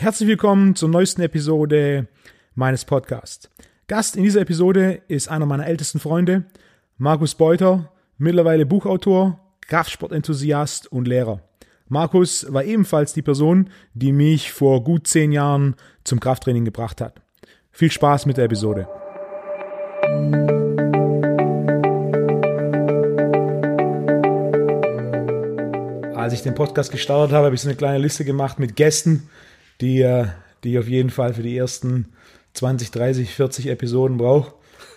herzlich willkommen zur neuesten Episode meines Podcasts. Gast in dieser Episode ist einer meiner ältesten Freunde, Markus Beuter, mittlerweile Buchautor, Kraftsportenthusiast und Lehrer. Markus war ebenfalls die Person, die mich vor gut 10 Jahren zum Krafttraining gebracht hat. Viel Spaß mit der Episode. Als ich den Podcast gestartet habe ich so eine kleine Liste gemacht mit Gästen, die ich auf jeden Fall für die ersten 20, 30, 40 Episoden brauche.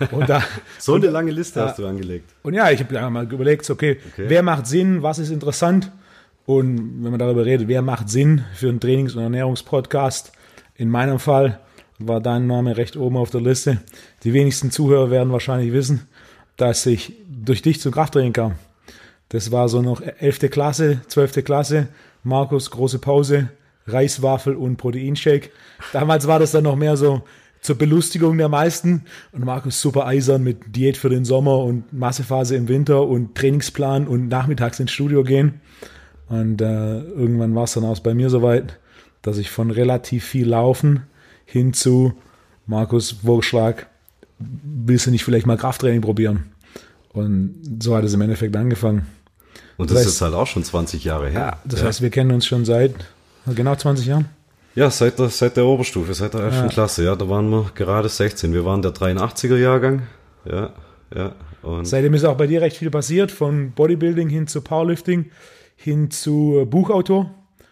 So eine lange Liste hast du angelegt. Und ja, ich habe mal überlegt, okay, wer macht Sinn, was ist interessant? Und wenn man darüber redet, wer macht Sinn für einen Trainings- und Ernährungspodcast? In meinem Fall war dein Name recht oben auf der Liste. Die wenigsten Zuhörer werden wahrscheinlich wissen, dass ich durch dich zum Krafttraining kam. Das war so noch 11. Klasse, 12. Klasse. Markus, große Pause, Reiswaffel und Proteinshake. Damals war das dann noch mehr so zur Belustigung der meisten. Und Markus super eisern mit Diät für den Sommer und Massephase im Winter und Trainingsplan und nachmittags ins Studio gehen. Und irgendwann war es dann auch bei mir soweit, dass ich von relativ viel Laufen hin zu Markus Vorschlag, willst du nicht vielleicht mal Krafttraining probieren? Und so hat es im Endeffekt angefangen. Und das ist halt auch schon 20 Jahre her. Ja, das heißt, wir kennen uns schon seit genau 20 Jahren. Ja, seit der Oberstufe, seit der 11. Klasse. Ja, da waren wir gerade 16. Wir waren der 83er-Jahrgang. Ja. Und seitdem ist auch bei dir recht viel passiert, von Bodybuilding hin zu Powerlifting, hin zu Buchautor.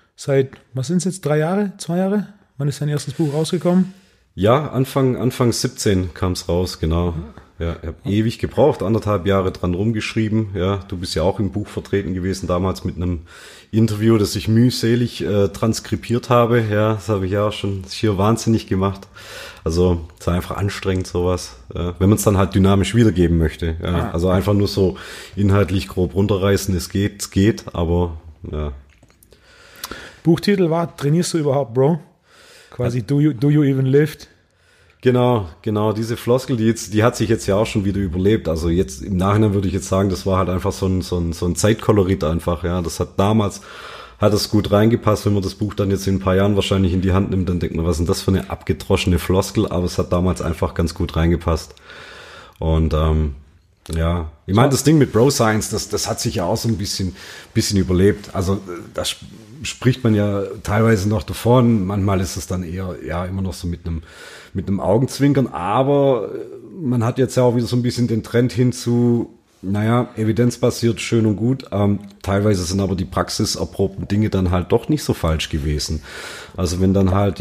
Was sind es jetzt, 3 Jahre, 2 Jahre? Wann ist dein erstes Buch rausgekommen? Ja, Anfang 17 kam es raus, genau. Ja, ich habe ewig gebraucht, 1,5 Jahre dran rumgeschrieben. Ja, du bist ja auch im Buch vertreten gewesen, damals mit einem Interview, das ich mühselig transkribiert habe. Ja, das habe ich ja auch schon schier wahnsinnig gemacht. Also es war einfach anstrengend sowas, wenn man es dann halt dynamisch wiedergeben möchte. Ja. Also einfach nur so inhaltlich grob runterreißen, es geht, aber ja. Buchtitel war, trainierst du überhaupt, Bro? Quasi, do you even lift? Genau, diese Floskel, die hat sich jetzt ja auch schon wieder überlebt. Also jetzt im Nachhinein würde ich jetzt sagen, das war halt einfach so ein Zeitkolorit einfach, ja. Das hat es gut reingepasst. Wenn man das Buch dann jetzt in ein paar Jahren wahrscheinlich in die Hand nimmt, dann denkt man, was ist denn das für eine abgedroschene Floskel? Aber es hat damals einfach ganz gut reingepasst. Und ja, ich meine, das Ding mit Bro Science, das hat sich ja auch so ein bisschen überlebt. Also das spricht man ja teilweise noch davon. Manchmal ist es dann eher immer noch so mit einem Augenzwinkern. Aber man hat jetzt ja auch wieder so ein bisschen den Trend hin zu, evidenzbasiert, schön und gut. Teilweise sind aber die praxiserprobten Dinge dann halt doch nicht so falsch gewesen. Also wenn dann halt,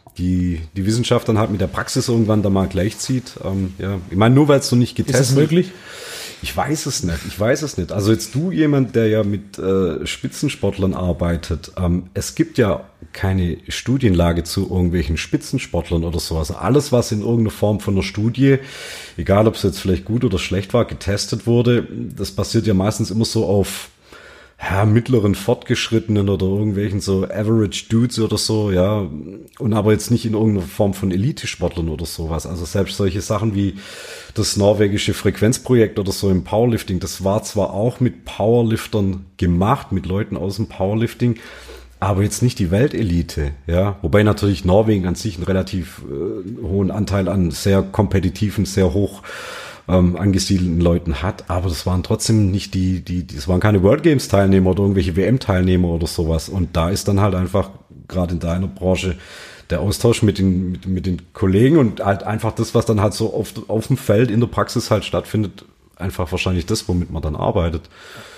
die Wissenschaft dann halt mit der Praxis irgendwann da mal gleichzieht. Ich meine, nur weil es so nicht getestet ist. Ist das möglich? Ich weiß es nicht. Also jetzt du, jemand, der ja mit Spitzensportlern arbeitet, es gibt ja keine Studienlage zu irgendwelchen Spitzensportlern oder sowas. Alles, was in irgendeiner Form von einer Studie, egal ob es jetzt vielleicht gut oder schlecht war, getestet wurde, das basiert ja meistens immer so auf mittleren Fortgeschrittenen oder irgendwelchen so Average Dudes oder so, ja, und aber jetzt nicht in irgendeiner Form von Elite-Sportlern oder sowas. Also selbst solche Sachen wie das norwegische Frequenzprojekt oder so im Powerlifting, das war zwar auch mit Powerliftern gemacht, mit Leuten aus dem Powerlifting, aber jetzt nicht die Weltelite, ja. Wobei natürlich Norwegen an sich einen relativ hohen Anteil an sehr kompetitiven, sehr hoch angesiedelten Leuten hat, aber das waren trotzdem nicht das waren keine World Games Teilnehmer oder irgendwelche WM Teilnehmer oder sowas. Und da ist dann halt einfach gerade in deiner Branche der Austausch mit den Kollegen und halt einfach das, was dann halt so oft auf dem Feld in der Praxis halt stattfindet, einfach wahrscheinlich das, womit man dann arbeitet.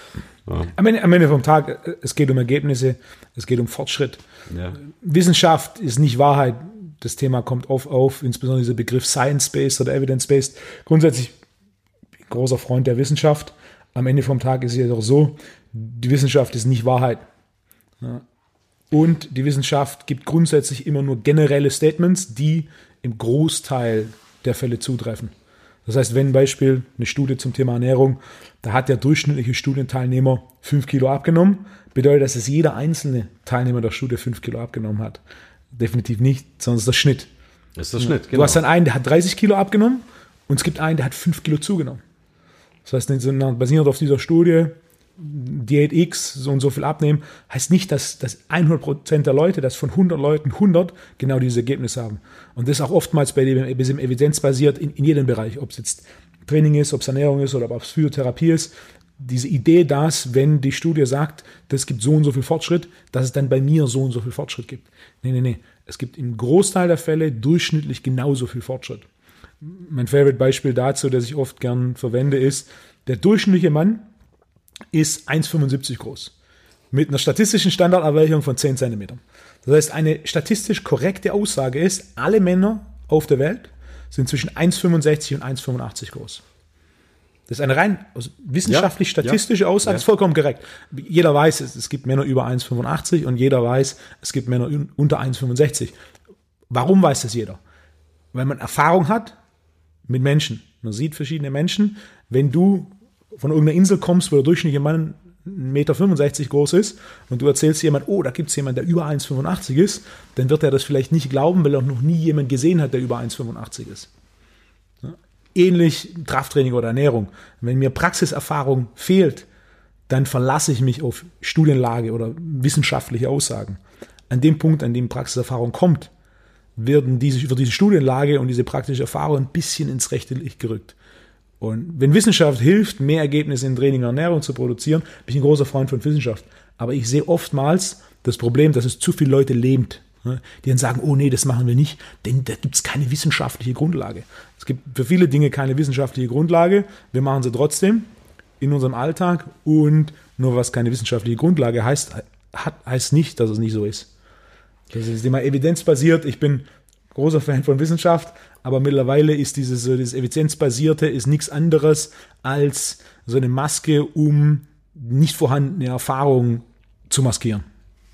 Ja. Am Ende vom Tag, es geht um Ergebnisse, es geht um Fortschritt. Ja. Wissenschaft ist nicht Wahrheit. Das Thema kommt oft auf, insbesondere dieser Begriff Science-Based oder Evidence-Based. Grundsätzlich großer Freund der Wissenschaft. Am Ende vom Tag ist es ja doch so, die Wissenschaft ist nicht Wahrheit. Ja. Und die Wissenschaft gibt grundsätzlich immer nur generelle Statements, die im Großteil der Fälle zutreffen. Das heißt, wenn Beispiel eine Studie zum Thema Ernährung, da hat der durchschnittliche Studienteilnehmer 5 Kilo abgenommen, bedeutet das, dass jeder einzelne Teilnehmer der Studie 5 Kilo abgenommen hat. Definitiv nicht, sondern es ist der Schnitt. Das ist der Schnitt, genau. Du hast dann einen, der hat 30 Kilo abgenommen und es gibt einen, der hat 5 Kilo zugenommen. Das heißt, basierend auf dieser Studie Diät X so und so viel abnehmen, heißt nicht, dass 100% der Leute, dass von 100 Leuten 100 genau dieses Ergebnis haben. Und das ist auch oftmals bei dem evidenzbasiert in jedem Bereich, ob es jetzt Training ist, ob es Ernährung ist oder ob es Physiotherapie ist. Diese Idee, dass, wenn die Studie sagt, das gibt so und so viel Fortschritt, dass es dann bei mir so und so viel Fortschritt gibt. Nee. Es gibt im Großteil der Fälle durchschnittlich genauso viel Fortschritt. Mein Favorite-Beispiel dazu, das ich oft gern verwende, ist, der durchschnittliche Mann ist 1,75 groß. Mit einer statistischen Standardabweichung von 10 cm. Das heißt, eine statistisch korrekte Aussage ist, alle Männer auf der Welt sind zwischen 1,65 und 1,85 groß. Das ist eine rein wissenschaftlich-statistische Aussage, ist vollkommen korrekt. Jeder weiß, es gibt Männer über 1,85 und jeder weiß, es gibt Männer unter 1,65. Warum weiß das jeder? Weil man Erfahrung hat mit Menschen. Man sieht verschiedene Menschen. Wenn du von irgendeiner Insel kommst, wo der durchschnittliche Mann 1,65 Meter groß ist und du erzählst jemand, oh, da gibt es jemanden, der über 1,85 ist, dann wird er das vielleicht nicht glauben, weil er noch nie jemanden gesehen hat, der über 1,85 ist. Ähnlich Krafttraining oder Ernährung. Wenn mir Praxiserfahrung fehlt, dann verlasse ich mich auf Studienlage oder wissenschaftliche Aussagen. An dem Punkt, an dem Praxiserfahrung kommt, wird diese Studienlage und diese praktische Erfahrung ein bisschen ins rechte Licht gerückt. Und wenn Wissenschaft hilft, mehr Ergebnisse in Training und Ernährung zu produzieren, bin ich ein großer Freund von Wissenschaft. Aber ich sehe oftmals das Problem, dass es zu viele Leute lähmt, die dann sagen, oh nee, das machen wir nicht, denn da gibt es keine wissenschaftliche Grundlage. Es gibt für viele Dinge keine wissenschaftliche Grundlage, wir machen sie trotzdem in unserem Alltag und nur was keine wissenschaftliche Grundlage heißt nicht, dass es nicht so ist. Das ist immer evidenzbasiert, ich bin großer Fan von Wissenschaft, aber mittlerweile ist dieses Evidenzbasierte ist nichts anderes als so eine Maske, um nicht vorhandene Erfahrungen zu maskieren.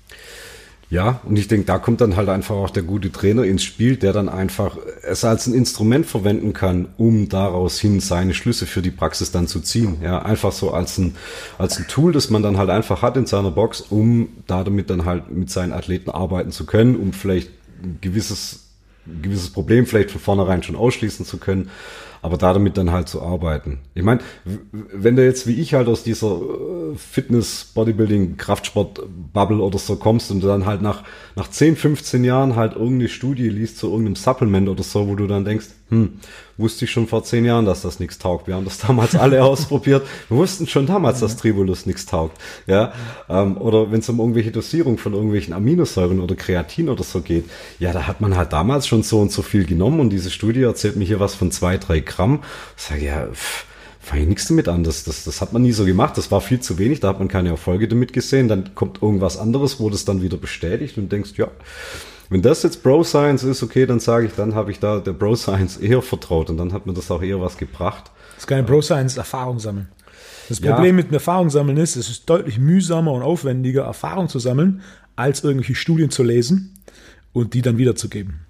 Ja, und ich denke, da kommt dann halt einfach auch der gute Trainer ins Spiel, der dann einfach es als ein Instrument verwenden kann, um daraus hin seine Schlüsse für die Praxis dann zu ziehen. Ja, einfach so als ein Tool, das man dann halt einfach hat in seiner Box, um damit dann halt mit seinen Athleten arbeiten zu können, um vielleicht ein gewisses Problem vielleicht von vornherein schon ausschließen zu können, aber damit dann halt zu arbeiten. Ich meine, wenn du jetzt wie ich halt aus dieser Fitness, Bodybuilding, Kraftsport-Bubble oder so kommst und du dann halt nach 10, 15 Jahren halt irgendeine Studie liest zu irgendeinem Supplement oder so, wo du dann denkst, wusste ich schon vor 10 Jahren, dass das nichts taugt. Wir haben das damals alle ausprobiert. Wir wussten schon damals, dass Tribulus nichts taugt. Ja, oder wenn es um irgendwelche Dosierung von irgendwelchen Aminosäuren oder Kreatin oder so geht, ja, da hat man halt damals schon so und so viel genommen und diese Studie erzählt mir hier was von 2-3 Gramm. Ich sage, ja, fange ich nichts damit an. Das hat man nie so gemacht. Das war viel zu wenig. Da hat man keine Erfolge damit gesehen. Dann kommt irgendwas anderes, wo das dann wieder bestätigt und denkst, ja, wenn das jetzt Bro-Science ist, okay, dann sage ich, dann habe ich da der Bro-Science eher vertraut und dann hat mir das auch eher was gebracht. Das ist keine Bro-Science, Erfahrung sammeln. Das Problem mit dem Erfahrung sammeln ist, es ist deutlich mühsamer und aufwendiger, Erfahrung zu sammeln, als irgendwelche Studien zu lesen und die dann wiederzugeben.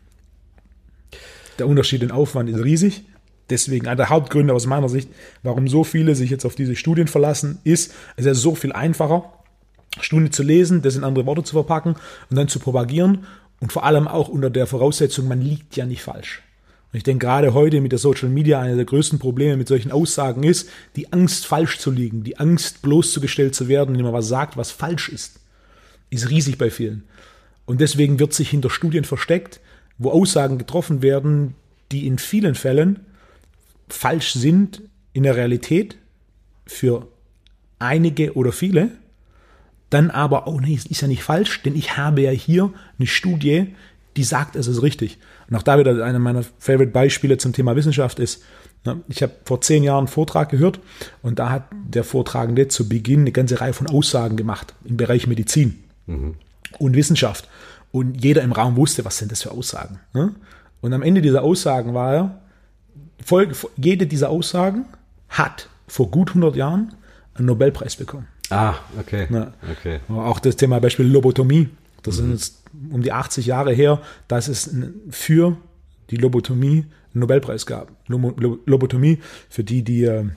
Der Unterschied in Aufwand ist riesig. Deswegen einer der Hauptgründe aus meiner Sicht, warum so viele sich jetzt auf diese Studien verlassen, ist, es ist so viel einfacher, Studien zu lesen, das in andere Worte zu verpacken und dann zu propagieren und vor allem auch unter der Voraussetzung, man liegt ja nicht falsch. Und ich denke, gerade heute mit der Social Media, einer der größten Probleme mit solchen Aussagen ist, die Angst, falsch zu liegen, die Angst, bloßgestellt zu werden, indem man was sagt, was falsch ist riesig bei vielen. Und deswegen wird sich hinter Studien versteckt, wo Aussagen getroffen werden, die in vielen Fällen falsch sind in der Realität für einige oder viele, dann aber, oh nee, es ist ja nicht falsch, denn ich habe ja hier eine Studie, die sagt, es ist richtig. Und auch da wieder einer meiner Favorite-Beispiele zum Thema Wissenschaft ist, ich habe vor 10 Jahren einen Vortrag gehört und da hat der Vortragende zu Beginn eine ganze Reihe von Aussagen gemacht im Bereich Medizin und Wissenschaft. Und jeder im Raum wusste, was sind das für Aussagen. Und am Ende dieser Aussagen war jede dieser Aussagen hat vor gut 100 Jahren einen Nobelpreis bekommen. Ah, okay. Ja. Okay. Auch das Thema Beispiel Lobotomie. Das sind jetzt um die 80 Jahre her, dass es für die Lobotomie einen Nobelpreis gab. Lobotomie, für die den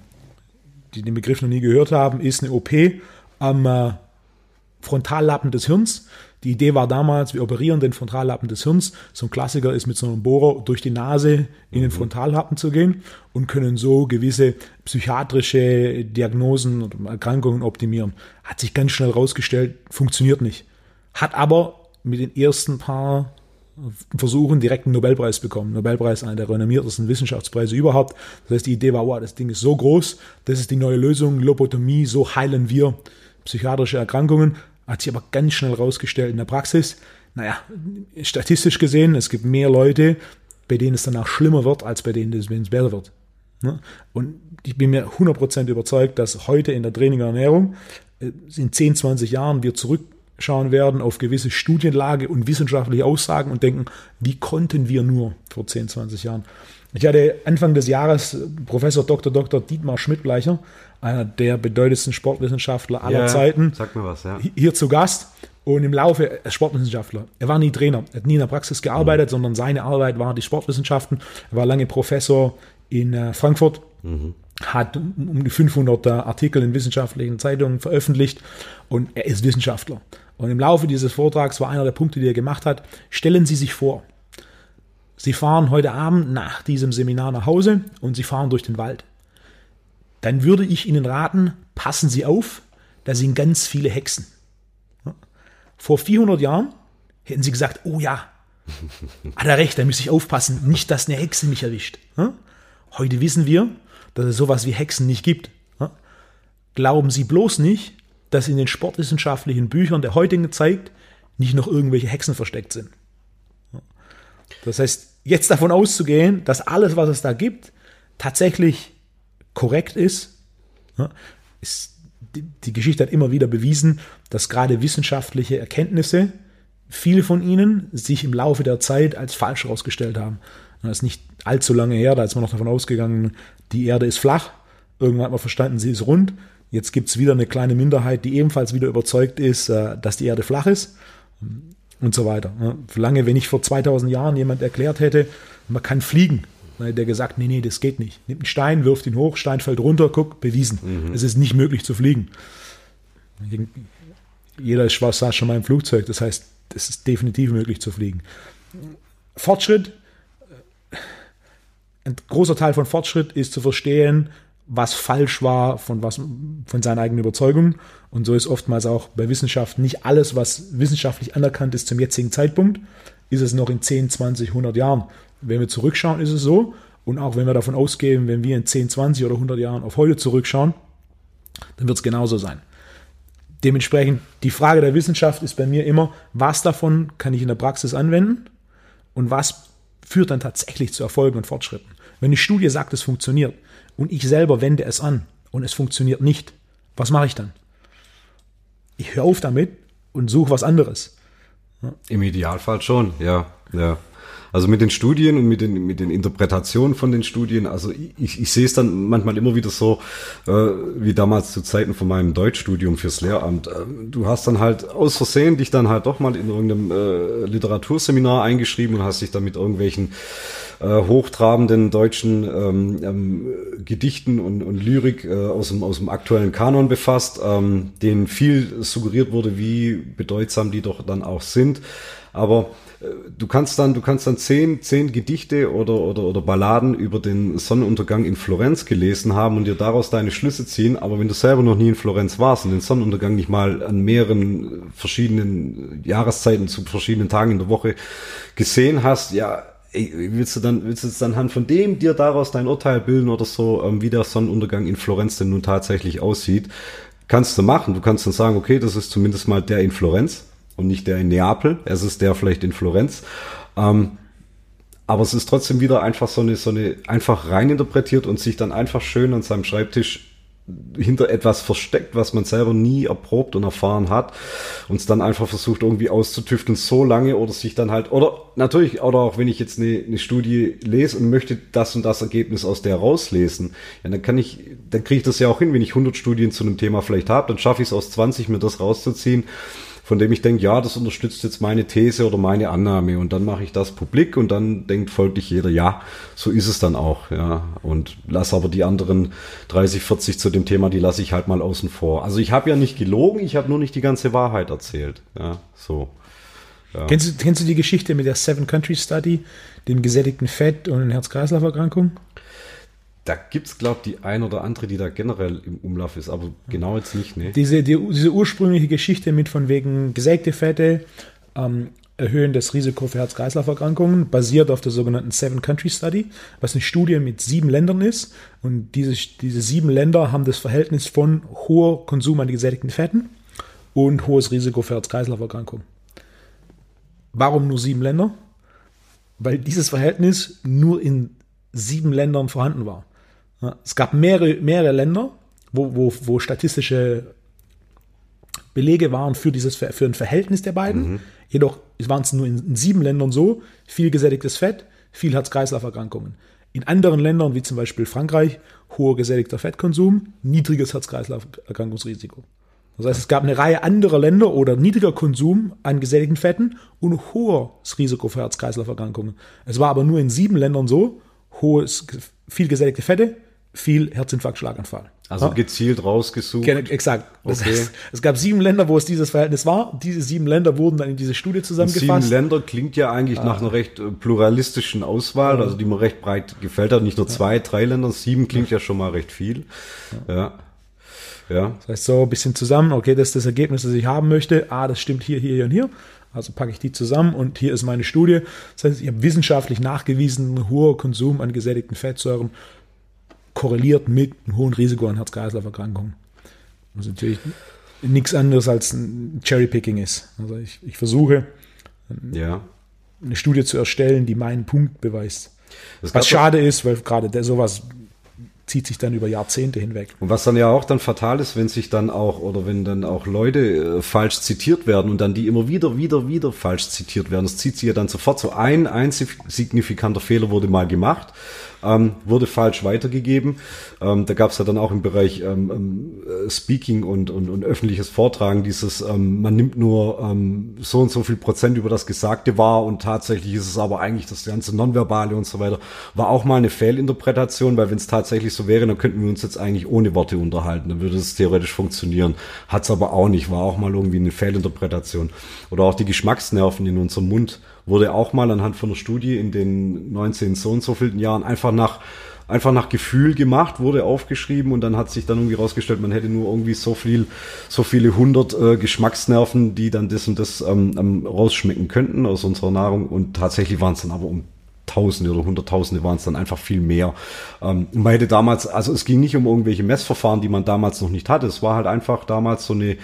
Begriff noch nie gehört haben, ist eine OP am Frontallappen des Hirns. Die Idee war damals, wir operieren den Frontallappen des Hirns. So ein Klassiker ist mit so einem Bohrer durch die Nase in den Frontallappen zu gehen und können so gewisse psychiatrische Diagnosen und Erkrankungen optimieren. Hat sich ganz schnell rausgestellt, funktioniert nicht. Hat aber mit den ersten paar Versuchen direkt einen Nobelpreis bekommen. Nobelpreis, einer der renommiertesten Wissenschaftspreise überhaupt. Das heißt, die Idee war, wow, das Ding ist so groß, das ist die neue Lösung, Lobotomie, so heilen wir psychiatrische Erkrankungen. Hat sich aber ganz schnell rausgestellt in der Praxis. Naja, statistisch gesehen, es gibt mehr Leute, bei denen es danach schlimmer wird, als bei denen es besser wird. Und ich bin mir 100% überzeugt, dass heute in der Training und Ernährung in 10, 20 Jahren wir zurückschauen werden auf gewisse Studienlage und wissenschaftliche Aussagen und denken, wie konnten wir nur vor 10, 20 Jahren? Ich hatte Anfang des Jahres Professor Dr. Dietmar Schmidtbleicher, einer der bedeutendsten Sportwissenschaftler aller Zeiten, sag mir was, hier zu Gast. Und im Laufe, Sportwissenschaftler, er war nie Trainer, er hat nie in der Praxis gearbeitet, sondern seine Arbeit war die Sportwissenschaften. Er war lange Professor in Frankfurt, hat um die 500 Artikel in wissenschaftlichen Zeitungen veröffentlicht und er ist Wissenschaftler. Und im Laufe dieses Vortrags war einer der Punkte, die er gemacht hat: Stellen Sie sich vor, Sie fahren heute Abend nach diesem Seminar nach Hause und Sie fahren durch den Wald. Dann würde ich Ihnen raten, passen Sie auf, da sind ganz viele Hexen. Vor 400 Jahren hätten Sie gesagt, oh ja, hat er recht, da muss ich aufpassen, nicht, dass eine Hexe mich erwischt. Heute wissen wir, dass es sowas wie Hexen nicht gibt. Glauben Sie bloß nicht, dass in den sportwissenschaftlichen Büchern der heutigen Zeit nicht noch irgendwelche Hexen versteckt sind. Das heißt, jetzt davon auszugehen, dass alles, was es da gibt, tatsächlich korrekt ist, die Geschichte hat immer wieder bewiesen, dass gerade wissenschaftliche Erkenntnisse, viele von ihnen, sich im Laufe der Zeit als falsch herausgestellt haben. Das ist nicht allzu lange her, da ist man noch davon ausgegangen, die Erde ist flach. Irgendwann hat man verstanden, sie ist rund. Jetzt gibt es wieder eine kleine Minderheit, die ebenfalls wieder überzeugt ist, dass die Erde flach ist. Und so weiter. Lange, wenn ich vor 2000 Jahren jemand erklärt hätte, man kann fliegen, dann hätte der gesagt, nee, das geht nicht. Nimmt einen Stein, wirft ihn hoch, Stein fällt runter, guck, bewiesen. Es ist nicht möglich zu fliegen. Jeder saß schon mal im Flugzeug, das heißt, es ist definitiv möglich zu fliegen. Fortschritt, ein großer Teil von Fortschritt ist zu verstehen, was falsch war von seinen eigenen Überzeugungen. Und so ist oftmals auch bei Wissenschaft nicht alles, was wissenschaftlich anerkannt ist zum jetzigen Zeitpunkt, ist es noch in 10, 20, 100 Jahren. Wenn wir zurückschauen, ist es so. Und auch wenn wir davon ausgehen, wenn wir in 10, 20 oder 100 Jahren auf heute zurückschauen, dann wird es genauso sein. Dementsprechend, die Frage der Wissenschaft ist bei mir immer, was davon kann ich in der Praxis anwenden und was führt dann tatsächlich zu Erfolgen und Fortschritten. Wenn eine Studie sagt, es funktioniert und ich selber wende es an und es funktioniert nicht, was mache ich dann? Ich höre auf damit und suche was anderes. Im Idealfall schon, ja. Also mit den Studien und mit den Interpretationen von den Studien, also ich sehe es dann manchmal immer wieder so, wie damals zu Zeiten von meinem Deutschstudium fürs Lehramt. Du hast dann halt aus Versehen dich dann halt doch mal in irgendeinem Literaturseminar eingeschrieben und hast dich dann mit irgendwelchen hochtrabenden deutschen Gedichten und Lyrik aus dem aktuellen Kanon befasst, denen viel suggeriert wurde, wie bedeutsam die doch dann auch sind. Aber du kannst dann 10 Gedichte oder Balladen über den Sonnenuntergang in Florenz gelesen haben und dir daraus deine Schlüsse ziehen. Aber wenn du selber noch nie in Florenz warst und den Sonnenuntergang nicht mal an mehreren verschiedenen Jahreszeiten zu verschiedenen Tagen in der Woche gesehen hast, ja, willst du jetzt anhand von dem dir daraus dein Urteil bilden oder so, wie der Sonnenuntergang in Florenz denn nun tatsächlich aussieht? Kannst du machen. Du kannst dann sagen, okay, das ist zumindest mal der in Florenz und nicht der in Neapel. Es ist der vielleicht in Florenz. Aber es ist trotzdem wieder einfach so eine einfach reininterpretiert und sich dann einfach schön an seinem Schreibtisch hinter etwas versteckt, was man selber nie erprobt und erfahren hat und es dann einfach versucht irgendwie auszutüfteln so lange oder sich dann halt, oder natürlich, oder auch wenn ich jetzt eine Studie lese und möchte das und das Ergebnis aus der rauslesen, ja, dann kriege ich das ja auch hin, wenn ich 100 Studien zu einem Thema vielleicht habe, dann schaffe ich es aus 20 mir das rauszuziehen, von dem ich denke, ja, das unterstützt jetzt meine These oder meine Annahme und dann mache ich das publik und dann denkt folglich jeder, ja, so ist es dann auch, ja, und lass aber die anderen 30, 40 zu dem Thema, die lasse ich halt mal außen vor. Also ich habe ja nicht gelogen, ich habe nur nicht die ganze Wahrheit erzählt, ja, so. Ja. Kennst du die Geschichte mit der Seven Country Study, dem gesättigten Fett und den Herz-Kreislauf-Erkrankungen? Da gibt es, glaube ich, die ein oder andere, die da generell im Umlauf ist, aber genau jetzt nicht, ne? Diese ursprüngliche Geschichte mit von wegen gesägte Fette erhöhen das Risiko für Herz-Kreislauf-Erkrankungen, basiert auf der sogenannten Seven Country Study, was eine Studie mit 7 Ländern ist. Und diese 7 Länder haben das Verhältnis von hoher Konsum an gesättigten Fetten und hohes Risiko für Herz-Kreislauf-Erkrankungen. Warum nur 7 Länder? Weil dieses Verhältnis nur in 7 Ländern vorhanden war. Ja, es gab mehrere Länder, wo statistische Belege waren für ein Verhältnis der beiden. Jedoch waren es nur in 7 Ländern so: viel gesättigtes Fett, viel Herz-Kreislauf-Erkrankungen. In anderen Ländern, wie zum Beispiel Frankreich, hoher gesättigter Fettkonsum, niedriges Herz-Kreislauf-Erkrankungsrisiko. Das heißt, es gab eine Reihe anderer Länder oder niedriger Konsum an gesättigten Fetten und hohes Risiko für Herz-Kreislauf-Erkrankungen. Es war aber nur in 7 Ländern so: viel gesättigte Fette, viel Herzinfarkt, Schlaganfall. Also gezielt rausgesucht. Exakt. Das heißt, es gab 7 Länder, wo es dieses Verhältnis war. Diese 7 Länder wurden dann in diese Studie zusammengefasst. 7 Länder klingt ja eigentlich nach einer recht pluralistischen Auswahl, also die mir recht breit gefällt hat. Nicht nur 2, 3 Länder, 7 klingt ja schon mal recht viel. Ja. Das heißt, so ein bisschen zusammen, okay, das ist das Ergebnis, das ich haben möchte. Das stimmt hier und hier. Also packe ich die zusammen und hier ist meine Studie. Das heißt, ich habe wissenschaftlich nachgewiesen, ein hoher Konsum an gesättigten Fettsäuren korreliert mit einem hohen Risiko an Herz-Kreislauf-Erkrankungen. Was natürlich nichts anderes als ein Cherry-Picking ist. Also ich versuche, eine Studie zu erstellen, die meinen Punkt beweist. Was schade ist, weil gerade sowas zieht sich dann über Jahrzehnte hinweg. Und was dann ja auch dann fatal ist, wenn sich dann auch, oder wenn dann auch Leute falsch zitiert werden und dann die immer wieder falsch zitiert werden. Das zieht sich ja dann sofort so ein signifikanter Fehler wurde mal gemacht, wurde falsch weitergegeben. Da gab es ja dann auch im Bereich Speaking und öffentliches Vortragen dieses, man nimmt nur so und so viel Prozent über das Gesagte wahr und tatsächlich ist es aber eigentlich das ganze Nonverbale und so weiter. War auch mal eine Fehlinterpretation, weil wenn es tatsächlich so wäre, dann könnten wir uns jetzt eigentlich ohne Worte unterhalten, dann würde es theoretisch funktionieren. Hat es aber auch nicht, war auch mal irgendwie eine Fehlinterpretation. Oder auch die Geschmacksnerven in unserem Mund wurde auch mal anhand von einer Studie in den 19 so und so vielen Jahren einfach nach Gefühl gemacht, wurde aufgeschrieben und dann hat sich dann irgendwie rausgestellt, man hätte nur irgendwie so viele 100 Geschmacksnerven, die dann das und das rausschmecken könnten aus unserer Nahrung und tatsächlich waren es dann aber um Tausende oder Hunderttausende waren es dann einfach viel mehr. Man hätte damals, also es ging nicht um irgendwelche Messverfahren, die man damals noch nicht hatte, es war halt einfach damals so eine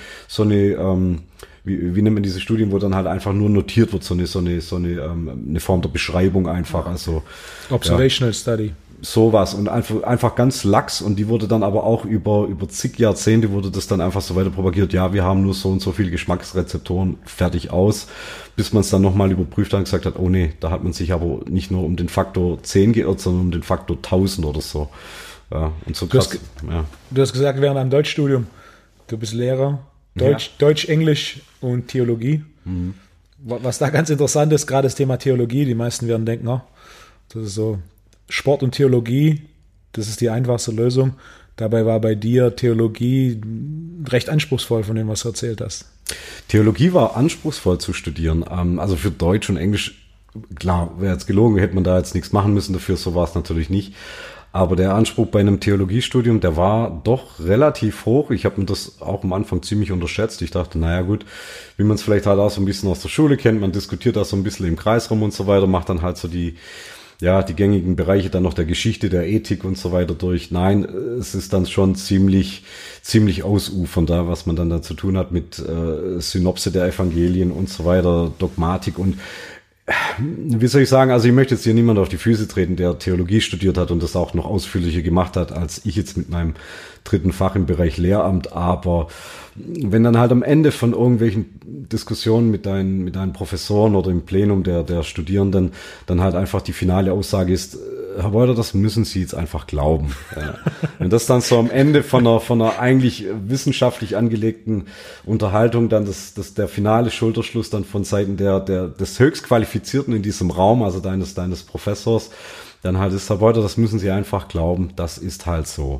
wie nennt man diese Studien, wo dann halt einfach nur notiert wird, so eine Form der Beschreibung einfach, also Observational Study. Sowas und einfach ganz lax und die wurde dann aber auch über zig Jahrzehnte wurde das dann einfach so weiter propagiert, ja, wir haben nur so und so viele Geschmacksrezeptoren, fertig aus, bis man es dann nochmal überprüft hat und gesagt hat, oh nee, da hat man sich aber nicht nur um den Faktor 10 geirrt, sondern um den Faktor 1000 oder so. Ja, und so krass. Du hast gesagt, während einem Deutschstudium, du bist Lehrer, Deutsch, Englisch und Theologie. Mhm. Was da ganz interessant ist, gerade das Thema Theologie, die meisten werden denken, das ist so Sport und Theologie, das ist die einfachste Lösung. Dabei war bei dir Theologie recht anspruchsvoll, von dem, was du erzählt hast. Theologie war anspruchsvoll zu studieren. Also für Deutsch und Englisch, klar, wäre jetzt gelogen, hätte man da jetzt nichts machen müssen dafür, so war es natürlich nicht. Aber der Anspruch bei einem Theologiestudium, der war doch relativ hoch. Ich habe mir das auch am Anfang ziemlich unterschätzt. Ich dachte, naja gut, wie man es vielleicht halt auch so ein bisschen aus der Schule kennt, man diskutiert da so ein bisschen im Kreis rum und so weiter, macht dann halt so die gängigen Bereiche dann noch der Geschichte, der Ethik und so weiter durch. Nein, es ist dann schon ziemlich ausufernd da, was man dann da zu tun hat mit Synopse der Evangelien und so weiter, Dogmatik und wie soll ich sagen, also ich möchte jetzt hier niemand auf die Füße treten, der Theologie studiert hat und das auch noch ausführlicher gemacht hat, als ich jetzt mit meinem 3. Fach im Bereich Lehramt, aber wenn dann halt am Ende von irgendwelchen Diskussionen mit deinen Professoren oder im Plenum der Studierenden dann halt einfach die finale Aussage ist, Herr Beuter, das müssen Sie jetzt einfach glauben. Wenn das dann so am Ende von einer eigentlich wissenschaftlich angelegten Unterhaltung dann der finale Schulterschluss dann von Seiten des Höchstqualifizierten in diesem Raum, also deines Professors, dann halt ist, Herr Beuter, das müssen Sie einfach glauben, das ist halt so.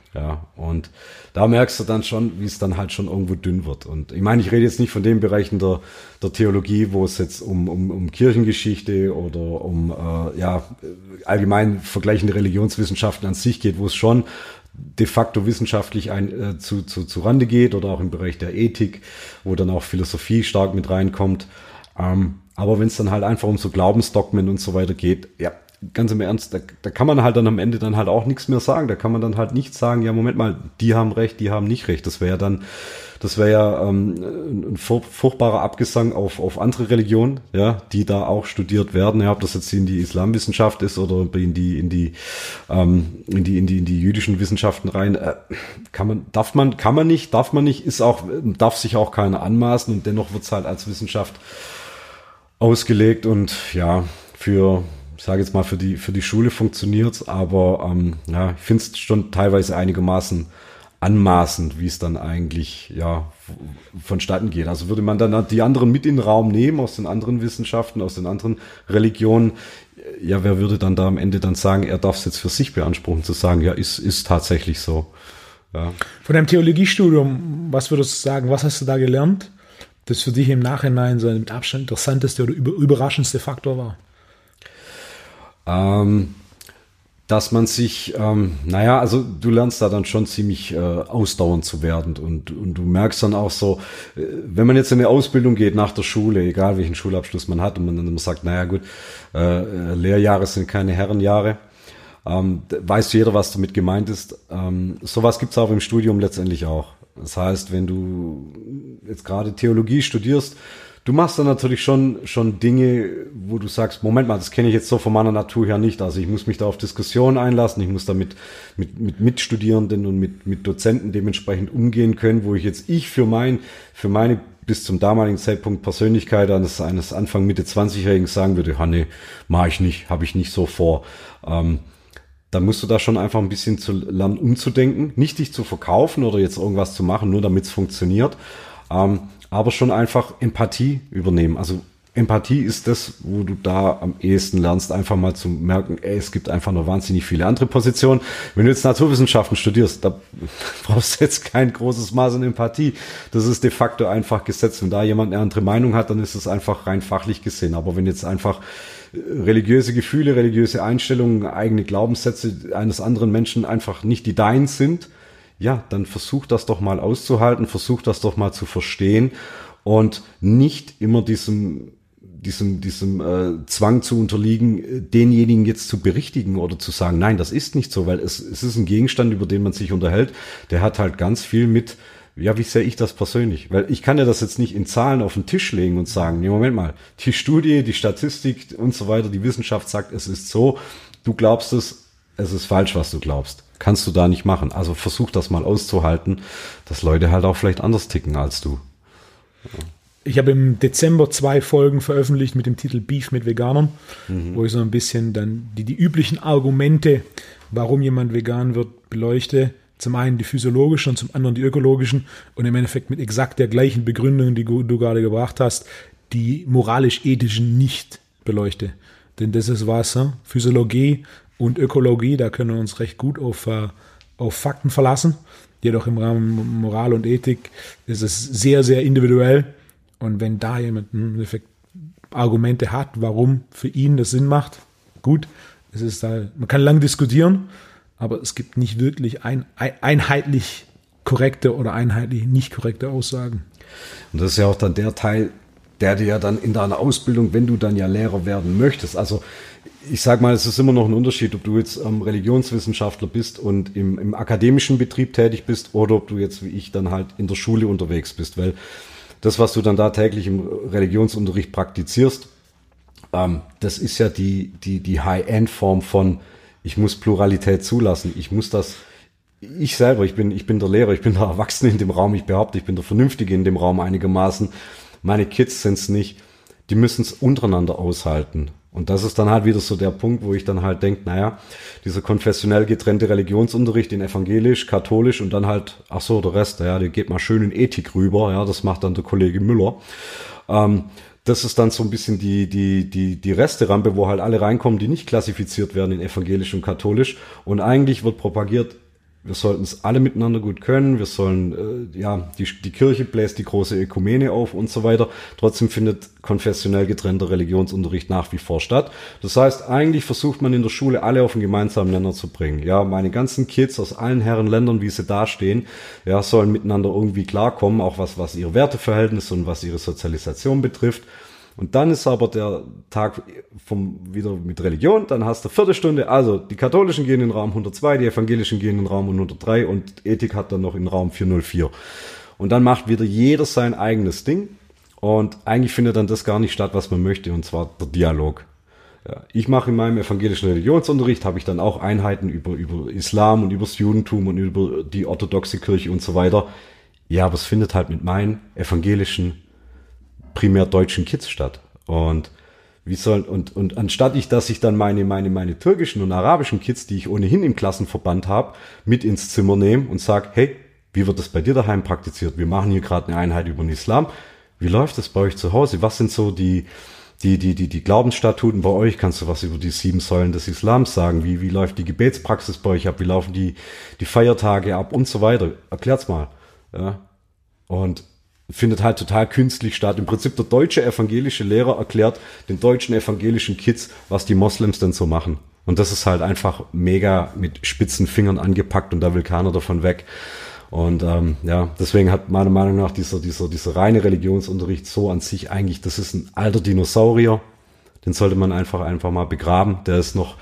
Ja, und da merkst du dann schon, wie es dann halt schon irgendwo dünn wird. Und ich meine, ich rede jetzt nicht von den Bereichen der Theologie, wo es jetzt um Kirchengeschichte oder um allgemein vergleichende Religionswissenschaften an sich geht, wo es schon de facto wissenschaftlich zu Rande geht, oder auch im Bereich der Ethik, wo dann auch Philosophie stark mit reinkommt. Aber wenn es dann halt einfach um so Glaubensdogmen und so weiter geht, ja, ganz im Ernst, da kann man halt dann am Ende dann halt auch nichts mehr sagen. Da kann man dann halt nicht sagen, ja, Moment mal, die haben recht, die haben nicht recht. Das wäre ja ein furchtbarer Abgesang auf andere Religionen, ja, die da auch studiert werden. Ja, ob das jetzt in die Islamwissenschaft ist oder in die jüdischen Wissenschaften rein. Darf man nicht, darf sich auch keiner anmaßen, und dennoch wird es halt als Wissenschaft ausgelegt, und ja, ich sage jetzt mal, für die Schule funktioniert's, aber ich finde es schon teilweise einigermaßen anmaßend, wie es dann eigentlich vonstatten geht. Also würde man dann die anderen mit in den Raum nehmen, aus den anderen Wissenschaften, aus den anderen Religionen, ja, wer würde dann da am Ende dann sagen, er darf es jetzt für sich beanspruchen, zu sagen, ja, ist tatsächlich so. Ja. Von deinem Theologiestudium, was würdest du sagen, was hast du da gelernt, das für dich im Nachhinein so ein mit Abstand interessanteste oder überraschendste Faktor war? Dass man sich, also du lernst da dann schon ziemlich ausdauernd zu werden, und du merkst dann auch so, wenn man jetzt in eine Ausbildung geht nach der Schule, egal welchen Schulabschluss man hat, und man dann immer sagt, Lehrjahre sind keine Herrenjahre, weiß jeder, was damit gemeint ist. Sowas gibt's auch im Studium letztendlich auch. Das heißt, wenn du jetzt gerade Theologie studierst, du machst dann natürlich schon Dinge, wo du sagst, Moment mal, das kenne ich jetzt so von meiner Natur her nicht. Also ich muss mich da auf Diskussionen einlassen, ich muss da mit Mitstudierenden und mit Dozenten dementsprechend umgehen können, wo ich für meine bis zum damaligen Zeitpunkt Persönlichkeit eines Anfang Mitte 20-Jährigen sagen würde, nee, mache ich nicht, habe ich nicht so vor. Dann musst du da schon einfach ein bisschen zu lernen, umzudenken, nicht dich zu verkaufen oder jetzt irgendwas zu machen, nur damit es funktioniert. Aber schon einfach Empathie übernehmen. Also Empathie ist das, wo du da am ehesten lernst, einfach mal zu merken, es gibt einfach noch wahnsinnig viele andere Positionen. Wenn du jetzt Naturwissenschaften studierst, da brauchst du jetzt kein großes Maß an Empathie. Das ist de facto einfach gesetzt. Wenn da jemand eine andere Meinung hat, dann ist es einfach rein fachlich gesehen. Aber wenn jetzt einfach religiöse Gefühle, religiöse Einstellungen, eigene Glaubenssätze eines anderen Menschen einfach nicht die deinen sind, ja, dann versuch das doch mal auszuhalten, versuch das doch mal zu verstehen und nicht immer diesem Zwang zu unterliegen, denjenigen jetzt zu berichtigen oder zu sagen, nein, das ist nicht so, weil es ist ein Gegenstand, über den man sich unterhält, der hat halt ganz viel mit, ja, wie sehe ich das persönlich? Weil ich kann ja das jetzt nicht in Zahlen auf den Tisch legen und sagen, nee, Moment mal, die Studie, die Statistik und so weiter, die Wissenschaft sagt, es ist so, du glaubst es ist falsch, was du glaubst. Kannst du da nicht machen. Also versuch das mal auszuhalten, dass Leute halt auch vielleicht anders ticken als du. Ja. Ich habe im Dezember 2 Folgen veröffentlicht mit dem Titel Beef mit Veganern, wo ich so ein bisschen dann die üblichen Argumente, warum jemand vegan wird, beleuchte. Zum einen die physiologischen und zum anderen die ökologischen und im Endeffekt mit exakt der gleichen Begründung, die du gerade gebracht hast, die moralisch-ethischen nicht beleuchte. Denn das ist was, Physiologie und Ökologie, da können wir uns recht gut auf Fakten verlassen. Jedoch im Rahmen Moral und Ethik ist es sehr, sehr individuell. Und wenn da jemand im Endeffekt Argumente hat, warum für ihn das Sinn macht, gut, es ist da, man kann lang diskutieren, aber es gibt nicht wirklich einheitlich korrekte oder einheitlich nicht korrekte Aussagen. Und das ist ja auch dann der Teil, der dir ja dann in deiner Ausbildung, wenn du dann ja Lehrer werden möchtest, also ich sag mal, es ist immer noch ein Unterschied, ob du jetzt Religionswissenschaftler bist und im akademischen Betrieb tätig bist oder ob du jetzt wie ich dann halt in der Schule unterwegs bist, weil das, was du dann da täglich im Religionsunterricht praktizierst, das ist ja die High-End-Form von, ich muss Pluralität zulassen, ich bin der Lehrer, ich bin der Erwachsene in dem Raum, ich behaupte, ich bin der Vernünftige in dem Raum einigermaßen, meine Kids sind es nicht, die müssen es untereinander aushalten. Und das ist dann halt wieder so der Punkt, wo ich dann halt denke, naja, dieser konfessionell getrennte Religionsunterricht in evangelisch, katholisch und dann halt, ach so, der Rest, ja, der geht mal schön in Ethik rüber, ja, das macht dann der Kollege Müller. Das ist dann so ein bisschen die Resterampe, wo halt alle reinkommen, die nicht klassifiziert werden in evangelisch und katholisch. Und eigentlich wird propagiert, wir sollten es alle miteinander gut können, wir sollen, die Kirche bläst die große Ökumene auf und so weiter. Trotzdem findet konfessionell getrennter Religionsunterricht nach wie vor statt. Das heißt, eigentlich versucht man in der Schule alle auf einen gemeinsamen Nenner zu bringen. Ja, meine ganzen Kids aus allen Herrenländern, wie sie dastehen, ja, sollen miteinander irgendwie klarkommen, auch was ihre Werteverhältnisse und was ihre Sozialisation betrifft. Und dann ist aber der Tag wieder mit Religion, dann hast du Viertelstunde, also die Katholischen gehen in den Raum 102, die Evangelischen gehen in den Raum 103 und Ethik hat dann noch in den Raum 404. Und dann macht wieder jeder sein eigenes Ding und eigentlich findet dann das gar nicht statt, was man möchte, und zwar der Dialog. Ja, ich mache in meinem evangelischen Religionsunterricht, habe ich dann auch Einheiten über Islam und über das Judentum und über die orthodoxe Kirche und so weiter. Ja, aber es findet halt mit meinen evangelischen primär deutschen Kids statt. Und und anstatt dass ich dann meine türkischen und arabischen Kids, die ich ohnehin im Klassenverband habe, mit ins Zimmer nehme und sage, hey, wie wird das bei dir daheim praktiziert? Wir machen hier gerade eine Einheit über den Islam. Wie läuft das bei euch zu Hause? Was sind so die Glaubensstatuten bei euch? Kannst du was über die 7 Säulen des Islams sagen? Wie läuft die Gebetspraxis bei euch ab? Wie laufen die Feiertage ab und so weiter? Erklärt's mal. Ja. Und findet halt total künstlich statt. Im Prinzip der deutsche evangelische Lehrer erklärt den deutschen evangelischen Kids, was die Moslems denn so machen. Und das ist halt einfach mega mit spitzen Fingern angepackt und da will keiner davon weg. Und deswegen hat meiner Meinung nach dieser reine Religionsunterricht so an sich eigentlich, das ist ein alter Dinosaurier, den sollte man einfach mal begraben. Der ist noch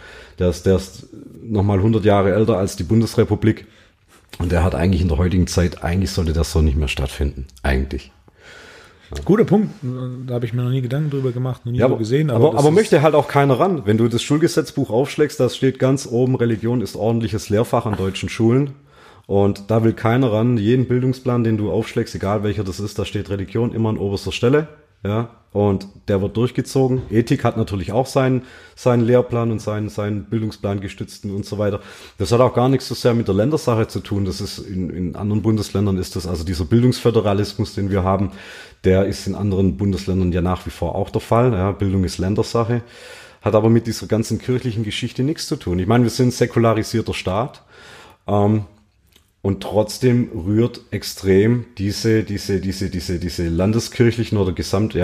mal 100 Jahre älter als die Bundesrepublik. Und der hat eigentlich in der heutigen Zeit, eigentlich sollte das so nicht mehr stattfinden. Eigentlich. Ja. Guter Punkt. Da habe ich mir noch nie Gedanken drüber gemacht, noch nie so gesehen. Aber möchte halt auch keiner ran. Wenn du das Schulgesetzbuch aufschlägst, da steht ganz oben, Religion ist ordentliches Lehrfach an deutschen Schulen. Und da will keiner ran. Jeden Bildungsplan, den du aufschlägst, egal welcher das ist, da steht Religion immer an oberster Stelle. Ja, und der wird durchgezogen. Ethik hat natürlich auch seinen Lehrplan und seinen Bildungsplan gestützten und so weiter. Das hat auch gar nichts so sehr mit der Ländersache zu tun. Das ist in anderen Bundesländern ist das, also dieser Bildungsföderalismus, den wir haben, der ist in anderen Bundesländern ja nach wie vor auch der Fall. Ja, Bildung ist Ländersache, hat aber mit dieser ganzen kirchlichen Geschichte nichts zu tun. Ich meine, wir sind ein säkularisierter Staat. Und trotzdem rührt extrem diese landeskirchlichen oder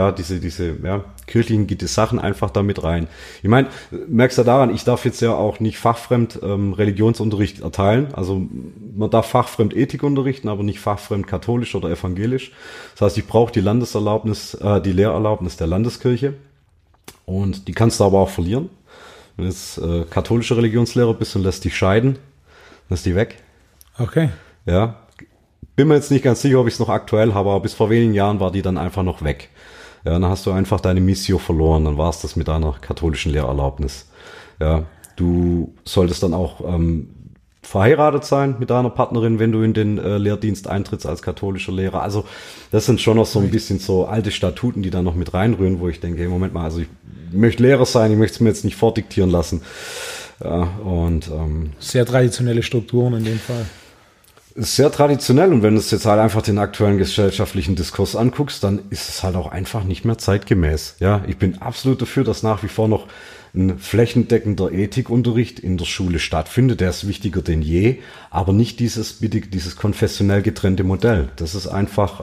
kirchlichen Sachen einfach damit rein. Ich meine, merkst du daran, ich darf jetzt ja auch nicht fachfremd Religionsunterricht erteilen. Also man darf fachfremd Ethik unterrichten, aber nicht fachfremd katholisch oder evangelisch. Das heißt, ich brauche die Lehrerlaubnis der Landeskirche. Und die kannst du aber auch verlieren. Wenn du jetzt katholischer Religionslehrer bist und lässt dich scheiden, dann ist die weg. Okay. Ja, bin mir jetzt nicht ganz sicher, ob ich es noch aktuell habe, aber bis vor wenigen Jahren war die dann einfach noch weg. Ja, dann hast du einfach deine Missio verloren, dann war es das mit deiner katholischen Lehrerlaubnis. Ja, du solltest dann auch verheiratet sein mit deiner Partnerin, wenn du in den Lehrdienst eintrittst als katholischer Lehrer. Also das sind schon noch so ein bisschen so alte Statuten, die da noch mit reinrühren, wo ich denke, hey, Moment mal, also ich möchte Lehrer sein, ich möchte es mir jetzt nicht vordiktieren lassen. Ja, und sehr traditionelle Strukturen in dem Fall. Ist sehr traditionell, und wenn du es jetzt halt einfach den aktuellen gesellschaftlichen Diskurs anguckst, dann ist es halt auch einfach nicht mehr zeitgemäß. Ja, ich bin absolut dafür, dass nach wie vor noch ein flächendeckender Ethikunterricht in der Schule stattfindet. Der ist wichtiger denn je, aber nicht dieses konfessionell getrennte Modell. Das ist einfach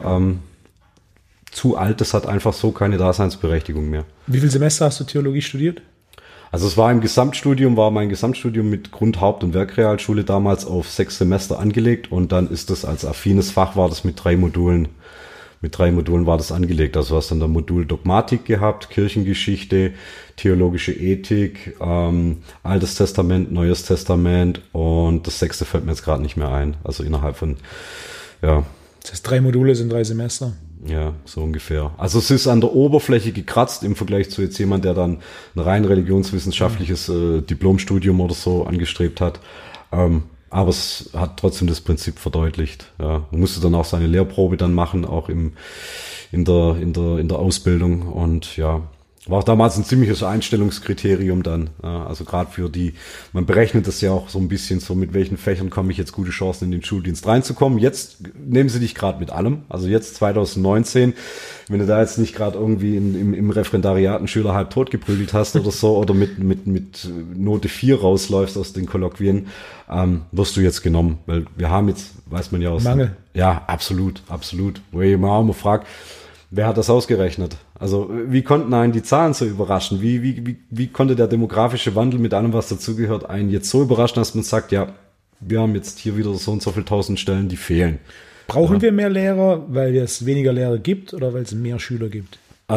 zu alt, das hat einfach so keine Daseinsberechtigung mehr. Wie viele Semester hast du Theologie studiert? Also es war mein Gesamtstudium mit Grund-, Haupt- und Werkrealschule damals auf 6 Semester angelegt, und dann ist das als affines Fach war das mit 3 Modulen war das angelegt. Also du hast dann das Modul Dogmatik gehabt, Kirchengeschichte, theologische Ethik, Altes Testament, Neues Testament, und das 6. fällt mir jetzt gerade nicht mehr ein. Also innerhalb von, ja. Das heißt, 3 Module sind 3 Semester. Ja, so ungefähr. Also es ist an der Oberfläche gekratzt im Vergleich zu jetzt jemand, der dann ein rein religionswissenschaftliches Diplomstudium oder so angestrebt hat. Aber es hat trotzdem das Prinzip verdeutlicht. Ja, man musste dann auch seine Lehrprobe dann machen, auch in der Ausbildung. Und ja, War auch damals ein ziemliches Einstellungskriterium dann. Ja, also gerade für man berechnet das ja auch so ein bisschen so, mit welchen Fächern komme ich jetzt gute Chancen in den Schuldienst reinzukommen. Jetzt nehmen sie dich gerade mit allem. Also jetzt 2019, wenn du da jetzt nicht gerade irgendwie im Referendariat einen Schüler halb tot geprügelt hast oder so oder mit Note 4 rausläufst aus den Kolloquien, wirst du jetzt genommen. Weil wir haben jetzt, weiß man ja aus... Mangel. Ja, absolut. Wo ich immer frage, wer hat das ausgerechnet? Also wie konnten einen die Zahlen so überraschen? Wie konnte der demografische Wandel mit allem, was dazugehört, einen jetzt so überraschen, dass man sagt, ja, wir haben jetzt hier wieder so und so viele 1000 Stellen, die fehlen. Brauchen wir mehr Lehrer, weil es weniger Lehrer gibt oder weil es mehr Schüler gibt?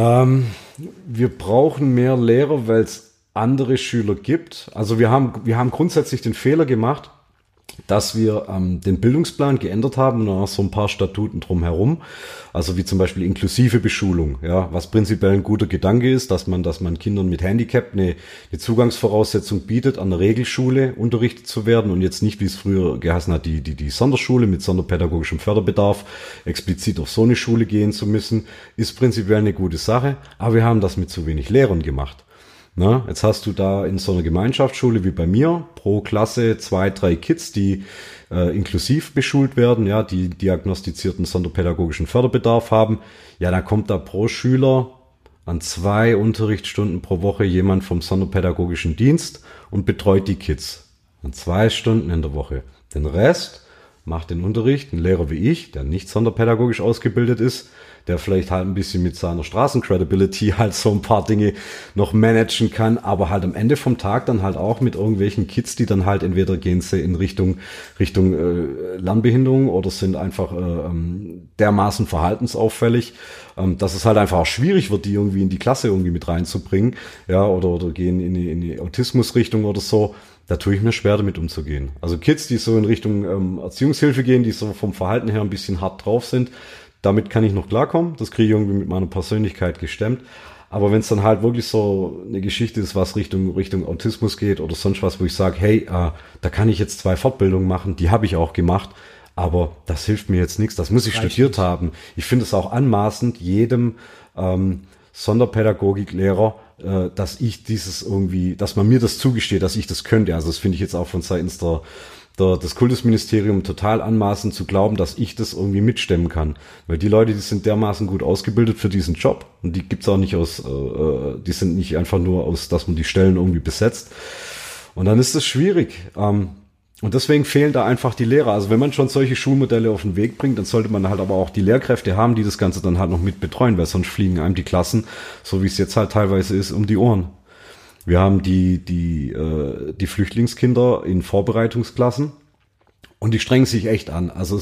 Wir brauchen mehr Lehrer, weil es andere Schüler gibt. Also wir haben grundsätzlich den Fehler gemacht, dass wir den Bildungsplan geändert haben und auch so ein paar Statuten drumherum, also wie zum Beispiel inklusive Beschulung, ja, was prinzipiell ein guter Gedanke ist, dass man Kindern mit Handicap eine Zugangsvoraussetzung bietet, an der Regelschule unterrichtet zu werden und jetzt nicht, wie es früher geheißen hat, die Sonderschule mit sonderpädagogischem Förderbedarf explizit auf so eine Schule gehen zu müssen, ist prinzipiell eine gute Sache, aber wir haben das mit zu wenig Lehrern gemacht. Na, jetzt hast du da in so einer Gemeinschaftsschule wie bei mir pro Klasse 2, 3 Kids, die inklusiv beschult werden, ja, die diagnostizierten sonderpädagogischen Förderbedarf haben. Ja, dann kommt da pro Schüler an 2 Unterrichtsstunden pro Woche jemand vom sonderpädagogischen Dienst und betreut die Kids. An 2 Stunden in der Woche. Den Rest macht den Unterricht ein Lehrer wie ich, der nicht sonderpädagogisch ausgebildet ist, der vielleicht halt ein bisschen mit seiner Straßencredibility halt so ein paar Dinge noch managen kann, aber halt am Ende vom Tag dann halt auch mit irgendwelchen Kids, die dann halt entweder gehen sie in Richtung Lernbehinderung oder sind einfach dermaßen verhaltensauffällig, dass es halt einfach auch schwierig wird, die irgendwie in die Klasse irgendwie mit reinzubringen, ja, oder gehen in die Autismusrichtung oder so. Da tue ich mir schwer, damit umzugehen. Also Kids, die so in Richtung Erziehungshilfe gehen, die so vom Verhalten her ein bisschen hart drauf sind, damit kann ich noch klarkommen. Das kriege ich irgendwie mit meiner Persönlichkeit gestemmt. Aber wenn es dann halt wirklich so eine Geschichte ist, was Richtung Autismus geht oder sonst was, wo ich sage, hey, da kann ich jetzt 2 Fortbildungen machen, die habe ich auch gemacht, aber das hilft mir jetzt nichts, das muss ich studiert haben. Ich finde es auch anmaßend, jedem Sonderpädagogiklehrer, dass man mir das zugesteht, dass ich das könnte. Also das finde ich jetzt auch von seitens des Kultusministerium total anmaßend zu glauben, dass ich das irgendwie mitstemmen kann. Weil die Leute, die sind dermaßen gut ausgebildet für diesen Job und die gibt's auch nicht die sind nicht einfach nur aus, dass man die Stellen irgendwie besetzt. Und dann ist das schwierig. Und deswegen fehlen da einfach die Lehrer. Also wenn man schon solche Schulmodelle auf den Weg bringt, dann sollte man halt aber auch die Lehrkräfte haben, die das Ganze dann halt noch mit betreuen, weil sonst fliegen einem die Klassen, so wie es jetzt halt teilweise ist, um die Ohren. Wir haben die Flüchtlingskinder in Vorbereitungsklassen und die strengen sich echt an. Also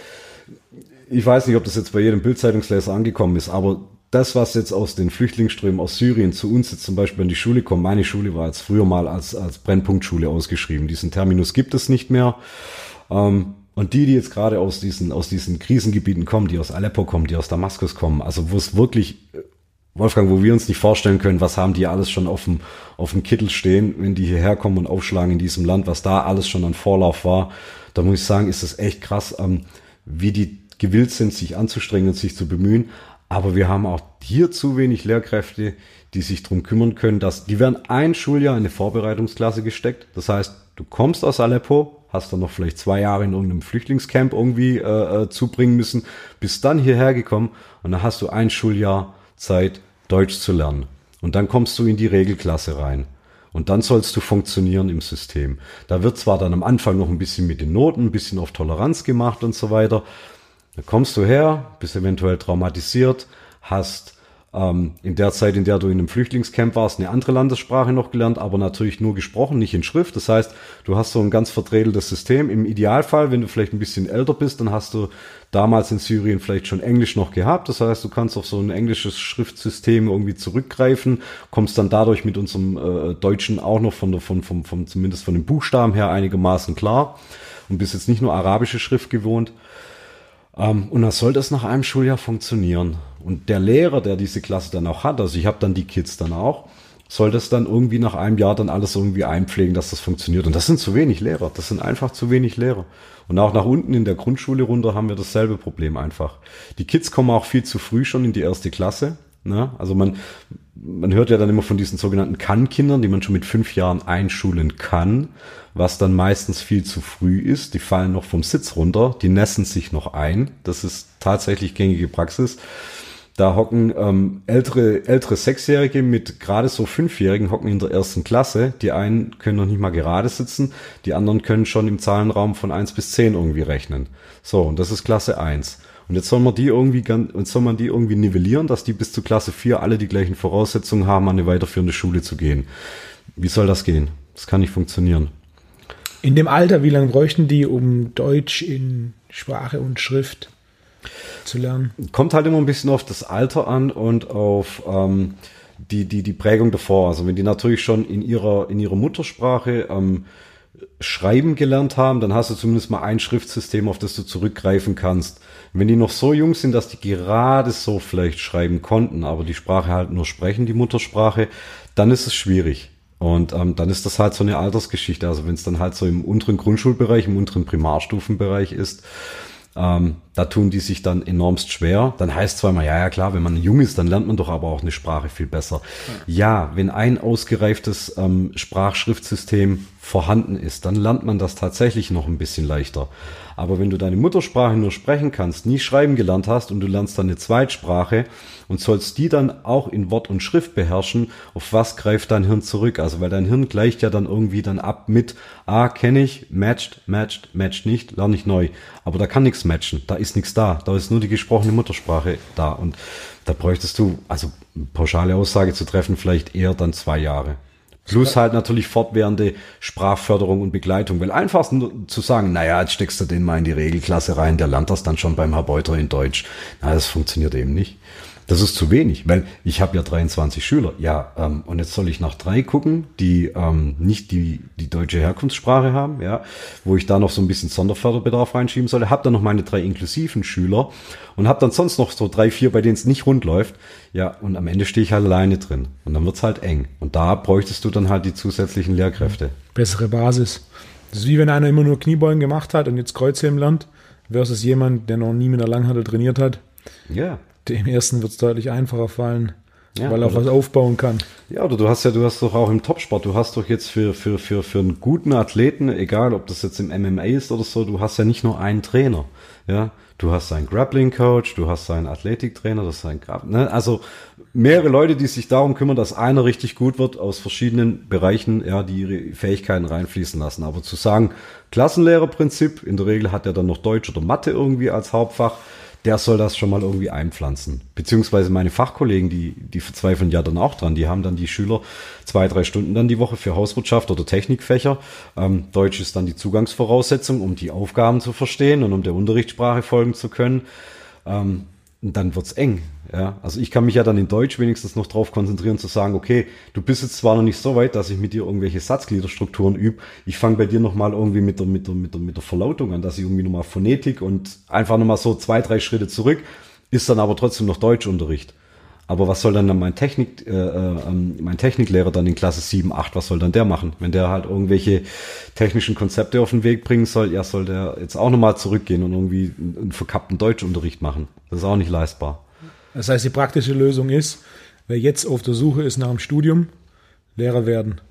ich weiß nicht, ob das jetzt bei jedem Bild-Zeitungsleser angekommen ist, aber das, was jetzt aus den Flüchtlingsströmen aus Syrien zu uns jetzt zum Beispiel an die Schule kommt, meine Schule war jetzt früher mal als Brennpunktschule ausgeschrieben. Diesen Terminus gibt es nicht mehr. Und die jetzt gerade aus diesen Krisengebieten kommen, die aus Aleppo kommen, die aus Damaskus kommen, also wo es wirklich, Wolfgang, wo wir uns nicht vorstellen können, was haben die alles schon auf dem Kittel stehen, wenn die hierher kommen und aufschlagen in diesem Land, was da alles schon an Vorlauf war, da muss ich sagen, ist es echt krass, wie die gewillt sind, sich anzustrengen und sich zu bemühen. Aber wir haben auch hier zu wenig Lehrkräfte, die sich drum kümmern können, die werden ein Schuljahr in eine Vorbereitungsklasse gesteckt. Das heißt, du kommst aus Aleppo, hast dann noch vielleicht 2 Jahre in irgendeinem Flüchtlingscamp irgendwie zubringen müssen, bist dann hierher gekommen und dann hast du ein Schuljahr Zeit, Deutsch zu lernen. Und dann kommst du in die Regelklasse rein. Und dann sollst du funktionieren im System. Da wird zwar dann am Anfang noch ein bisschen mit den Noten, ein bisschen auf Toleranz gemacht und so weiter. Da kommst du her, bist eventuell traumatisiert, hast in der Zeit, in der du in einem Flüchtlingscamp warst, eine andere Landessprache noch gelernt, aber natürlich nur gesprochen, nicht in Schrift. Das heißt, du hast so ein ganz verdredeltes System. Im Idealfall, wenn du vielleicht ein bisschen älter bist, dann hast du damals in Syrien vielleicht schon Englisch noch gehabt. Das heißt, du kannst auf so ein englisches Schriftsystem irgendwie zurückgreifen, kommst dann dadurch mit unserem Deutschen auch noch zumindest von den Buchstaben her einigermaßen klar und bist jetzt nicht nur arabische Schrift gewohnt. Und dann soll das nach einem Schuljahr funktionieren. Und der Lehrer, der diese Klasse dann auch hat, also ich habe dann die Kids dann auch, soll das dann irgendwie nach einem Jahr dann alles irgendwie einpflegen, dass das funktioniert. Und das sind zu wenig Lehrer. Das sind einfach zu wenig Lehrer. Und auch nach unten in der Grundschule runter haben wir dasselbe Problem einfach. Die Kids kommen auch viel zu früh schon in die 1. Klasse. Ne? Also man hört ja dann immer von diesen sogenannten Kann-Kindern, die man schon mit 5 Jahren einschulen kann, was dann meistens viel zu früh ist. Die fallen noch vom Sitz runter, die nässen sich noch ein. Das ist tatsächlich gängige Praxis. Da hocken ältere Sechsjährige mit gerade so Fünfjährigen hocken in der ersten Klasse. Die einen können noch nicht mal gerade sitzen, die anderen können schon im Zahlenraum von 1 bis 10 irgendwie rechnen. So, und das ist Klasse 1. Und jetzt soll man die irgendwie nivellieren, dass die bis zu Klasse 4 alle die gleichen Voraussetzungen haben, an eine weiterführende Schule zu gehen. Wie soll das gehen? Das kann nicht funktionieren. In dem Alter, wie lange bräuchten die, um Deutsch in Sprache und Schrift zu lernen? Kommt halt immer ein bisschen auf das Alter an und auf die Prägung davor. Also wenn die natürlich schon in ihrer Muttersprache Schreiben gelernt haben, dann hast du zumindest mal ein Schriftsystem, auf das du zurückgreifen kannst. Wenn die noch so jung sind, dass die gerade so vielleicht schreiben konnten, aber die Sprache halt nur sprechen, die Muttersprache, dann ist es schwierig. Und dann ist das halt so eine Altersgeschichte. Also wenn es dann halt so im unteren Grundschulbereich, im unteren Primarstufenbereich ist, da tun die sich dann enormst schwer. Dann heißt zwar mal, ja klar, wenn man jung ist, dann lernt man doch aber auch eine Sprache viel besser. Ja, wenn ein ausgereiftes Sprachschriftsystem vorhanden ist, dann lernt man das tatsächlich noch ein bisschen leichter. Aber wenn du deine Muttersprache nur sprechen kannst, nie schreiben gelernt hast und du lernst dann eine Zweitsprache und sollst die dann auch in Wort und Schrift beherrschen, auf was greift dein Hirn zurück? Also weil dein Hirn gleicht ja dann irgendwie dann ab mit, kenne ich, matcht nicht, lerne ich neu. Aber da kann nichts matchen, da ist nichts da ist nur die gesprochene Muttersprache da. Und da bräuchtest du, also pauschale Aussage zu treffen, vielleicht eher dann 2 Jahre. Plus halt natürlich fortwährende Sprachförderung und Begleitung, weil einfach nur zu sagen, naja, jetzt steckst du den mal in die Regelklasse rein, der lernt das dann schon beim Herr Beuter in Deutsch. Na, das funktioniert eben nicht. Das ist zu wenig, weil ich habe ja 23 Schüler. Ja, und jetzt soll ich nach 3 gucken, die nicht die deutsche Herkunftssprache haben, ja, wo ich da noch so ein bisschen Sonderförderbedarf reinschieben soll. Habe dann noch meine 3 inklusiven Schüler und habe dann sonst noch so 3, 4, bei denen es nicht rund läuft. Ja, und am Ende stehe ich halt alleine drin. Und dann wird's halt eng. Und da bräuchtest du dann halt die zusätzlichen Lehrkräfte. Bessere Basis. Das ist wie wenn einer immer nur Kniebeugen gemacht hat und jetzt Kreuzheben lernt, versus jemand, der noch nie mit einer Langhantel trainiert hat. Ja. Dem ersten wird es deutlich einfacher fallen, weil er auch was aufbauen kann. Ja, oder du hast doch auch im Topsport, du hast doch jetzt für einen guten Athleten, egal ob das jetzt im MMA ist oder so, du hast ja nicht nur einen Trainer. Ja, du hast einen Grappling-Coach, du hast einen Athletiktrainer, das ist ein also mehrere Leute, die sich darum kümmern, dass einer richtig gut wird aus verschiedenen Bereichen, ja, die ihre Fähigkeiten reinfließen lassen. Aber zu sagen, Klassenlehrerprinzip, in der Regel hat er dann noch Deutsch oder Mathe irgendwie als Hauptfach, der soll das schon mal irgendwie einpflanzen. Beziehungsweise meine Fachkollegen, die verzweifeln ja dann auch dran. Die haben dann die Schüler 2, 3 Stunden dann die Woche für Hauswirtschaft oder Technikfächer. Deutsch ist dann die Zugangsvoraussetzung, um die Aufgaben zu verstehen und um der Unterrichtssprache folgen zu können. Und dann wird's eng. Ja, also ich kann mich ja dann in Deutsch wenigstens noch drauf konzentrieren, zu sagen, okay, du bist jetzt zwar noch nicht so weit, dass ich mit dir irgendwelche Satzgliederstrukturen übe. Ich fange bei dir nochmal irgendwie mit der Verlautung an, dass ich irgendwie nochmal Phonetik und einfach nochmal so 2, 3 Schritte zurück, ist dann aber trotzdem noch Deutschunterricht. Aber was soll dann mein Techniklehrer dann in Klasse 7, 8, was soll dann der machen? Wenn der halt irgendwelche technischen Konzepte auf den Weg bringen soll, ja, soll der jetzt auch nochmal zurückgehen und irgendwie einen verkappten Deutschunterricht machen. Das ist auch nicht leistbar. Das heißt, die praktische Lösung ist, wer jetzt auf der Suche ist nach dem Studium, Lehrer werden.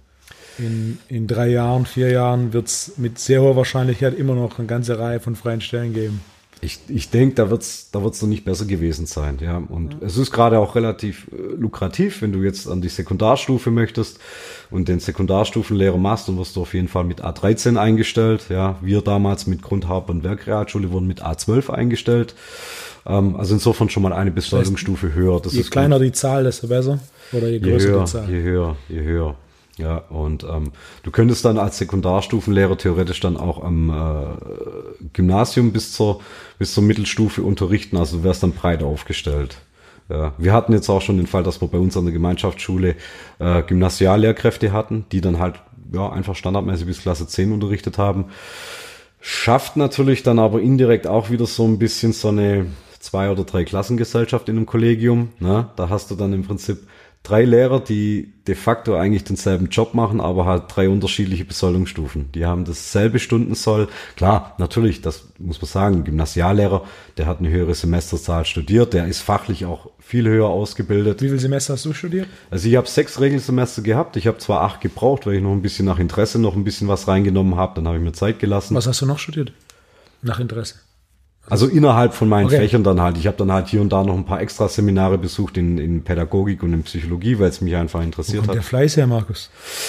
In 3 Jahren, 4 Jahren wird es mit sehr hoher Wahrscheinlichkeit immer noch eine ganze Reihe von freien Stellen geben. Ich denke, da wird's noch nicht besser gewesen sein, ja. Und es ist gerade auch relativ lukrativ, wenn du jetzt an die Sekundarstufe möchtest und den Sekundarstufenlehrer machst, dann wirst du auf jeden Fall mit A13 eingestellt, ja. Wir damals mit Grundhaupt- und Werkrealschule wurden mit A12 eingestellt. Also insofern schon mal eine Besoldungsstufe höher. Das je ist kleiner gut. Die Zahl, desto besser. Oder je größer die Zahl. Je höher. Ja, und du könntest dann als Sekundarstufenlehrer theoretisch dann auch am Gymnasium bis zur Mittelstufe unterrichten. Also du wärst dann breit aufgestellt. Ja, wir hatten jetzt auch schon den Fall, dass wir bei uns an der Gemeinschaftsschule Gymnasiallehrkräfte hatten, die dann halt einfach standardmäßig bis Klasse 10 unterrichtet haben. Schafft natürlich dann aber indirekt auch wieder so ein bisschen so eine 2 oder 3 Klassengesellschaft in einem Kollegium. Ne? Da hast du dann im Prinzip 3 Lehrer, die de facto eigentlich denselben Job machen, aber halt 3 unterschiedliche Besoldungsstufen. Die haben dasselbe Stundensoll. Klar, natürlich, das muss man sagen, ein Gymnasiallehrer, der hat eine höhere Semesterzahl studiert, der ist fachlich auch viel höher ausgebildet. Wie viele Semester hast du studiert? Also ich habe 6 Regelsemester gehabt. Ich habe zwar 8 gebraucht, weil ich noch ein bisschen nach Interesse noch ein bisschen was reingenommen habe. Dann habe ich mir Zeit gelassen. Was hast du noch studiert? Nach Interesse? Also innerhalb von meinen Fächern dann halt. Ich habe dann halt hier und da noch ein paar extra Seminare besucht in Pädagogik und in Psychologie, weil es mich einfach interessiert hat. Der Fleiß her, Markus.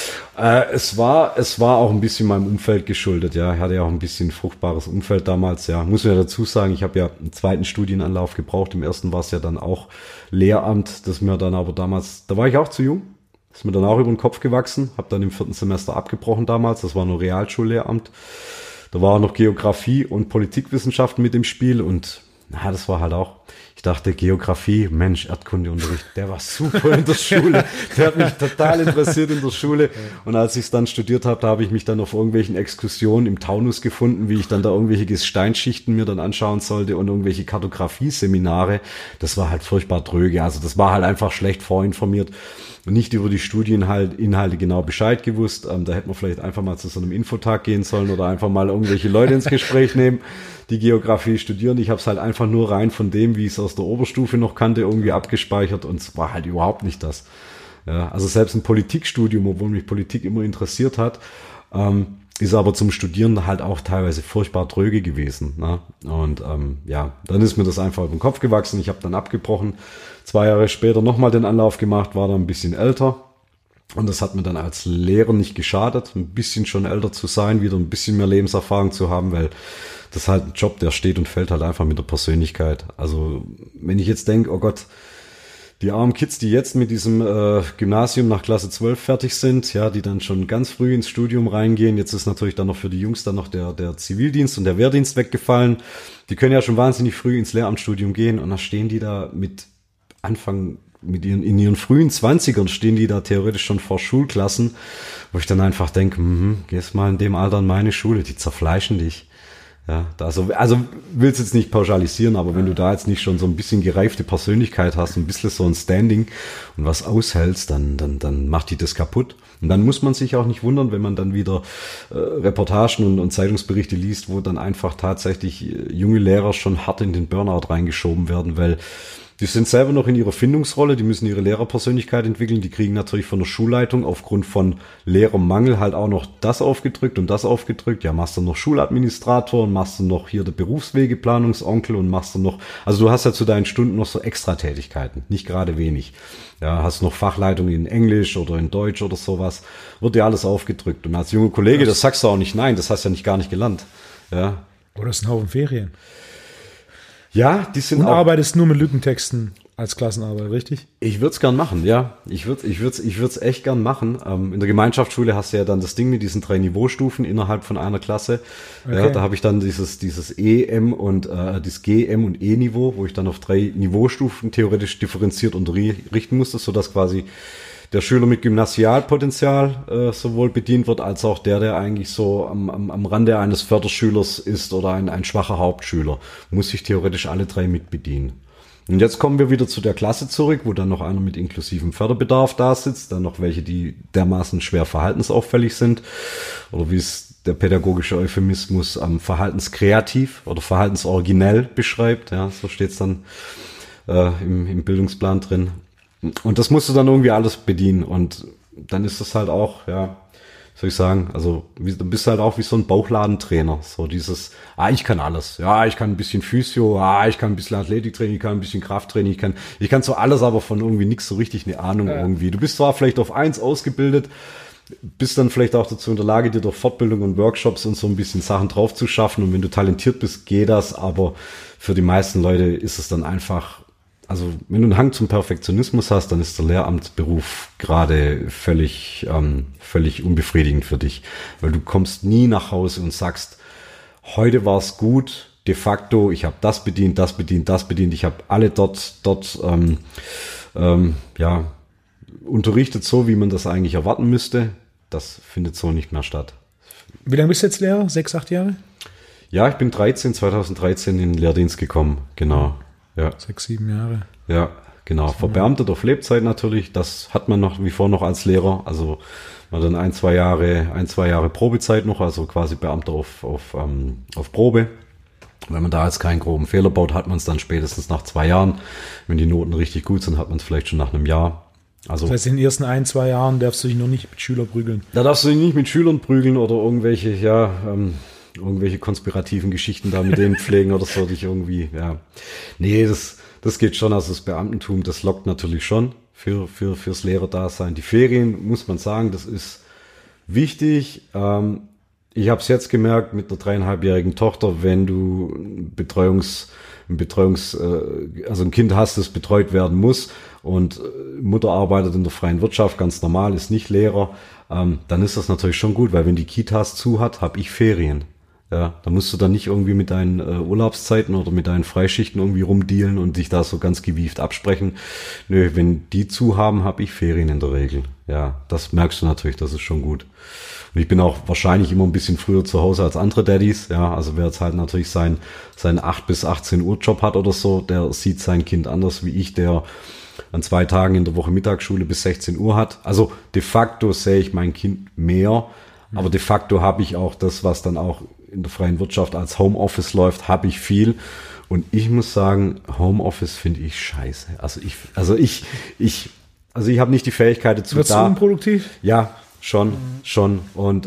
Es war auch ein bisschen meinem Umfeld geschuldet, ja. Ich hatte ja auch ein bisschen fruchtbares Umfeld damals, ja. Muss man ja dazu sagen, ich habe ja einen zweiten Studienanlauf gebraucht. Im ersten war es ja dann auch Lehramt, das mir dann aber damals, da war ich auch zu jung. Das ist mir dann auch über den Kopf gewachsen. Habe dann im 4. Semester abgebrochen damals. Das war nur Realschullehramt. Da war auch noch Geografie und Politikwissenschaften mit im Spiel und das war halt auch, ich dachte Geografie, Mensch, Erdkundeunterricht, der war super in der Schule, der hat mich total interessiert in der Schule und als ich es dann studiert habe, da habe ich mich dann auf irgendwelchen Exkursionen im Taunus gefunden, wie ich dann da irgendwelche Gesteinsschichten mir dann anschauen sollte und irgendwelche Kartografie-Seminare, das war halt furchtbar dröge, also das war halt einfach schlecht vorinformiert. Und nicht über die Studieninhalte genau Bescheid gewusst. Da hätte man vielleicht einfach mal zu so einem Infotag gehen sollen oder einfach mal irgendwelche Leute ins Gespräch nehmen, die Geografie studieren. Ich habe es halt einfach nur rein von dem, wie ich es aus der Oberstufe noch kannte, irgendwie abgespeichert und es war halt überhaupt nicht das. Ja, also selbst ein Politikstudium, obwohl mich Politik immer interessiert hat, ist aber zum Studieren halt auch teilweise furchtbar dröge gewesen. Ne? Und dann ist mir das einfach über den Kopf gewachsen. Ich habe dann abgebrochen, 2 Jahre später nochmal den Anlauf gemacht, war dann ein bisschen älter. Und das hat mir dann als Lehrer nicht geschadet, ein bisschen schon älter zu sein, wieder ein bisschen mehr Lebenserfahrung zu haben, weil das ist halt ein Job, der steht und fällt halt einfach mit der Persönlichkeit. Also wenn ich jetzt denke, oh Gott, die armen Kids, die jetzt mit diesem Gymnasium nach Klasse 12 fertig sind, ja, die dann schon ganz früh ins Studium reingehen. Jetzt ist natürlich dann noch für die Jungs dann noch der Zivildienst und der Wehrdienst weggefallen. Die können ja schon wahnsinnig früh ins Lehramtsstudium gehen und dann stehen die da in ihren frühen 20ern stehen die da theoretisch schon vor Schulklassen, wo ich dann einfach denke, gehst mal in dem Alter in meine Schule, die zerfleischen dich. Ja, also willst jetzt nicht pauschalisieren, aber wenn du da jetzt nicht schon so ein bisschen gereifte Persönlichkeit hast, ein bisschen so ein Standing und was aushältst, dann macht die das kaputt. Und dann muss man sich auch nicht wundern, wenn man dann wieder Reportagen und Zeitungsberichte liest, wo dann einfach tatsächlich junge Lehrer schon hart in den Burnout reingeschoben werden, weil die sind selber noch in ihrer Findungsrolle, die müssen ihre Lehrerpersönlichkeit entwickeln, die kriegen natürlich von der Schulleitung aufgrund von Lehrermangel halt auch noch das aufgedrückt und das aufgedrückt. Ja, machst du noch Schuladministrator und machst du noch hier der Berufswegeplanungsonkel und machst du noch, also du hast ja zu deinen Stunden noch so Extratätigkeiten, nicht gerade wenig. Ja, hast noch Fachleitung in Englisch oder in Deutsch oder sowas, wird dir alles aufgedrückt. Und als junger Kollege, das sagst du auch nicht, nein, das hast du ja gar nicht gelernt. Ja. Oder ist ein Haufen Ferien. Ja, die sind und auch. Arbeitest nur mit Lückentexten als Klassenarbeit, richtig? Ich würde es gern machen, ja. Ich würd's echt gern machen. In der Gemeinschaftsschule hast du ja dann das Ding mit diesen 3 Niveaustufen innerhalb von einer Klasse. Okay. Ja, da habe ich dann dieses E, M und das G, M und E-Niveau, wo ich dann auf 3 Niveaustufen theoretisch differenziert unterrichten musste, sodass quasi der Schüler mit Gymnasialpotenzial sowohl bedient wird, als auch der eigentlich so am Rande eines Förderschülers ist oder ein schwacher Hauptschüler, muss sich theoretisch alle 3 mit bedienen. Und jetzt kommen wir wieder zu der Klasse zurück, wo dann noch einer mit inklusivem Förderbedarf da sitzt, dann noch welche, die dermaßen schwer verhaltensauffällig sind oder wie es der pädagogische Euphemismus verhaltenskreativ oder verhaltensoriginell beschreibt, ja, so steht es dann im Bildungsplan drin. Und das musst du dann irgendwie alles bedienen und dann ist das halt auch, ja, soll ich sagen, also du bist halt auch wie so ein Bauchladentrainer, so dieses, ich kann alles, ja, ich kann ein bisschen Physio, ich kann ein bisschen Athletiktraining, ich kann ein bisschen Krafttraining, ich kann so alles, aber von irgendwie nichts so richtig eine Ahnung irgendwie. Du bist zwar vielleicht auf 1 ausgebildet, bist dann vielleicht auch dazu in der Lage, dir durch Fortbildung und Workshops und so ein bisschen Sachen drauf zu schaffen und wenn du talentiert bist, geht das, aber für die meisten Leute ist es dann einfach. Also wenn du einen Hang zum Perfektionismus hast, dann ist der Lehramtsberuf gerade völlig unbefriedigend für dich, weil du kommst nie nach Hause und sagst, heute war es gut, de facto, ich habe das bedient, ich habe alle dort unterrichtet, so wie man das eigentlich erwarten müsste. Das findet so nicht mehr statt. Wie lange bist du jetzt Lehrer? 6, 8 Jahre? Ja, ich bin 2013 in den Lehrdienst gekommen, genau. Ja. 6, 7 Jahre. Ja, genau. Verbeamtet auf Lebzeit natürlich. Das hat man nach wie vor noch als Lehrer. Also man dann ein, zwei Jahre Probezeit noch, also quasi Beamter auf Probe. Wenn man da jetzt keinen groben Fehler baut, hat man es dann spätestens nach 2 Jahren. Wenn die Noten richtig gut sind, hat man es vielleicht schon nach einem Jahr. Also, das heißt, in den ersten 1, 2 Jahren darfst du dich noch nicht mit Schülern prügeln. Da darfst du dich nicht mit Schülern prügeln oder irgendwelche konspirativen Geschichten da mit denen pflegen oder so, dich irgendwie, ja. Nee, das geht schon, also das Beamtentum, das lockt natürlich schon fürs Lehrerdasein. Die Ferien, muss man sagen, das ist wichtig. Ich habe es jetzt gemerkt mit einer 3,5-jährigen Tochter, wenn du also ein Kind hast, das betreut werden muss und Mutter arbeitet in der freien Wirtschaft, ganz normal, ist nicht Lehrer, dann ist das natürlich schon gut, weil wenn die Kitas zu hat, habe ich Ferien. Ja, da musst du dann nicht irgendwie mit deinen Urlaubszeiten oder mit deinen Freischichten irgendwie rumdealen und dich da so ganz gewieft absprechen. Nö, wenn die zu haben, habe ich Ferien in der Regel. Ja, das merkst du natürlich, das ist schon gut. Und ich bin auch wahrscheinlich immer ein bisschen früher zu Hause als andere Daddys. Ja, also wer jetzt halt natürlich seinen 8 bis 18 Uhr Job hat oder so, der sieht sein Kind anders wie ich, der an 2 Tagen in der Woche Mittagsschule bis 16 Uhr hat. Also de facto sehe ich mein Kind mehr, aber de facto habe ich auch das, was dann auch in der freien Wirtschaft als Homeoffice läuft, habe ich viel. Und ich muss sagen, Homeoffice finde ich scheiße. Also ich habe nicht die Fähigkeit dazu. Wirst du unproduktiv? Ja, schon. Und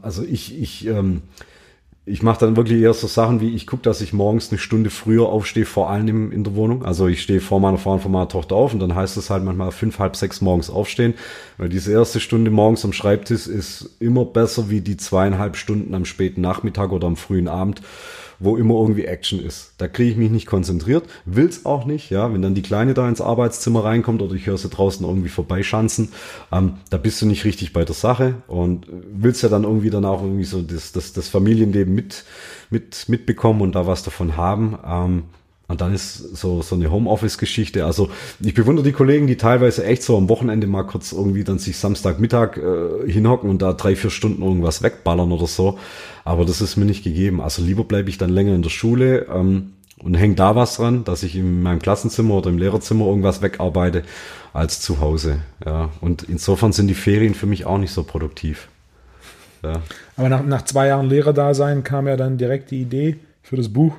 ich mache dann wirklich eher so Sachen wie, ich gucke, dass ich morgens eine Stunde früher aufstehe, vor allem in der Wohnung. Also ich stehe vor meiner Frau und vor meiner Tochter auf und dann heißt es halt manchmal 5, halb 6 morgens aufstehen. Weil diese erste Stunde morgens am Schreibtisch ist immer besser wie die 2,5 Stunden am späten Nachmittag oder am frühen Abend, wo immer irgendwie Action ist. Da kriege ich mich nicht konzentriert, will's auch nicht, ja, wenn dann die Kleine da ins Arbeitszimmer reinkommt oder ich höre sie draußen irgendwie vorbeischanzen, da bist du nicht richtig bei der Sache und willst ja dann irgendwie dann auch irgendwie so das Familienleben mitbekommen und da was davon haben. Und dann ist so eine Homeoffice-Geschichte. Also ich bewundere die Kollegen, die teilweise echt so am Wochenende mal kurz irgendwie dann sich Samstagmittag hinhocken und da 3-4 Stunden irgendwas wegballern oder so. Aber das ist mir nicht gegeben. Also lieber bleibe ich dann länger in der Schule und hänge da was dran, dass ich in meinem Klassenzimmer oder im Lehrerzimmer irgendwas wegarbeite, als zu Hause. Ja. Und insofern sind die Ferien für mich auch nicht so produktiv. Ja. Aber nach 2 Jahren Lehrerdasein kam ja dann direkt die Idee für das Buch.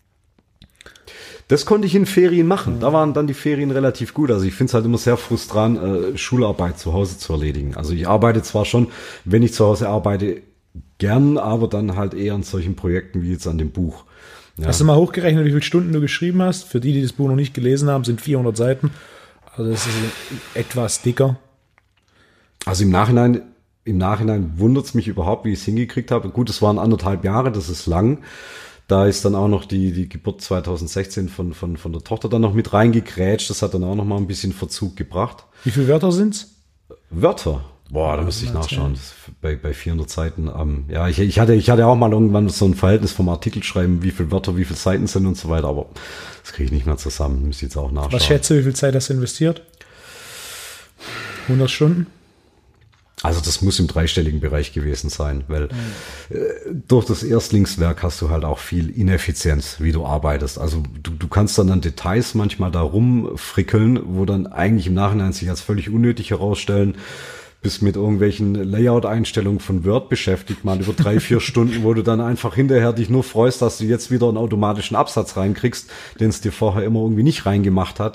Das konnte ich in Ferien machen. Da waren dann die Ferien relativ gut. Also ich finde es halt immer sehr frustrant, Schularbeit zu Hause zu erledigen. Also ich arbeite zwar schon, wenn ich zu Hause arbeite, gern, aber dann halt eher an solchen Projekten wie jetzt an dem Buch. Ja. Hast du mal hochgerechnet, wie viele Stunden du geschrieben hast? Für die das Buch noch nicht gelesen haben, sind 400 Seiten. Also das ist etwas dicker. Also im Nachhinein wundert es mich überhaupt, wie ich es hingekriegt habe. Gut, es waren 1,5 Jahre, das ist lang. Da ist dann auch noch die Geburt 2016 von der Tochter dann noch mit reingekrätscht. Das hat dann auch noch mal ein bisschen Verzug gebracht. Wie viele Wörter sind's? Wörter? Boah, da müsste ich nachschauen. Das ist bei 400 Seiten. Ja, ich hatte auch mal irgendwann so ein Verhältnis vom Artikel schreiben, wie viele Wörter, wie viele Seiten sind und so weiter. Aber das kriege ich nicht mehr zusammen. Müsste ich jetzt auch nachschauen. Was schätze, wie viel Zeit hast du investiert? 100 Stunden? Also das muss im 3-stelligen Bereich gewesen sein, weil durch das Erstlingswerk hast du halt auch viel Ineffizienz, wie du arbeitest. Also du kannst dann an Details manchmal da rumfrickeln, wo dann eigentlich im Nachhinein sich als völlig unnötig herausstellen, bist mit irgendwelchen Layout-Einstellungen von Word beschäftigt, mal über 3-4 Stunden, wo du dann einfach hinterher dich nur freust, dass du jetzt wieder einen automatischen Absatz reinkriegst, den es dir vorher immer irgendwie nicht reingemacht hat.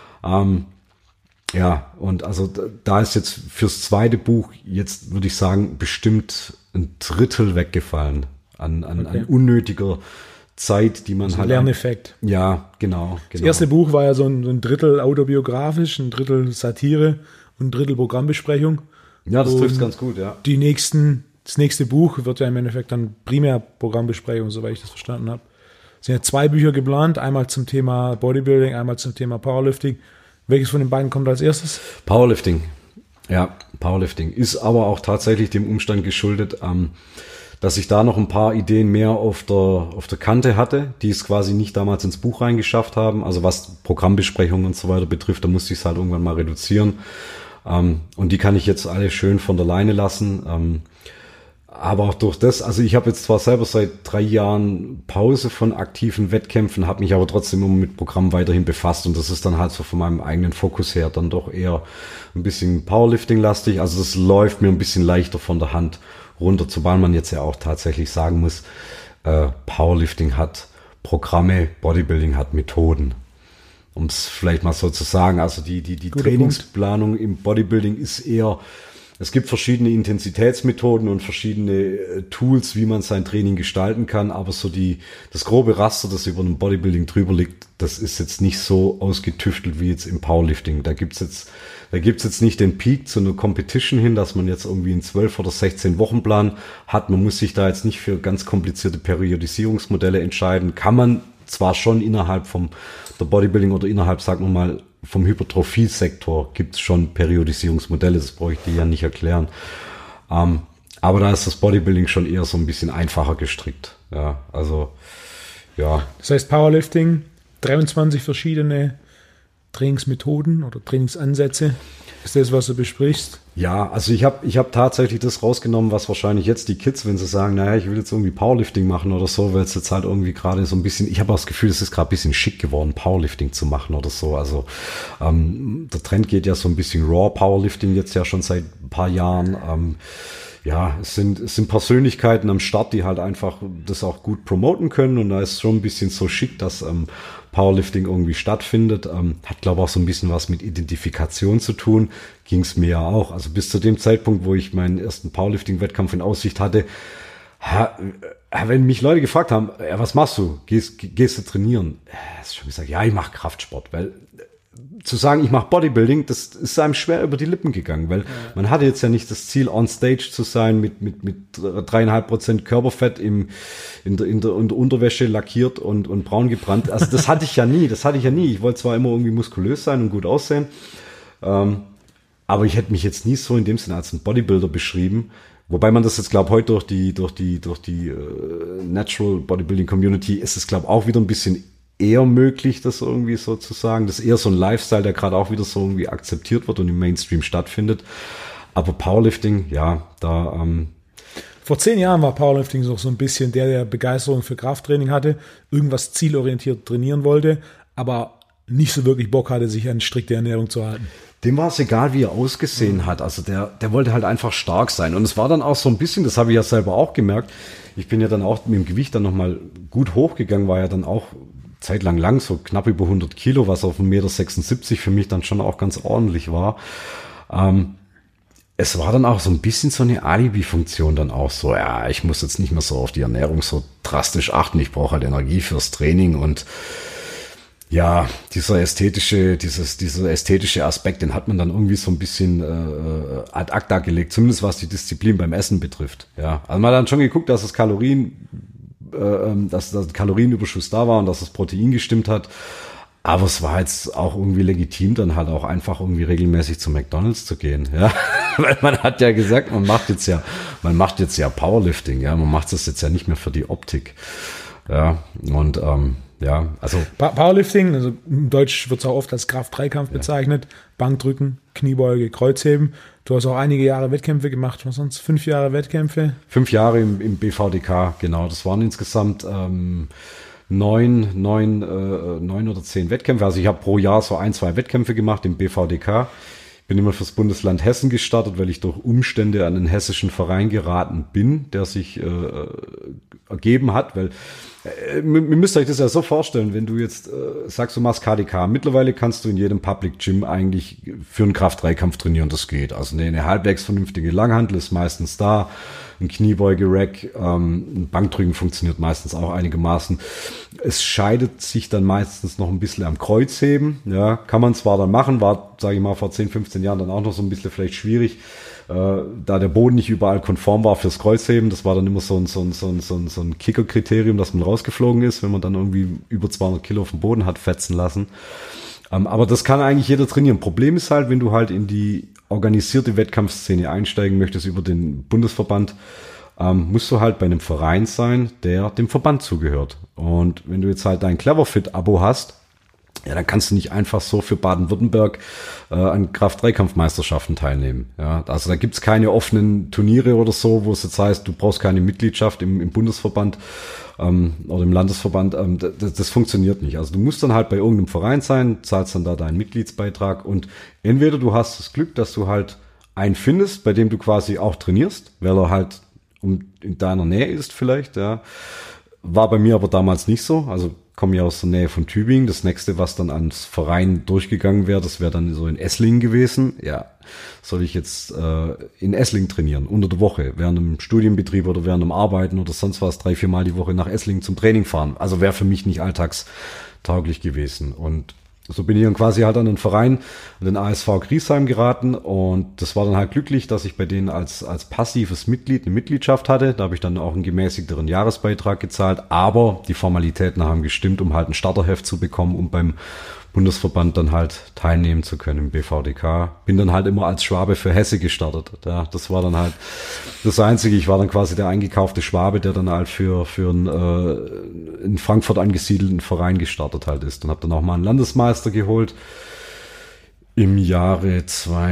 Ja, und also da ist jetzt fürs zweite Buch jetzt, würde ich sagen, bestimmt 1/3 weggefallen an unnötiger Zeit, die man also halt... Lerneffekt. Ja, genau. Das erste Buch war ja so ein Drittel autobiografisch, 1/3 Satire und 1/3 Programmbesprechung. Ja, das trifft ganz gut, ja. Das nächste Buch wird ja im Endeffekt dann primär Programmbesprechung, soweit ich das verstanden habe. Es sind ja 2 Bücher geplant, einmal zum Thema Bodybuilding, einmal zum Thema Powerlifting. Welches von den beiden kommt als erstes? Powerlifting. Ja, Powerlifting ist aber auch tatsächlich dem Umstand geschuldet, dass ich da noch ein paar Ideen mehr auf der Kante hatte, die es quasi nicht damals ins Buch reingeschafft haben. Also was Programmbesprechungen und so weiter betrifft, da musste ich es halt irgendwann mal reduzieren. Und die kann ich jetzt alle schön von der Leine lassen. Aber auch durch das, also ich habe jetzt zwar selber seit 3 Jahren Pause von aktiven Wettkämpfen, habe mich aber trotzdem immer mit Programmen weiterhin befasst und das ist dann halt so von meinem eigenen Fokus her dann doch eher ein bisschen Powerlifting-lastig. Also das läuft mir ein bisschen leichter von der Hand runter, zumal man jetzt ja auch tatsächlich sagen muss, Powerlifting hat Programme, Bodybuilding hat Methoden. Um es vielleicht mal so zu sagen, also die Trainingsplanung im Bodybuilding ist eher, es gibt verschiedene Intensitätsmethoden und verschiedene Tools, wie man sein Training gestalten kann, aber so das grobe Raster, das über einem Bodybuilding drüber liegt, das ist jetzt nicht so ausgetüftelt wie jetzt im Powerlifting. Da gibt's jetzt nicht den Peak zu einer Competition hin, dass man jetzt irgendwie einen 12 oder 16 Wochenplan hat. Man muss sich da jetzt nicht für ganz komplizierte Periodisierungsmodelle entscheiden. Kann man zwar schon innerhalb der Bodybuilding oder innerhalb, sagen wir mal, vom Hypertrophie-Sektor gibt's schon Periodisierungsmodelle, das brauche ich dir ja nicht erklären. Aber da ist das Bodybuilding schon eher so ein bisschen einfacher gestrickt. Ja, also, ja. Das heißt Powerlifting, 23 verschiedene Trainingsmethoden oder Trainingsansätze. Ist das, was du besprichst? Ja, also ich hab tatsächlich das rausgenommen, was wahrscheinlich jetzt die Kids, wenn sie sagen, naja, ich will jetzt irgendwie Powerlifting machen oder so, weil es jetzt halt irgendwie gerade so ein bisschen, ich habe auch das Gefühl, es ist gerade ein bisschen schick geworden, Powerlifting zu machen oder so. Also der Trend geht ja so ein bisschen Raw Powerlifting jetzt ja schon seit ein paar Jahren. Ja, es sind Persönlichkeiten am Start, die halt einfach das auch gut promoten können und da ist schon ein bisschen so schick, dass Powerlifting irgendwie stattfindet. Hat, glaube ich, auch so ein bisschen was mit Identifikation zu tun. Ging es mir ja auch. Also bis zu dem Zeitpunkt, wo ich meinen ersten Powerlifting-Wettkampf in Aussicht hatte, wenn mich Leute gefragt haben, ja, was machst du? Gehst du trainieren? Hast schon gesagt, ja, ich mache Kraftsport, weil zu sagen, ich mache Bodybuilding, das ist einem schwer über die Lippen gegangen, weil man hatte jetzt ja nicht das Ziel, on stage zu sein mit 3,5% Körperfett in der Unterwäsche lackiert und braun gebrannt. Also das hatte ich ja nie. Ich wollte zwar immer irgendwie muskulös sein und gut aussehen, aber ich hätte mich jetzt nie so in dem Sinne als ein Bodybuilder beschrieben. Wobei man das jetzt, glaube ich, heute durch die Natural Bodybuilding Community ist es, glaube ich, auch wieder ein bisschen eher möglich, das irgendwie so zu sagen. Das ist eher so ein Lifestyle, der gerade auch wieder so irgendwie akzeptiert wird und im Mainstream stattfindet. Aber Powerlifting, ja, da... Vor 10 Jahren war Powerlifting so ein bisschen der Begeisterung für Krafttraining hatte, irgendwas zielorientiert trainieren wollte, aber nicht so wirklich Bock hatte, sich an strikte Ernährung zu halten. Dem war es egal, wie er ausgesehen hat. Also der wollte halt einfach stark sein. Und es war dann auch so ein bisschen, das habe ich ja selber auch gemerkt, ich bin ja dann auch mit dem Gewicht dann nochmal gut hochgegangen, war ja dann auch zeitlang so knapp über 100 Kilo, was auf 1,76 Meter für mich dann schon auch ganz ordentlich war. Es war dann auch so ein bisschen so eine Alibi-Funktion dann auch so, ja, ich muss jetzt nicht mehr so auf die Ernährung so drastisch achten, ich brauche halt Energie fürs Training und ja, dieser ästhetische Aspekt, den hat man dann irgendwie so ein bisschen ad acta gelegt, zumindest was die Disziplin beim Essen betrifft. Ja, also man hat dann schon geguckt, dass der Kalorienüberschuss da war und dass das Protein gestimmt hat. Aber es war jetzt auch irgendwie legitim, dann halt auch einfach irgendwie regelmäßig zu McDonald's zu gehen. Ja, weil man hat ja gesagt, man macht jetzt ja Powerlifting. Ja, man macht das jetzt ja nicht mehr für die Optik. Ja, und ja, also Powerlifting, also im Deutsch wird es auch oft als Kraft-Dreikampf bezeichnet. Bankdrücken, Kniebeuge, Kreuzheben. Du hast auch einige Jahre Wettkämpfe gemacht. Was sonst? 5 Jahre Wettkämpfe? 5 Jahre im BVDK, genau. Das waren insgesamt 9 oder 10 Wettkämpfe. Also ich habe pro Jahr so 1-2 Wettkämpfe gemacht im BVDK. Ich bin immer fürs Bundesland Hessen gestartet, weil ich durch Umstände an einen hessischen Verein geraten bin, der sich ergeben hat, weil ihr müsst euch das ja so vorstellen, wenn du jetzt sagst, du machst KDK, mittlerweile kannst du in jedem Public Gym eigentlich für einen Kraft-3-Kampf trainieren, das geht. Also eine halbwegs vernünftige Langhantel ist meistens da, ein Kniebeuge-Rack, ein Bankdrücken funktioniert meistens auch einigermaßen. Es scheidet sich dann meistens noch ein bisschen am Kreuzheben, ja, kann man zwar dann machen, war, sage ich mal, vor 10, 15 Jahren dann auch noch so ein bisschen vielleicht schwierig, da der Boden nicht überall konform war fürs Kreuzheben. Das war dann immer so ein Kicker-Kriterium, dass man rausgeflogen ist, wenn man dann irgendwie über 200 Kilo auf dem Boden hat fetzen lassen. Aber das kann eigentlich jeder trainieren. Problem ist halt, wenn du halt in die organisierte Wettkampfszene einsteigen möchtest über den Bundesverband, musst du halt bei einem Verein sein, der dem Verband zugehört. Und wenn du jetzt halt dein Cleverfit-Abo hast, ja, dann kannst du nicht einfach so für Baden-Württemberg an Kraft-3-Kampfmeisterschaften teilnehmen. Ja, also da gibt's keine offenen Turniere oder so, wo es jetzt heißt, du brauchst keine Mitgliedschaft im Bundesverband oder im Landesverband. Das funktioniert nicht. Also du musst dann halt bei irgendeinem Verein sein, zahlst dann da deinen Mitgliedsbeitrag und entweder du hast das Glück, dass du halt einen findest, bei dem du quasi auch trainierst, weil er halt in deiner Nähe ist vielleicht, ja. War bei mir aber damals nicht so. Also komme ja aus der Nähe von Tübingen. Das nächste, was dann ans Verein durchgegangen wäre, das wäre dann so in Esslingen gewesen. Ja, soll ich jetzt in Esslingen trainieren, unter der Woche, während einem Studienbetrieb oder während einem Arbeiten oder sonst was, 3-4 Mal die Woche nach Esslingen zum Training fahren. Also wäre für mich nicht alltagstauglich gewesen. Und so bin ich dann quasi halt an den Verein, an den ASV Griesheim geraten und das war dann halt glücklich, dass ich bei denen als passives Mitglied eine Mitgliedschaft hatte. Da habe ich dann auch einen gemäßigteren Jahresbeitrag gezahlt, aber die Formalitäten haben gestimmt, um halt ein Starterheft zu bekommen, um beim Bundesverband dann halt teilnehmen zu können im BVDK. Bin dann halt immer als Schwabe für Hesse gestartet. Ja, das war dann halt das Einzige. Ich war dann quasi der eingekaufte Schwabe, der dann halt für einen in Frankfurt angesiedelten Verein gestartet halt ist. Und habe dann auch mal einen Landesmeister geholt im Jahre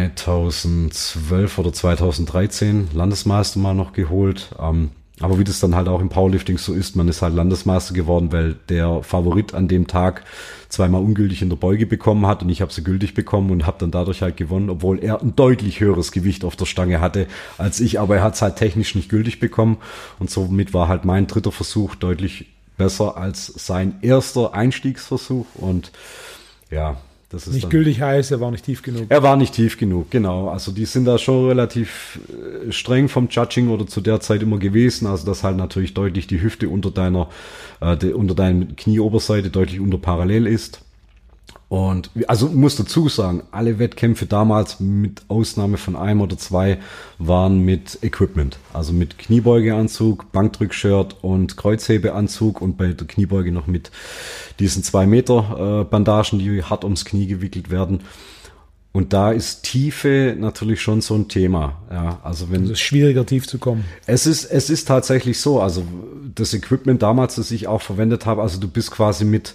2012 oder 2013. Landesmeister mal noch geholt. Aber wie das dann halt auch im Powerlifting so ist, man ist halt Landesmeister geworden, weil der Favorit an dem Tag zweimal ungültig in der Beuge bekommen hat und ich habe sie gültig bekommen und habe dann dadurch halt gewonnen, obwohl er ein deutlich höheres Gewicht auf der Stange hatte als ich, aber er hat es halt technisch nicht gültig bekommen und somit war halt mein dritter Versuch deutlich besser als sein erster Einstiegsversuch und ja, das ist nicht gültig heißt, er war nicht tief genug. Er war nicht tief genug, genau. Also die sind da schon relativ streng vom Judging oder zu der Zeit immer gewesen. Also dass halt natürlich deutlich die Hüfte unter deiner Knieoberseite deutlich unter parallel ist. Und also muss dazu sagen, alle Wettkämpfe damals mit Ausnahme von einem oder zwei waren mit Equipment. Also mit Kniebeugeanzug, Bankdrückshirt und Kreuzhebeanzug und bei der Kniebeuge noch mit diesen 2 Meter Bandagen, die hart ums Knie gewickelt werden. Und da ist Tiefe natürlich schon so ein Thema. Ja, also es ist schwieriger, tief zu kommen. Es ist tatsächlich so. Also das Equipment damals, das ich auch verwendet habe, also du bist quasi mit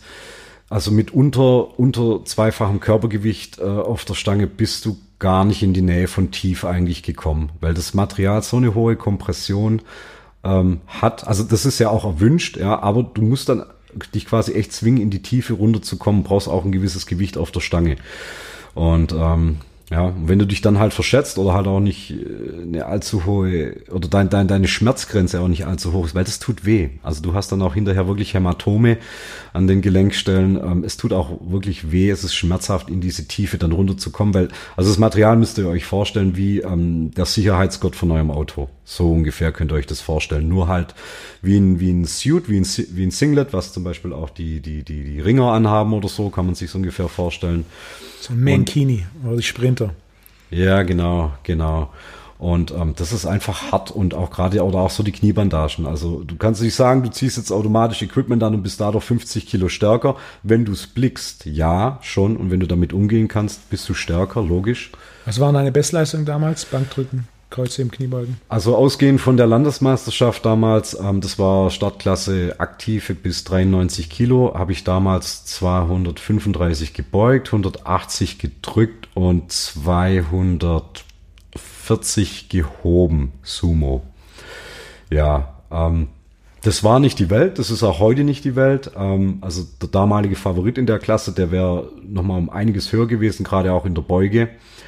unter zweifachem Körpergewicht auf der Stange bist du gar nicht in die Nähe von tief eigentlich gekommen, weil das Material so eine hohe Kompression hat. Also das ist ja auch erwünscht, ja, aber du musst dann dich quasi echt zwingen, in die Tiefe runterzukommen, brauchst auch ein gewisses Gewicht auf der Stange. Und ja, wenn du dich dann halt verschätzt oder halt auch nicht eine allzu hohe oder deine Schmerzgrenze auch nicht allzu hoch ist, weil das tut weh. Also du hast dann auch hinterher wirklich Hämatome an den Gelenkstellen. Es tut auch wirklich weh, es ist schmerzhaft, in diese Tiefe dann runterzukommen, weil, also das Material müsst ihr euch vorstellen wie der Sicherheitsgurt von eurem Auto. So ungefähr könnt ihr euch das vorstellen. Nur halt wie ein Suit, wie ein Singlet, was zum Beispiel auch die Ringer anhaben oder so, kann man sich so ungefähr vorstellen. So ein Mankini oder die Sprinter. Ja, genau. Und das ist einfach hart und auch gerade oder auch so die Kniebandagen. Also du kannst nicht sagen, du ziehst jetzt automatisch Equipment an und bist dadurch 50 Kilo stärker. Wenn du es blickst, ja, schon. Und wenn du damit umgehen kannst, bist du stärker, logisch. Was war deine Bestleistung damals? Bankdrücken, Kreuzheben, Kniebeugen? Also ausgehend von der Landesmeisterschaft damals, das war Startklasse aktive bis 93 Kilo, habe ich damals 235 gebeugt, 180 gedrückt und 240 gehoben, Sumo. Ja, das war nicht die Welt, das ist auch heute nicht die Welt. Also der damalige Favorit in der Klasse, der wäre nochmal um einiges höher gewesen, gerade auch in der Beuge.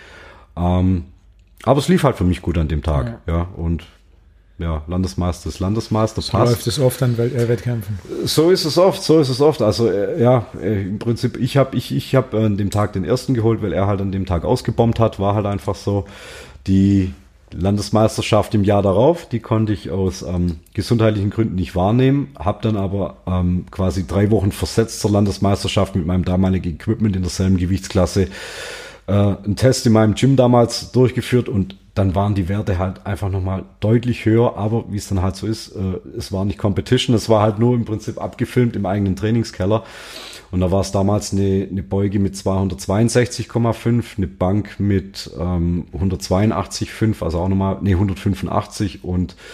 Aber es lief halt für mich gut an dem Tag, ja, und ja, Landesmeister ist Landesmeister, so passt. Läuft es oft an Wettkämpfen. So ist es oft. Also ja, im Prinzip, ich hab an dem Tag den ersten geholt, weil er halt an dem Tag ausgebombt hat, war halt einfach so. Die Landesmeisterschaft im Jahr darauf, die konnte ich aus gesundheitlichen Gründen nicht wahrnehmen, habe dann aber quasi 3 Wochen versetzt zur Landesmeisterschaft mit meinem damaligen Equipment in derselben Gewichtsklasse einen Test in meinem Gym damals durchgeführt und dann waren die Werte halt einfach nochmal deutlich höher, aber wie es dann halt so ist, es war nicht Competition, es war halt nur im Prinzip abgefilmt im eigenen Trainingskeller und da war es damals eine Beuge mit 262,5, eine Bank mit 182,5, also auch nochmal, 185 und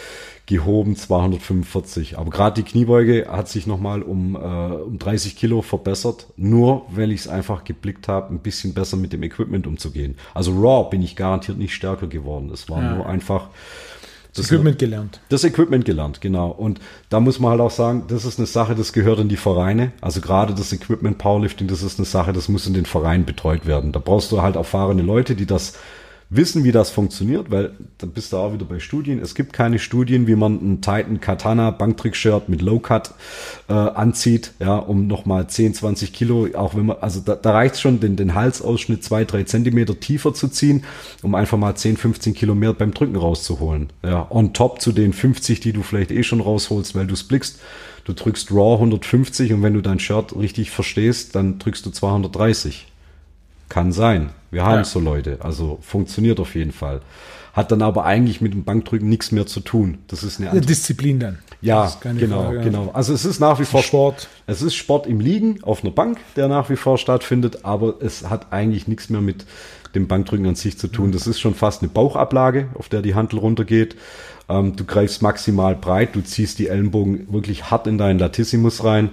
gehoben 245. Aber gerade die Kniebeuge hat sich nochmal um 30 Kilo verbessert, nur weil ich es einfach geblickt habe, ein bisschen besser mit dem Equipment umzugehen. Also Raw bin ich garantiert nicht stärker geworden. Es war nur einfach das Equipment gelernt. Das Equipment gelernt, genau. Und da muss man halt auch sagen, das ist eine Sache, das gehört in die Vereine. Also gerade das Equipment Powerlifting, das ist eine Sache, das muss in den Vereinen betreut werden. Da brauchst du halt erfahrene Leute, die das wissen, wie das funktioniert, weil dann bist du auch wieder bei Studien. Es gibt keine Studien, wie man einen Titan Katana Banktrick-Shirt mit Low Cut anzieht, ja, um nochmal 10, 20 Kilo, auch wenn man, also da reicht es schon, den Halsausschnitt 2, 3 Zentimeter tiefer zu ziehen, um einfach mal 10, 15 Kilo mehr beim Drücken rauszuholen. Ja, on top zu den 50, die du vielleicht schon rausholst, weil du splickst. Du drückst Raw 150 und wenn du dein Shirt richtig verstehst, dann drückst du 230. Kann sein. Wir haben so Leute. Also funktioniert auf jeden Fall. Hat dann aber eigentlich mit dem Bankdrücken nichts mehr zu tun. Das ist eine Disziplin dann. Ja, genau. Also es ist nach wie vor Sport. Es ist Sport im Liegen auf einer Bank, der nach wie vor stattfindet, aber es hat eigentlich nichts mehr mit dem Bankdrücken an sich zu tun. Das ist schon fast eine Bauchablage, auf der die Hantel runtergeht. Du greifst maximal breit, du ziehst die Ellenbogen wirklich hart in deinen Latissimus rein.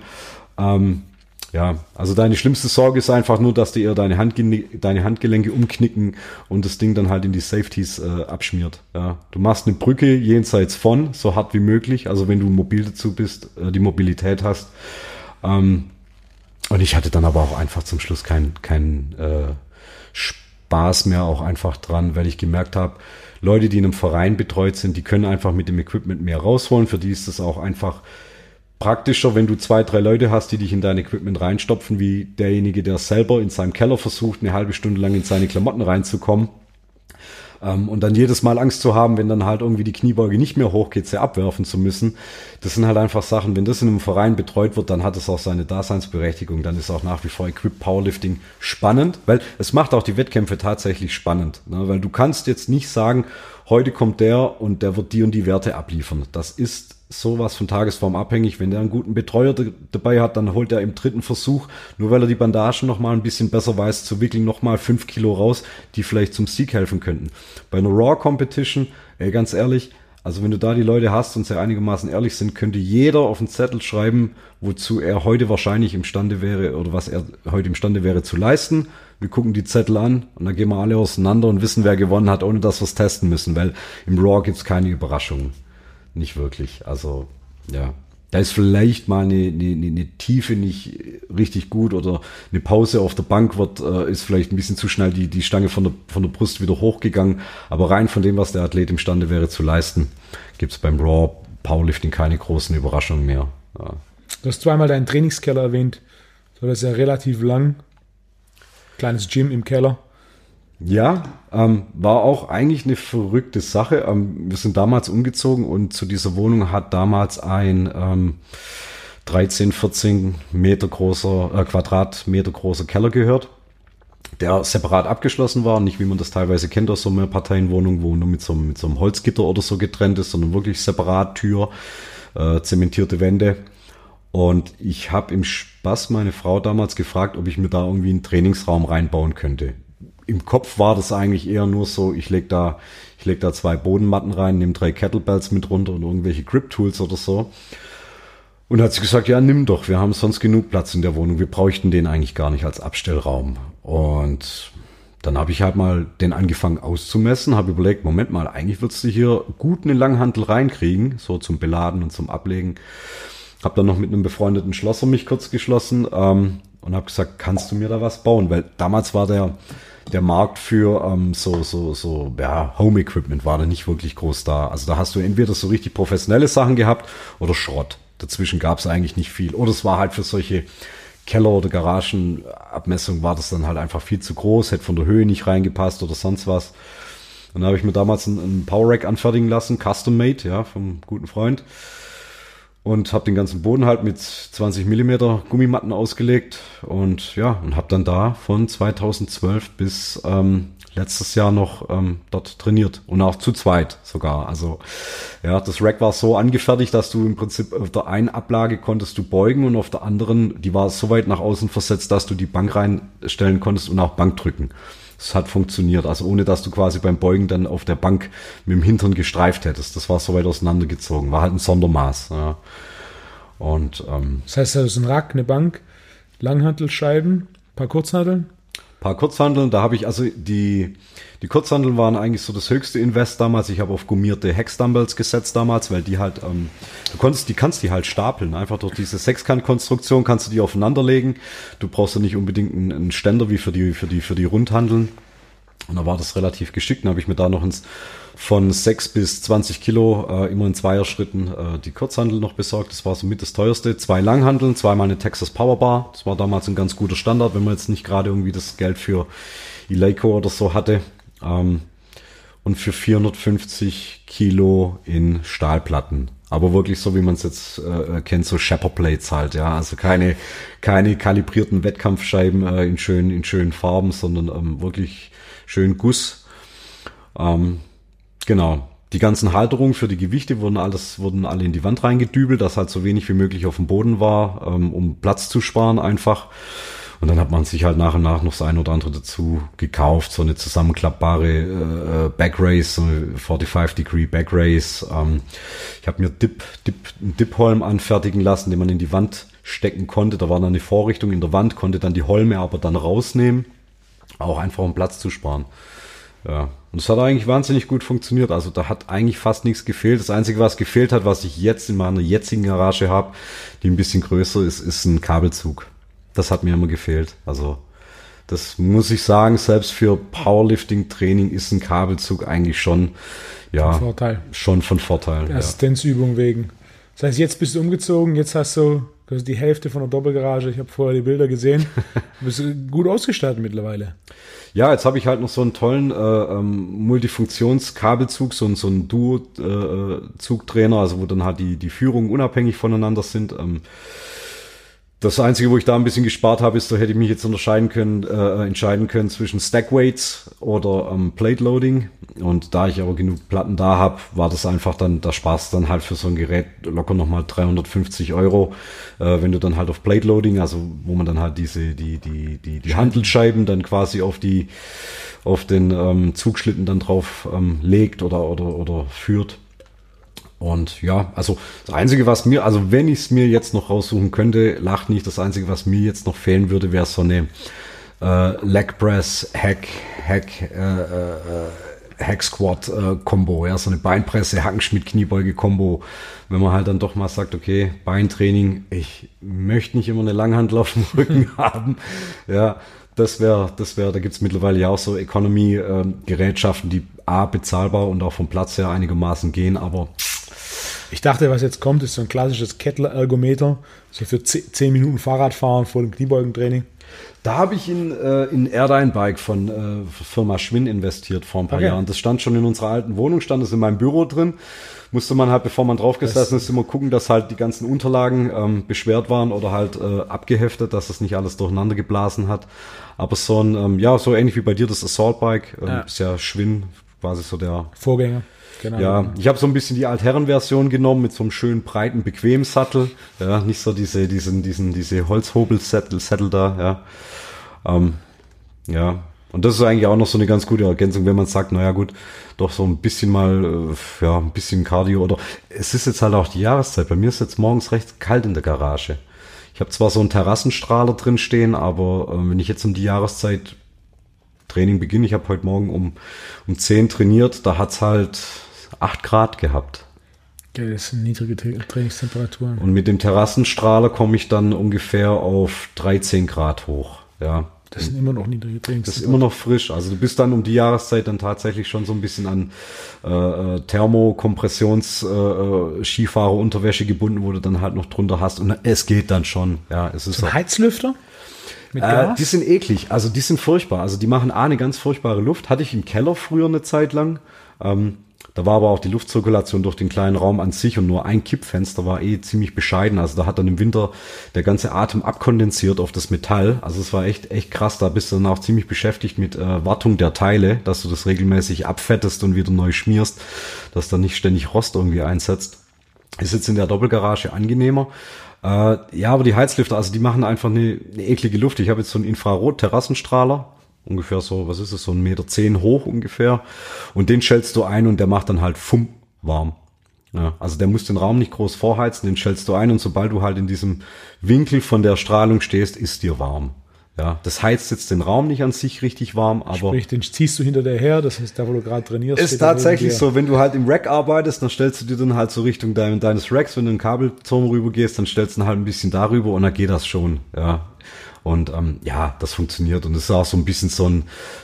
Ja, also deine schlimmste Sorge ist einfach nur, dass dir eher deine Handgelenke umknicken und das Ding dann halt in die Safeties abschmiert. Ja, du machst eine Brücke jenseits von, so hart wie möglich, also wenn du mobil dazu bist, die Mobilität hast. Und ich hatte dann aber auch einfach zum Schluss keinen Spaß mehr auch einfach dran, weil ich gemerkt habe, Leute, die in einem Verein betreut sind, die können einfach mit dem Equipment mehr rausholen. Für die ist es auch einfach praktischer, wenn du 2, 3 Leute hast, die dich in dein Equipment reinstopfen, wie derjenige, der selber in seinem Keller versucht, eine halbe Stunde lang in seine Klamotten reinzukommen. Und dann jedes Mal Angst zu haben, wenn dann halt irgendwie die Kniebeuge nicht mehr hochgeht, sie abwerfen zu müssen. Das sind halt einfach Sachen, wenn das in einem Verein betreut wird, dann hat es auch seine Daseinsberechtigung. Dann ist auch nach wie vor Equip Powerlifting spannend, weil es macht auch die Wettkämpfe tatsächlich spannend. Ne? Weil du kannst jetzt nicht sagen, heute kommt der und der wird die und die Werte abliefern. Das ist sowas von Tagesform abhängig. Wenn der einen guten Betreuer dabei hat, dann holt er im 3. Versuch, nur weil er die Bandagen noch mal ein bisschen besser weiß zu wickeln, noch mal 5 Kilo raus, die vielleicht zum Sieg helfen könnten. Bei einer Raw Competition, ganz ehrlich, also wenn du da die Leute hast und sie einigermaßen ehrlich sind, könnte jeder auf den Zettel schreiben, wozu er heute wahrscheinlich imstande wäre oder was er heute imstande wäre zu leisten. Wir gucken die Zettel an und dann gehen wir alle auseinander und wissen, wer gewonnen hat, ohne dass wir es testen müssen, weil im Raw gibt's keine Überraschungen. Nicht wirklich. Also, ja. Da ist vielleicht mal eine Tiefe nicht richtig gut oder eine Pause auf der Bank ist vielleicht ein bisschen zu schnell die Stange von der Brust wieder hochgegangen. Aber rein von dem, was der Athlet imstande wäre zu leisten, gibt es beim Raw Powerlifting keine großen Überraschungen mehr. Ja. Du hast zweimal deinen Trainingskeller erwähnt. So, das ist ja relativ lang. Kleines Gym im Keller. Ja, war auch eigentlich eine verrückte Sache. Wir sind damals umgezogen und zu dieser Wohnung hat damals ein 13, 14 Meter großer, Quadratmeter großer Keller gehört, der separat abgeschlossen war. Nicht wie man das teilweise kennt aus so einer Parteienwohnung, wo nur mit so einem Holzgitter oder so getrennt ist, sondern wirklich separat Tür, zementierte Wände. Und ich habe im Spaß meine Frau damals gefragt, ob ich mir da irgendwie einen Trainingsraum reinbauen könnte. Im Kopf war das eigentlich eher nur so, ich leg da 2 Bodenmatten rein, nehme 3 Kettlebells mit runter und irgendwelche Grip-Tools oder so. Und hat sie gesagt, ja, nimm doch, wir haben sonst genug Platz in der Wohnung, wir bräuchten den eigentlich gar nicht als Abstellraum. Und dann habe ich halt mal den angefangen auszumessen, habe überlegt, Moment mal, eigentlich würdest du hier gut eine Langhantel reinkriegen, so zum Beladen und zum Ablegen. Habe dann noch mit einem befreundeten Schlosser mich kurz geschlossen und habe gesagt, kannst du mir da was bauen? Weil damals war der Markt für Home Equipment war da nicht wirklich groß da. Also da hast du entweder so richtig professionelle Sachen gehabt oder Schrott. Dazwischen gab es eigentlich nicht viel. Oder es war halt für solche Keller- oder Garagenabmessungen war das dann halt einfach viel zu groß, hätte von der Höhe nicht reingepasst oder sonst was. Und dann habe ich mir damals einen Power Rack anfertigen lassen, custom made, ja, vom guten Freund. Und habe den ganzen Boden halt mit 20 Millimeter Gummimatten ausgelegt und habe dann da von 2012 bis letztes Jahr noch dort trainiert und auch zu zweit sogar. Also ja, das Rack war so angefertigt, dass du im Prinzip auf der einen Ablage konntest du beugen und auf der anderen, die war so weit nach außen versetzt, dass du die Bank reinstellen konntest und auch Bank drücken. Es hat funktioniert, also ohne dass du quasi beim Beugen dann auf der Bank mit dem Hintern gestreift hättest. Das war so weit auseinandergezogen, war halt ein Sondermaß. Ja. Und das heißt, da ist ein Rack, eine Bank, Langhantelscheiben, ein paar Kurzhanteln? Paar Kurzhanteln, da habe ich, also die Kurzhanteln waren eigentlich so das höchste Invest damals. Ich habe auf gummierte Hex-Dumbbells gesetzt damals, weil die halt, du kannst die halt stapeln. Einfach durch diese Sechskant-Konstruktion kannst du die aufeinander legen. Du brauchst ja nicht unbedingt einen Ständer wie für die Rundhanteln. Und da war das relativ geschickt. Dann habe ich mir da noch von 6 bis 20 Kilo immer in Zweierschritten die Kurzhantel noch besorgt. Das war somit das teuerste. 2 Langhanteln, zweimal eine Texas Powerbar. Das war damals ein ganz guter Standard, wenn man jetzt nicht gerade irgendwie das Geld für Eleiko oder so hatte. Und für 450 Kilo in Stahlplatten. Aber wirklich so, wie man es jetzt kennt, so Shepherd Plates halt, ja. Also keine kalibrierten Wettkampfscheiben in schönen Farben, sondern wirklich schön Guss. Genau. Die ganzen Halterungen für die Gewichte wurden alle in die Wand reingedübelt, dass halt so wenig wie möglich auf dem Boden war, um Platz zu sparen einfach. Und dann hat man sich halt nach und nach noch das ein oder andere dazu gekauft, so eine zusammenklappbare Backrace, so eine 45-Degree Backrace. Ich habe mir einen Dip-Holm anfertigen lassen, den man in die Wand stecken konnte. Da war dann eine Vorrichtung in der Wand, konnte dann die Holme aber dann rausnehmen, auch einfach um Platz zu sparen. Ja, und es hat eigentlich wahnsinnig gut funktioniert. Also da hat eigentlich fast nichts gefehlt. Das Einzige, was gefehlt hat, was ich jetzt in meiner jetzigen Garage habe, die ein bisschen größer ist, ist ein Kabelzug. Das hat mir immer gefehlt. Also das muss ich sagen, selbst für Powerlifting-Training ist ein Kabelzug eigentlich schon von Vorteil. Der Assistenzübung wegen. Das heißt, jetzt bist du umgezogen, jetzt hast du die Hälfte von der Doppelgarage. Ich habe vorher die Bilder gesehen. Du bist gut ausgestattet mittlerweile. Ja, jetzt habe ich halt noch so einen tollen Multifunktionskabelzug, so einen Duo-Zugtrainer, also wo dann halt die Führungen unabhängig voneinander sind. Das Einzige, wo ich da ein bisschen gespart habe, ist, da hätte ich mich jetzt entscheiden können zwischen Stackweights oder Plate Loading. Und da ich aber genug Platten da habe, war das einfach dann, da sparst du dann halt für so ein Gerät locker nochmal 350 €, wenn du dann halt auf Plate Loading, also wo man dann halt die Hantelscheiben dann quasi auf den Zugschlitten dann drauf legt oder führt. Und ja, also das Einzige, wenn ich es mir jetzt noch raussuchen könnte, lacht nicht, das Einzige, was mir jetzt noch fehlen würde, wäre so eine Leg Press Hack Squat Combo, ja, so eine Beinpresse, Hackenschmidt Kniebeuge Combo. Wenn man halt dann doch mal sagt, okay, Beintraining, ich möchte nicht immer eine Langhantel auf dem Rücken haben, ja. Das wäre, da gibt's mittlerweile ja auch so Economy-Gerätschaften, die bezahlbar und auch vom Platz her einigermaßen gehen, aber ich dachte, was jetzt kommt, ist so ein klassisches Kettler-Ergometer, so für 10 Minuten Fahrradfahren vor dem Kniebeugentraining. Da habe ich in Airdyne Bike von Firma Schwinn investiert vor ein paar Jahren. Das stand schon in unserer alten Wohnung, stand es in meinem Büro drin. Musste man halt, bevor man drauf gesessen ist, immer gucken, dass halt die ganzen Unterlagen beschwert waren oder halt abgeheftet, dass es nicht alles durcheinander geblasen hat. Aber so so ähnlich wie bei dir das Assault Bike, ist ja Schwinn quasi so der Vorgänger. Genau. Ja, ich habe so ein bisschen die Altherren-Version genommen mit so einem schönen breiten, bequemen Sattel. Ja, nicht so diese Holzhobel-Sattel da, ja. Ja. Und das ist eigentlich auch noch so eine ganz gute Ergänzung, wenn man sagt, naja gut, doch so ein bisschen mal, ein bisschen Cardio oder es ist jetzt halt auch die Jahreszeit. Bei mir ist jetzt morgens recht kalt in der Garage. Ich habe zwar so einen Terrassenstrahler drin stehen, aber wenn ich jetzt um die Jahreszeit Training beginne, ich habe heute Morgen um 10 trainiert, da hat's halt 8 Grad gehabt. Ja, das sind niedrige Trainingstemperaturen. Und mit dem Terrassenstrahler komme ich dann ungefähr auf 13 Grad hoch. Ja. Das sind immer noch niedrige Trainingstemperaturen. Das ist immer noch frisch. Also du bist dann um die Jahreszeit dann tatsächlich schon so ein bisschen an Thermokompressions-Skifahrer-Unterwäsche gebunden, wo du dann halt noch drunter hast. Und es geht dann schon. Ja, es ist so ein Heizlüfter? Mit Gas? Die sind eklig. Also die sind furchtbar. Also die machen eine ganz furchtbare Luft. Hatte ich im Keller früher eine Zeit lang. Da war aber auch die Luftzirkulation durch den kleinen Raum an sich und nur ein Kippfenster war ziemlich bescheiden. Also da hat dann im Winter der ganze Atem abkondensiert auf das Metall. Also es war echt krass. Da bist du dann auch ziemlich beschäftigt mit Wartung der Teile, dass du das regelmäßig abfettest und wieder neu schmierst, dass da nicht ständig Rost irgendwie einsetzt. Ist jetzt in der Doppelgarage angenehmer. Ja, aber die Heizlüfter, also die machen einfach eine eklige Luft. Ich habe jetzt so einen Infrarot-Terrassenstrahler ungefähr so, was ist es, so 1,10 Meter hoch ungefähr. Und den stellst du ein und der macht dann halt warm. Ja, also der muss den Raum nicht groß vorheizen, den stellst du ein und sobald du halt in diesem Winkel von der Strahlung stehst, ist dir warm. Ja, das heizt jetzt den Raum nicht an sich richtig warm, aber... Sprich, den ziehst du hinter dir her, das heißt, da wo du gerade trainierst... Ist tatsächlich so, wenn du halt im Rack arbeitest, dann stellst du dir dann halt so Richtung deines Racks, wenn du in den Kabelturm rüber gehst, dann stellst du ihn halt ein bisschen darüber und dann geht das schon, ja. Und ja, das funktioniert und es ist auch so ein bisschen so ein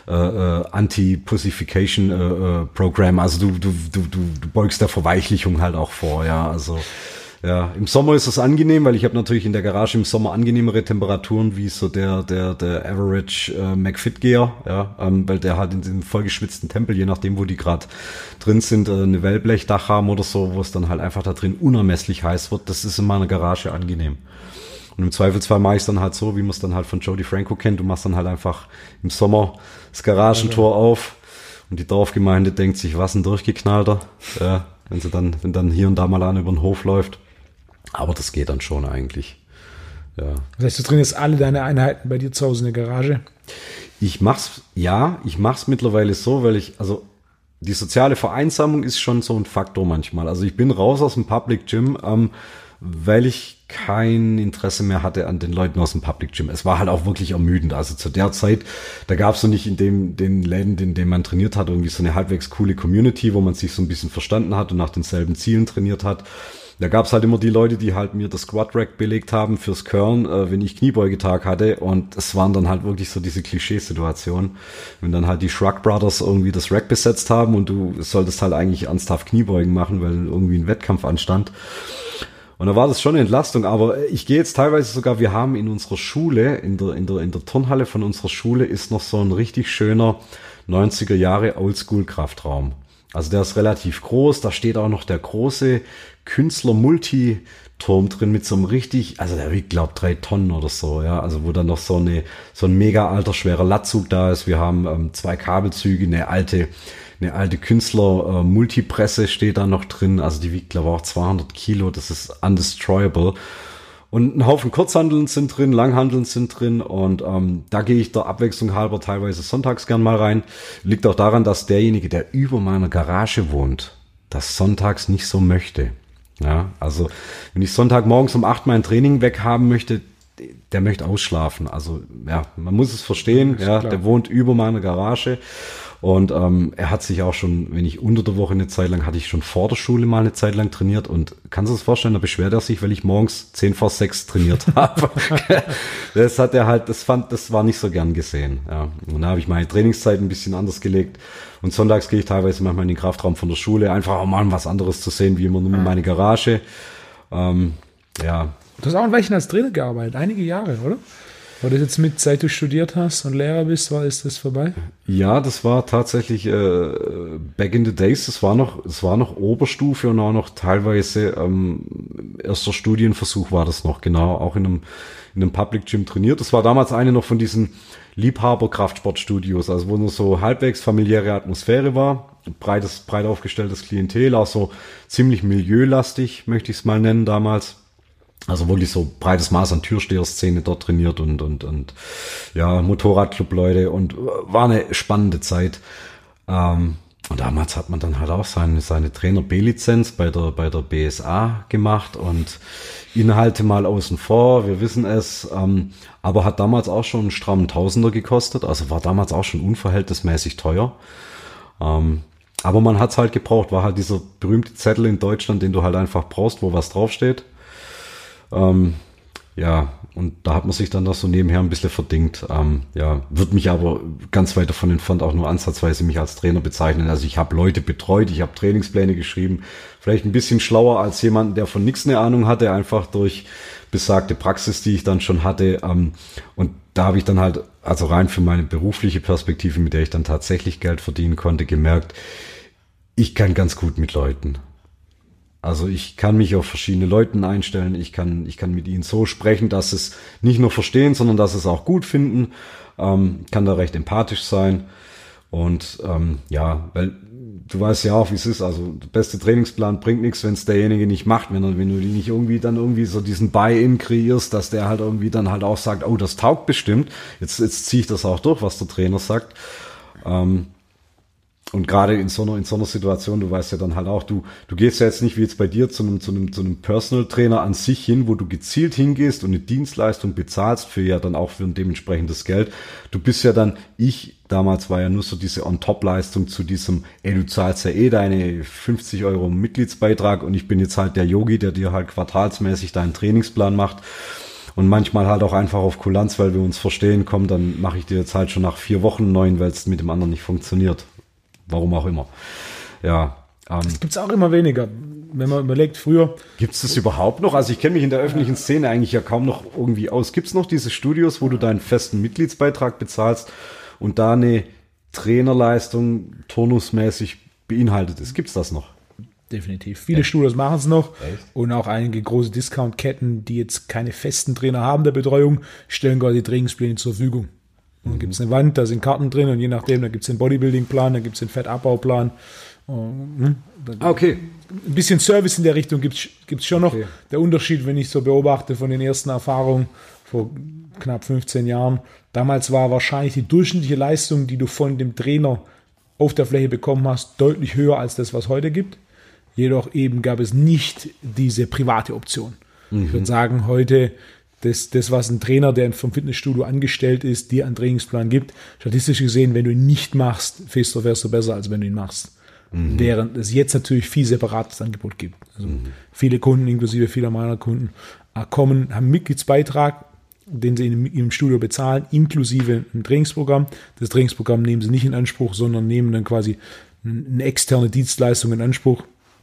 Anti-Pussification-Programm, also du beugst der Verweichlichung halt auch vor, ja, also... Ja, im Sommer ist es angenehm, weil ich habe natürlich in der Garage im Sommer angenehmere Temperaturen wie so der Average McFit-Geher, ja, weil der halt in diesem vollgeschwitzten Tempel, je nachdem, wo die gerade drin sind, eine Wellblechdach haben oder so, wo es dann halt einfach da drin unermesslich heiß wird. Das ist in meiner Garage angenehm. Und im Zweifelsfall mache ich es dann halt so, wie man es dann halt von Joe DeFranco kennt. Du machst dann halt einfach im Sommer das Garagentor auf und die Dorfgemeinde denkt sich, was ein Durchgeknallter, ja, wenn dann hier und da mal einer über den Hof läuft. Aber das geht dann schon eigentlich. Ja. Das heißt, du trainierst alle deine Einheiten bei dir zu Hause in der Garage? Ich mach's mittlerweile so, weil die soziale Vereinsamung ist schon so ein Faktor manchmal. Also ich bin raus aus dem Public Gym, weil ich kein Interesse mehr hatte an den Leuten aus dem Public Gym. Es war halt auch wirklich ermüdend. Also zu der Zeit, da gab es so nicht in den Läden, in denen man trainiert hat, irgendwie so eine halbwegs coole Community, wo man sich so ein bisschen verstanden hat und nach denselben Zielen trainiert hat. Da gab's halt immer die Leute, die halt mir das Squat-Rack belegt haben fürs Curlen, wenn ich Kniebeugetag hatte. Und es waren dann halt wirklich so diese Klischeesituationen. Wenn dann halt die Shrug Brothers irgendwie das Rack besetzt haben und du solltest halt eigentlich ernsthaft Kniebeugen machen, weil irgendwie ein Wettkampf anstand. Und da war das schon eine Entlastung. Aber ich gehe jetzt teilweise sogar, wir haben in unserer Schule, in der Turnhalle von unserer Schule ist noch so ein richtig schöner 90er Jahre Oldschool-Kraftraum. Also der ist relativ groß, da steht auch noch der große Künstler-Multiturm drin mit so einem richtig, also der wiegt, glaube 3 Tonnen oder so, ja, also wo dann noch so ein mega alter, schwerer Lattzug da ist. Wir haben 2 Kabelzüge, eine alte Künstler-Multipresse steht da noch drin, also die wiegt, glaube ich, auch 200 Kilo, das ist undestroyable. Und ein Haufen Kurzhanteln sind drin, Langhanteln sind drin und da gehe ich der Abwechslung halber teilweise sonntags gern mal rein. Liegt auch daran, dass derjenige, der über meiner Garage wohnt, das sonntags nicht so möchte. Ja, also wenn ich Sonntagmorgens um 8 mein Training weghaben möchte, der möchte ausschlafen. Also ja, man muss es verstehen, ja, der wohnt über meiner Garage. Und er hat sich auch schon, wenn ich unter der Woche eine Zeit lang, hatte ich schon vor der Schule mal eine Zeit lang trainiert und kannst du es vorstellen, da beschwert er sich, weil ich morgens 10 vor 6 trainiert habe. Das hat er halt, das war nicht so gern gesehen. Ja. Und da habe ich meine Trainingszeit ein bisschen anders gelegt und sonntags gehe ich teilweise manchmal in den Kraftraum von der Schule, einfach auch mal was anderes zu sehen, wie immer nur meine Garage. Ja. Du hast auch ein Weilchen als Trainer gearbeitet, einige Jahre, oder? War das jetzt mit, seit du studiert hast und Lehrer bist, ist das vorbei? Ja, das war tatsächlich back in the days, das war noch Oberstufe und auch noch teilweise erster Studienversuch war das noch, genau, auch in einem Public Gym trainiert. Das war damals eine noch von diesen Liebhaber-Kraftsportstudios, also wo nur so halbwegs familiäre Atmosphäre war, breit aufgestelltes Klientel, auch so ziemlich milieulastig, möchte ich es mal nennen damals. Also wirklich so breites Maß an Türsteher-Szene dort trainiert und ja, Motorradclub-Leute und war eine spannende Zeit. Und damals hat man dann halt auch seine Trainer B-Lizenz bei der BSA gemacht und Inhalte mal außen vor, wir wissen es, aber hat damals auch schon einen strammen Tausender gekostet, also war damals auch schon unverhältnismäßig teuer. Aber man hat's halt gebraucht, war halt dieser berühmte Zettel in Deutschland, den du halt einfach brauchst, wo was draufsteht. Ja, und da hat man sich dann das so nebenher ein bisschen verdingt. Ja, wird mich aber ganz weit davon entfernt auch nur ansatzweise mich als Trainer bezeichnen. Also ich habe Leute betreut, ich habe Trainingspläne geschrieben, vielleicht ein bisschen schlauer als jemand, der von nichts eine Ahnung hatte, einfach durch besagte Praxis, die ich dann schon hatte. Und da habe ich dann halt, also rein für meine berufliche Perspektive, mit der ich dann tatsächlich Geld verdienen konnte, gemerkt, ich kann ganz gut mit Leuten. Also ich kann mich auf verschiedene Leute einstellen, ich kann mit ihnen so sprechen, dass sie es nicht nur verstehen, sondern dass sie es auch gut finden, kann da recht empathisch sein und ja, weil du weißt ja auch, wie es ist. Also der beste Trainingsplan bringt nichts, wenn es derjenige nicht macht. Wenn du nicht irgendwie so diesen Buy-in kreierst, dass der halt irgendwie dann halt auch sagt, oh, das taugt bestimmt. Jetzt ziehe ich das auch durch, was der Trainer sagt. Und gerade in so einer Situation, du weißt ja dann halt auch, du gehst ja jetzt nicht wie jetzt bei dir zu einem Personal Trainer an sich hin, wo du gezielt hingehst und eine Dienstleistung bezahlst für ein dementsprechendes Geld. Du bist ja dann, damals war ja nur so diese On-Top-Leistung zu diesem, du zahlst ja deine 50 Euro Mitgliedsbeitrag und ich bin jetzt halt der Yogi, der dir halt quartalsmäßig deinen Trainingsplan macht. Und manchmal halt auch einfach auf Kulanz, weil wir uns verstehen, komm, dann mache ich dir jetzt halt schon nach 4 Wochen einen neuen, weil es mit dem anderen nicht funktioniert. Warum auch immer. Ja. Das gibt es auch immer weniger. Wenn man überlegt, früher. Gibt es das überhaupt noch? Also ich kenne mich in der öffentlichen Szene eigentlich ja kaum noch irgendwie aus. Gibt es noch diese Studios, wo du deinen festen Mitgliedsbeitrag bezahlst und da eine Trainerleistung turnusmäßig beinhaltet ist? Gibt es das noch? Definitiv. Viele Studios machen es noch. Echt? Und auch einige große Discount-Ketten, die jetzt keine festen Trainer haben der Betreuung, stellen gerade die Trainingspläne zur Verfügung. Dann gibt es eine Wand, da sind Karten drin und je nachdem, da gibt es den Bodybuilding-Plan, da gibt es den Fettabbauplan. Okay. Ein bisschen Service in der Richtung gibt es schon noch. Okay. Der Unterschied, wenn ich so beobachte von den ersten Erfahrungen vor knapp 15 Jahren, damals war wahrscheinlich die durchschnittliche Leistung, die du von dem Trainer auf der Fläche bekommen hast, deutlich höher als das, was heute gibt. Jedoch eben gab es nicht diese private Option. Ich würde sagen, heute das, was ein Trainer, der vom Fitnessstudio angestellt ist, dir einen Trainingsplan gibt, statistisch gesehen, wenn du ihn nicht machst, fährst du besser, als wenn du ihn machst. Während es jetzt natürlich viel separates Angebot gibt. Also viele Kunden, inklusive vieler meiner Kunden, haben einen Mitgliedsbeitrag, den sie in ihrem Studio bezahlen, inklusive ein Trainingsprogramm. Das Trainingsprogramm nehmen sie nicht in Anspruch, sondern nehmen dann quasi eine externe Dienstleistung in Anspruch.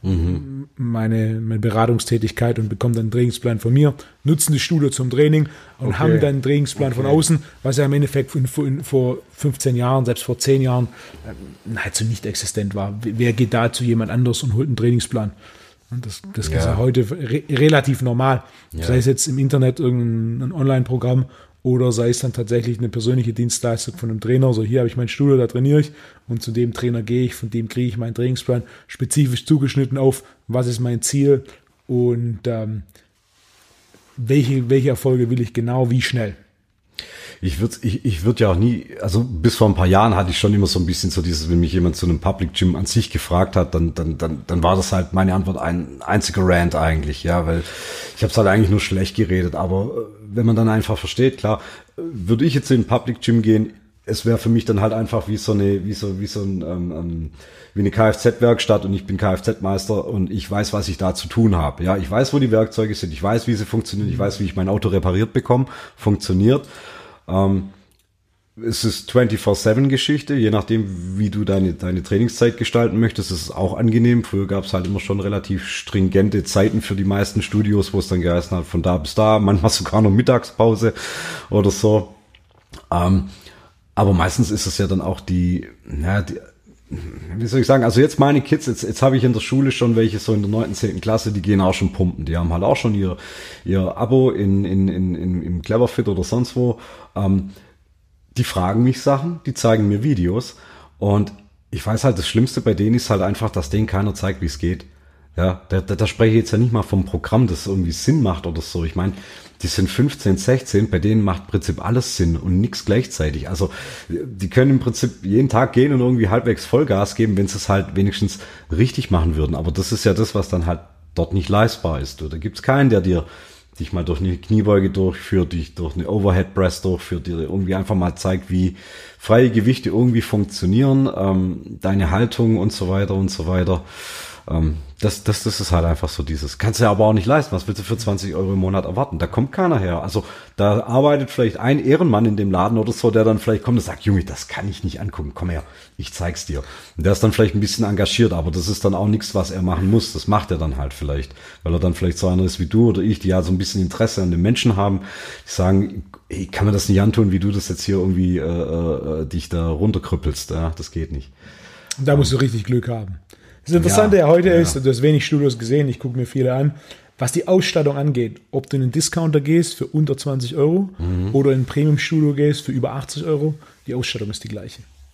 Meine Beratungstätigkeit und bekommen dann einen Trainingsplan von mir, nutzen das Studio zum Training und haben dann einen Trainingsplan von außen, was ja im Endeffekt vor 15 Jahren, selbst vor 10 Jahren nahezu nicht existent war. Wer geht da zu jemand anders und holt einen Trainingsplan? Und das ist ja heute relativ normal. Ja. Sei es jetzt im Internet irgendein Online-Programm oder sei es dann tatsächlich eine persönliche Dienstleistung von einem Trainer. So, hier habe ich mein Studio, da trainiere ich und zu dem Trainer gehe ich, von dem kriege ich meinen Trainingsplan spezifisch zugeschnitten auf, was ist mein Ziel und welche Erfolge will ich genau, wie schnell. Ich würde ja auch nie, also bis vor ein paar Jahren hatte ich schon immer so ein bisschen so dieses, wenn mich jemand zu einem Public Gym an sich gefragt hat, dann war das halt meine Antwort ein einziger Rant eigentlich, ja, weil ich habe es halt eigentlich nur schlecht geredet, aber wenn man dann einfach versteht, klar, würde ich jetzt in ein Public Gym gehen, es wäre für mich dann halt einfach wie eine Kfz-Werkstatt und ich bin Kfz-Meister und ich weiß, was ich da zu tun habe. Ja, ich weiß, wo die Werkzeuge sind, ich weiß, wie sie funktionieren, ich weiß, wie ich mein Auto repariert bekomme, funktioniert. Es ist 24/7-Geschichte, je nachdem, wie du deine Trainingszeit gestalten möchtest, ist es auch angenehm. Früher gab es halt immer schon relativ stringente Zeiten für die meisten Studios, wo es dann geheißen hat, von da bis da, manchmal sogar noch Mittagspause oder so. Aber meistens ist es ja dann auch wie soll ich sagen, also jetzt meine Kids, jetzt habe ich in der Schule schon welche so in der 9., 10. Klasse, die gehen auch schon pumpen. Die haben halt auch schon ihr Abo im Cleverfit oder sonst wo. Die fragen mich Sachen, die zeigen mir Videos und ich weiß halt, das Schlimmste bei denen ist halt einfach, dass denen keiner zeigt, wie es geht. Ja, da spreche ich jetzt ja nicht mal vom Programm, das irgendwie Sinn macht oder so. Ich meine, die sind 15, 16, bei denen macht im Prinzip alles Sinn und nichts gleichzeitig. Also die können im Prinzip jeden Tag gehen und irgendwie halbwegs Vollgas geben, wenn sie es halt wenigstens richtig machen würden. Aber das ist ja das, was dann halt dort nicht leistbar ist. Da gibt es keinen, der dich mal durch eine Kniebeuge durchführt, dich durch eine Overhead Press durchführt, dir irgendwie einfach mal zeigt, wie freie Gewichte irgendwie funktionieren, deine Haltung und so weiter und so weiter. Das ist halt einfach so dieses, kannst du ja aber auch nicht leisten, was willst du für 20 Euro im Monat erwarten? Da kommt keiner her. Also da arbeitet vielleicht ein Ehrenmann in dem Laden oder so, der dann vielleicht kommt und sagt, Junge, das kann ich nicht angucken, komm her, ich zeig's dir. Und der ist dann vielleicht ein bisschen engagiert, aber das ist dann auch nichts, was er machen muss, das macht er dann halt vielleicht, weil er dann vielleicht so einer ist wie du oder ich, die ja so ein bisschen Interesse an den Menschen haben, die sagen, ey, kann man das nicht antun, wie du das jetzt hier irgendwie dich da runterkrüppelst, ja, das geht nicht. Da musst du richtig Glück haben. Das Interessante ja heute ist, du hast wenig Studios gesehen, ich gucke mir viele an, was die Ausstattung angeht, ob du in einen Discounter gehst für unter 20 Euro oder in ein Premium-Studio gehst für über 80 Euro, die Ausstattung ist die gleiche.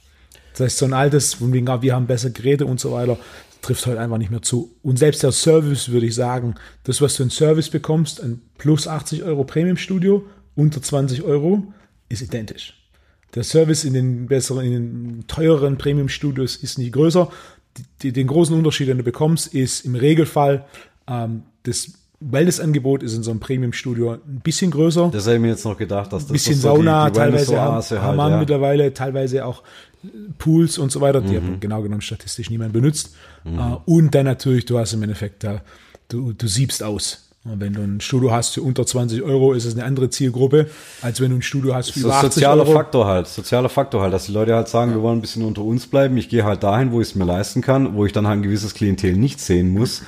Das heißt, so ein altes, von wegen, wir haben bessere Geräte und so weiter, trifft heute einfach nicht mehr zu. Und selbst der Service, würde ich sagen, das, was du in Service bekommst, ein plus 80 € Premium-Studio, unter 20 €, ist identisch. Der Service in den teureren Premium-Studios ist nicht größer. Den großen Unterschied, den du bekommst, ist im Regelfall das Wellness-Angebot ist in so einem Premium-Studio ein bisschen größer. Das habe ich mir jetzt noch gedacht, dass das ein bisschen so Sauna, teilweise Hammam halt, mittlerweile, teilweise auch Pools und so weiter, die aber genau genommen statistisch niemand benutzt. Und dann natürlich, du hast im Endeffekt du siebst aus. Und wenn du ein Studio hast für unter 20 €, ist es eine andere Zielgruppe, als wenn du ein Studio hast für über 80 sozialer €. Sozialer Faktor halt, dass die Leute halt sagen, wir wollen ein bisschen unter uns bleiben. Ich gehe halt dahin, wo ich es mir leisten kann, wo ich dann halt ein gewisses Klientel nicht sehen muss.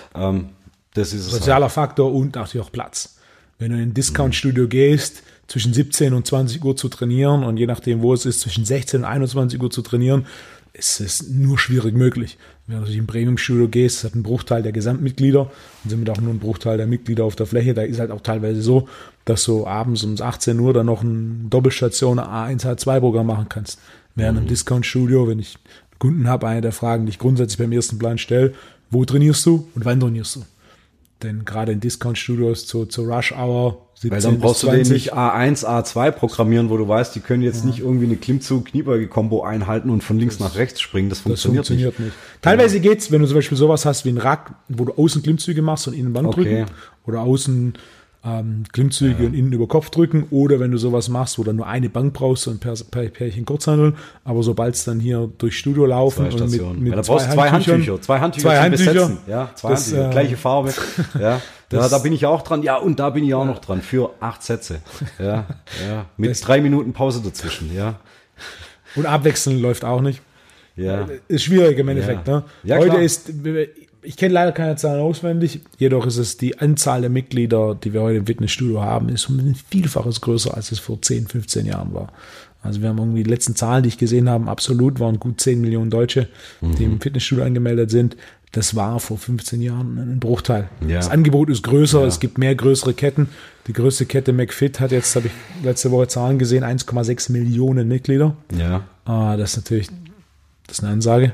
Das ist es sozialer Faktor und natürlich auch Platz. Wenn du in ein Discount-Studio gehst, zwischen 17 und 20 Uhr zu trainieren und je nachdem, wo es ist, zwischen 16 und 21 Uhr zu trainieren, ist es nur schwierig möglich. Wenn du natürlich in ein Premium-Studio gehst, hat einen Bruchteil der Gesamtmitglieder und somit auch nur ein Bruchteil der Mitglieder auf der Fläche. Da ist halt auch teilweise so, dass du abends um 18 Uhr dann noch ein Doppelstation A1, H2-Programm machen kannst. Während im Discount-Studio, wenn ich Kunden habe, eine der Fragen, die ich grundsätzlich beim ersten Plan stelle, wo trainierst du und wann trainierst du? Denn gerade in Discount-Studios zur Rush Hour 17 Weil dann brauchst bis 20, du den nicht A1, A2 programmieren, wo du weißt, die können jetzt nicht irgendwie eine Klimmzug-Kniebeuge-Kombo einhalten und von links nach rechts springen. Das funktioniert nicht. Teilweise geht's, wenn du zum Beispiel sowas hast wie ein Rack, wo du außen Klimmzüge machst und innen Bankdrücken oder außen Klimmzüge und innen über Kopf drücken, oder wenn du sowas machst, wo du nur eine Bank brauchst und Pärchen Kurzhanteln, aber sobald es dann hier durchs Studio laufen und mit da brauchst du zwei Handtücher zum Besetzen. Ja, Handtücher, gleiche Farbe. Ja, da bin ich auch dran. Ja, und da bin ich auch noch dran für 8 Sätze. Ja, mit 3 Minuten Pause dazwischen. Ja. Und abwechseln läuft auch nicht. Ja. Ist schwierig im Endeffekt. Ja. Ne? Ja, heute klar. Ich kenne leider keine Zahlen auswendig, jedoch ist es die Anzahl der Mitglieder, die wir heute im Fitnessstudio haben, ist um ein Vielfaches größer, als es vor 10, 15 Jahren war. Also wir haben irgendwie die letzten Zahlen, die ich gesehen habe, absolut waren gut 10 Millionen Deutsche, die im Fitnessstudio angemeldet sind. Das war vor 15 Jahren ein Bruchteil. Ja. Das Angebot ist größer, es gibt mehr größere Ketten. Die größte Kette McFit hat jetzt, habe ich letzte Woche Zahlen gesehen, 1,6 Millionen Mitglieder. Ja. Das ist natürlich, das ist eine Ansage.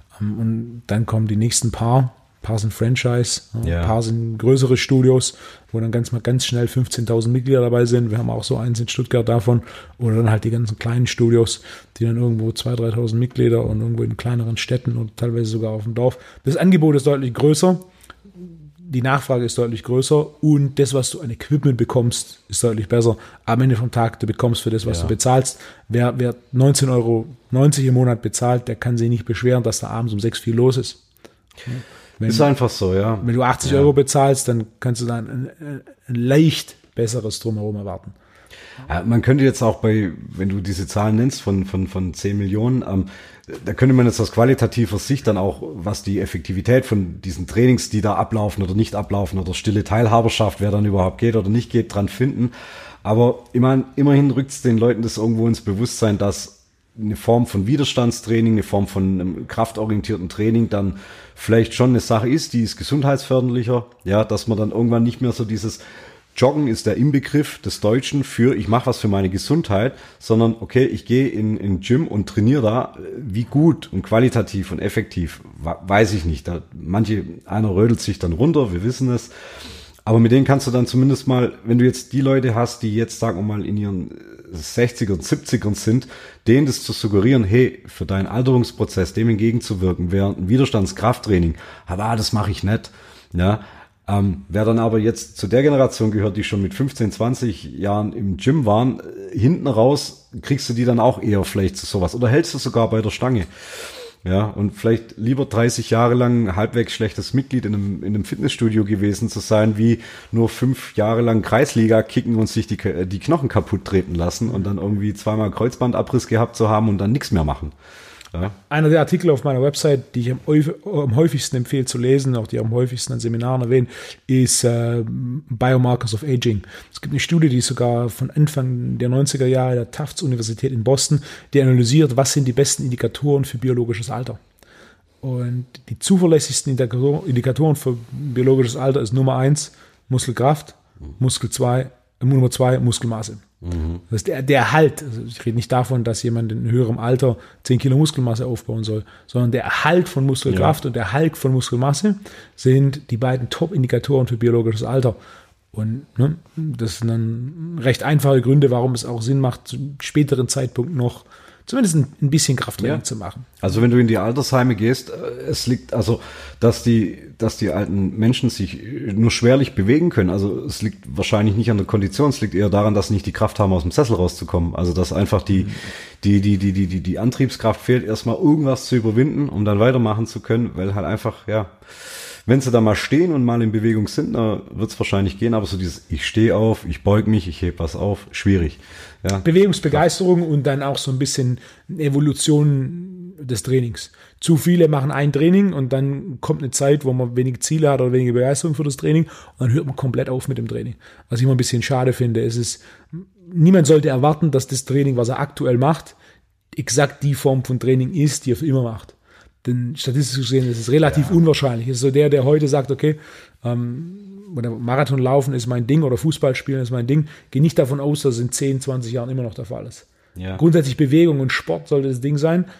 Und dann kommen die nächsten paar sind Franchise, paar sind größere Studios, wo dann ganz schnell 15.000 Mitglieder dabei sind. Wir haben auch so eins in Stuttgart davon. Oder dann halt die ganzen kleinen Studios, die dann irgendwo 2.000, 3.000 Mitglieder und irgendwo in kleineren Städten und teilweise sogar auf dem Dorf. Das Angebot ist deutlich größer. Die Nachfrage ist deutlich größer und das, was du an Equipment bekommst, ist deutlich besser. Am Ende vom Tag, du bekommst für das, was du bezahlst. Wer 19,90 € im Monat bezahlt, der kann sich nicht beschweren, dass da abends um 6 viel los ist. Ist einfach so, ja. Wenn du 80 € bezahlst, dann kannst du dann ein leicht besseres Drumherum erwarten. Ja, man könnte jetzt auch wenn du diese Zahlen nennst von 10 Millionen, da könnte man jetzt aus qualitativer Sicht dann auch, was die Effektivität von diesen Trainings, die da ablaufen oder nicht ablaufen oder stille Teilhaberschaft, wer dann überhaupt geht oder nicht geht, dran finden. Aber immerhin rückt es den Leuten das irgendwo ins Bewusstsein, dass eine Form von Widerstandstraining, eine Form von einem kraftorientierten Training dann vielleicht schon eine Sache ist, die ist gesundheitsförderlicher, ja, dass man dann irgendwann nicht mehr so dieses Joggen ist der Inbegriff des Deutschen für ich mache was für meine Gesundheit, sondern okay, ich gehe in Gym und trainiere da, wie gut und qualitativ und effektiv, weiß ich nicht. Einer rödelt sich dann runter, wir wissen es, aber mit denen kannst du dann zumindest mal, wenn du jetzt die Leute hast, die jetzt, sagen wir mal, in ihren 60ern, 70ern sind, denen das zu suggerieren, hey, für deinen Alterungsprozess dem entgegenzuwirken, während ein Widerstandskrafttraining, das mache ich nicht, ja. Wer dann aber jetzt zu der Generation gehört, die schon mit 15, 20 Jahren im Gym waren, hinten raus kriegst du die dann auch eher vielleicht zu sowas oder hältst du sogar bei der Stange. Ja, und vielleicht lieber 30 Jahre lang halbwegs schlechtes Mitglied in einem Fitnessstudio gewesen zu sein, wie nur 5 Jahre lang Kreisliga kicken und sich die Knochen kaputt treten lassen und dann irgendwie 2-mal Kreuzbandabriss gehabt zu haben und dann nichts mehr machen. Ja. Einer der Artikel auf meiner Website, die ich am häufigsten empfehle zu lesen, auch die am häufigsten an Seminaren erwähnen, ist Biomarkers of Aging. Es gibt eine Studie, die sogar von Anfang der 90er Jahre der Tufts Universität in Boston, die analysiert, was sind die besten Indikatoren für biologisches Alter. Und die zuverlässigsten Indikatoren für biologisches Alter ist Nummer 1 Muskelkraft, Nummer 2 Muskelmasse. Das ist der Erhalt. Also ich rede nicht davon, dass jemand in höherem Alter 10 Kilo Muskelmasse aufbauen soll, sondern der Erhalt von Muskelkraft und der Erhalt von Muskelmasse sind die beiden Top-Indikatoren für biologisches Alter. Und das sind dann recht einfache Gründe, warum es auch Sinn macht, zu einem späteren Zeitpunkt noch zumindest ein bisschen Krafttraining zu machen. Also wenn du in die Altersheime gehst, es liegt also, dass die alten Menschen sich nur schwerlich bewegen können. Also es liegt wahrscheinlich nicht an der Kondition, es liegt eher daran, dass sie nicht die Kraft haben, aus dem Sessel rauszukommen. Also dass einfach die Antriebskraft fehlt, erstmal irgendwas zu überwinden, um dann weitermachen zu können, weil halt einfach, wenn sie da mal stehen und mal in Bewegung sind, dann wird es wahrscheinlich gehen, aber so dieses, ich stehe auf, ich beug mich, ich heb was auf, schwierig. Ja. Bewegungsbegeisterung und dann auch so ein bisschen Evolution des Trainings. Zu viele machen ein Training und dann kommt eine Zeit, wo man wenig Ziele hat oder wenige Begeisterung für das Training und dann hört man komplett auf mit dem Training. Was ich immer ein bisschen schade finde, niemand sollte erwarten, dass das Training, was er aktuell macht, exakt die Form von Training ist, die er für immer macht. Denn statistisch gesehen ist es relativ unwahrscheinlich. Es ist so der heute sagt, okay, oder Marathon laufen ist mein Ding oder Fußball spielen ist mein Ding. Gehe nicht davon aus, dass es in 10, 20 Jahren immer noch der Fall ist. Ja. Grundsätzlich Bewegung und Sport sollte das Ding sein.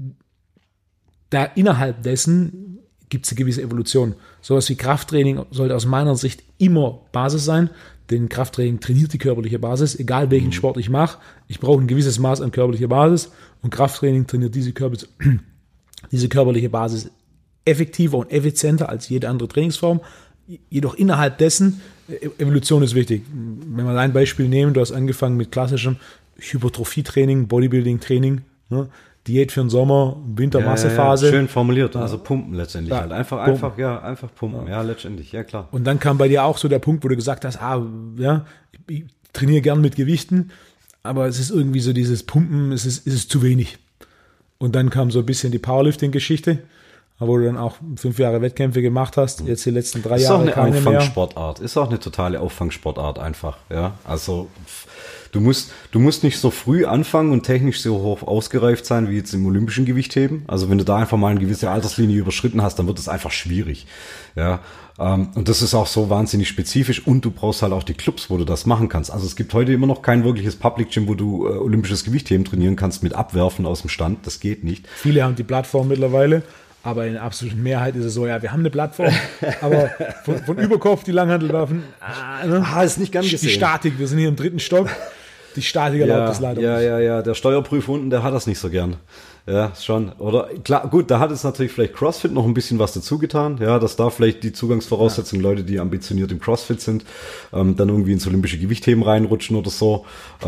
Da innerhalb dessen gibt es eine gewisse Evolution. Sowas wie Krafttraining sollte aus meiner Sicht immer Basis sein, denn Krafttraining trainiert die körperliche Basis, egal welchen Sport ich mache. Ich brauche ein gewisses Maß an körperlicher Basis und Krafttraining trainiert diese körperliche Basis effektiver und effizienter als jede andere Trainingsform. Jedoch innerhalb dessen, Evolution ist wichtig. Wenn wir ein Beispiel nehmen, du hast angefangen mit klassischem Hypertrophie-Training, Bodybuilding-Training, Diät für den Sommer, Winter-Massephase. Ja, schön formuliert, also pumpen letztendlich halt. Einfach pumpen, letztendlich, ja klar. Und dann kam bei dir auch so der Punkt, wo du gesagt hast, ich trainiere gern mit Gewichten, aber es ist irgendwie so dieses Pumpen, es ist zu wenig. Und dann kam so ein bisschen die Powerlifting-Geschichte, wo du dann auch 5 Jahre Wettkämpfe gemacht hast, jetzt die letzten 3 Jahre keine mehr. Ist auch eine Auffangsportart, ist auch eine totale Auffangsportart einfach, ja. Also du musst nicht so früh anfangen und technisch so hoch ausgereift sein wie jetzt im olympischen Gewichtheben. Also wenn du da einfach mal eine gewisse Alterslinie überschritten hast, dann wird es einfach schwierig, ja. Und das ist auch so wahnsinnig spezifisch und du brauchst halt auch die Clubs, wo du das machen kannst. Also es gibt heute immer noch kein wirkliches Public Gym, wo du olympisches Gewichtheben trainieren kannst mit Abwerfen aus dem Stand. Das geht nicht. Viele haben die Plattform mittlerweile, aber in der absoluten Mehrheit ist es so, wir haben eine Plattform, aber von Überkopf die Langhantelwerfen, ist nicht ganz die Statik, wir sind hier im 3. Stock, die Statik erlaubt das leider nicht. Ja, der Steuerprüfer unten, der hat das nicht so gern. Ja, schon. Oder klar, gut, da hat es natürlich vielleicht CrossFit noch ein bisschen was dazu getan. Ja, dass da vielleicht die Zugangsvoraussetzungen, Leute, die ambitioniert im CrossFit sind, dann irgendwie ins olympische Gewichtheben reinrutschen oder so.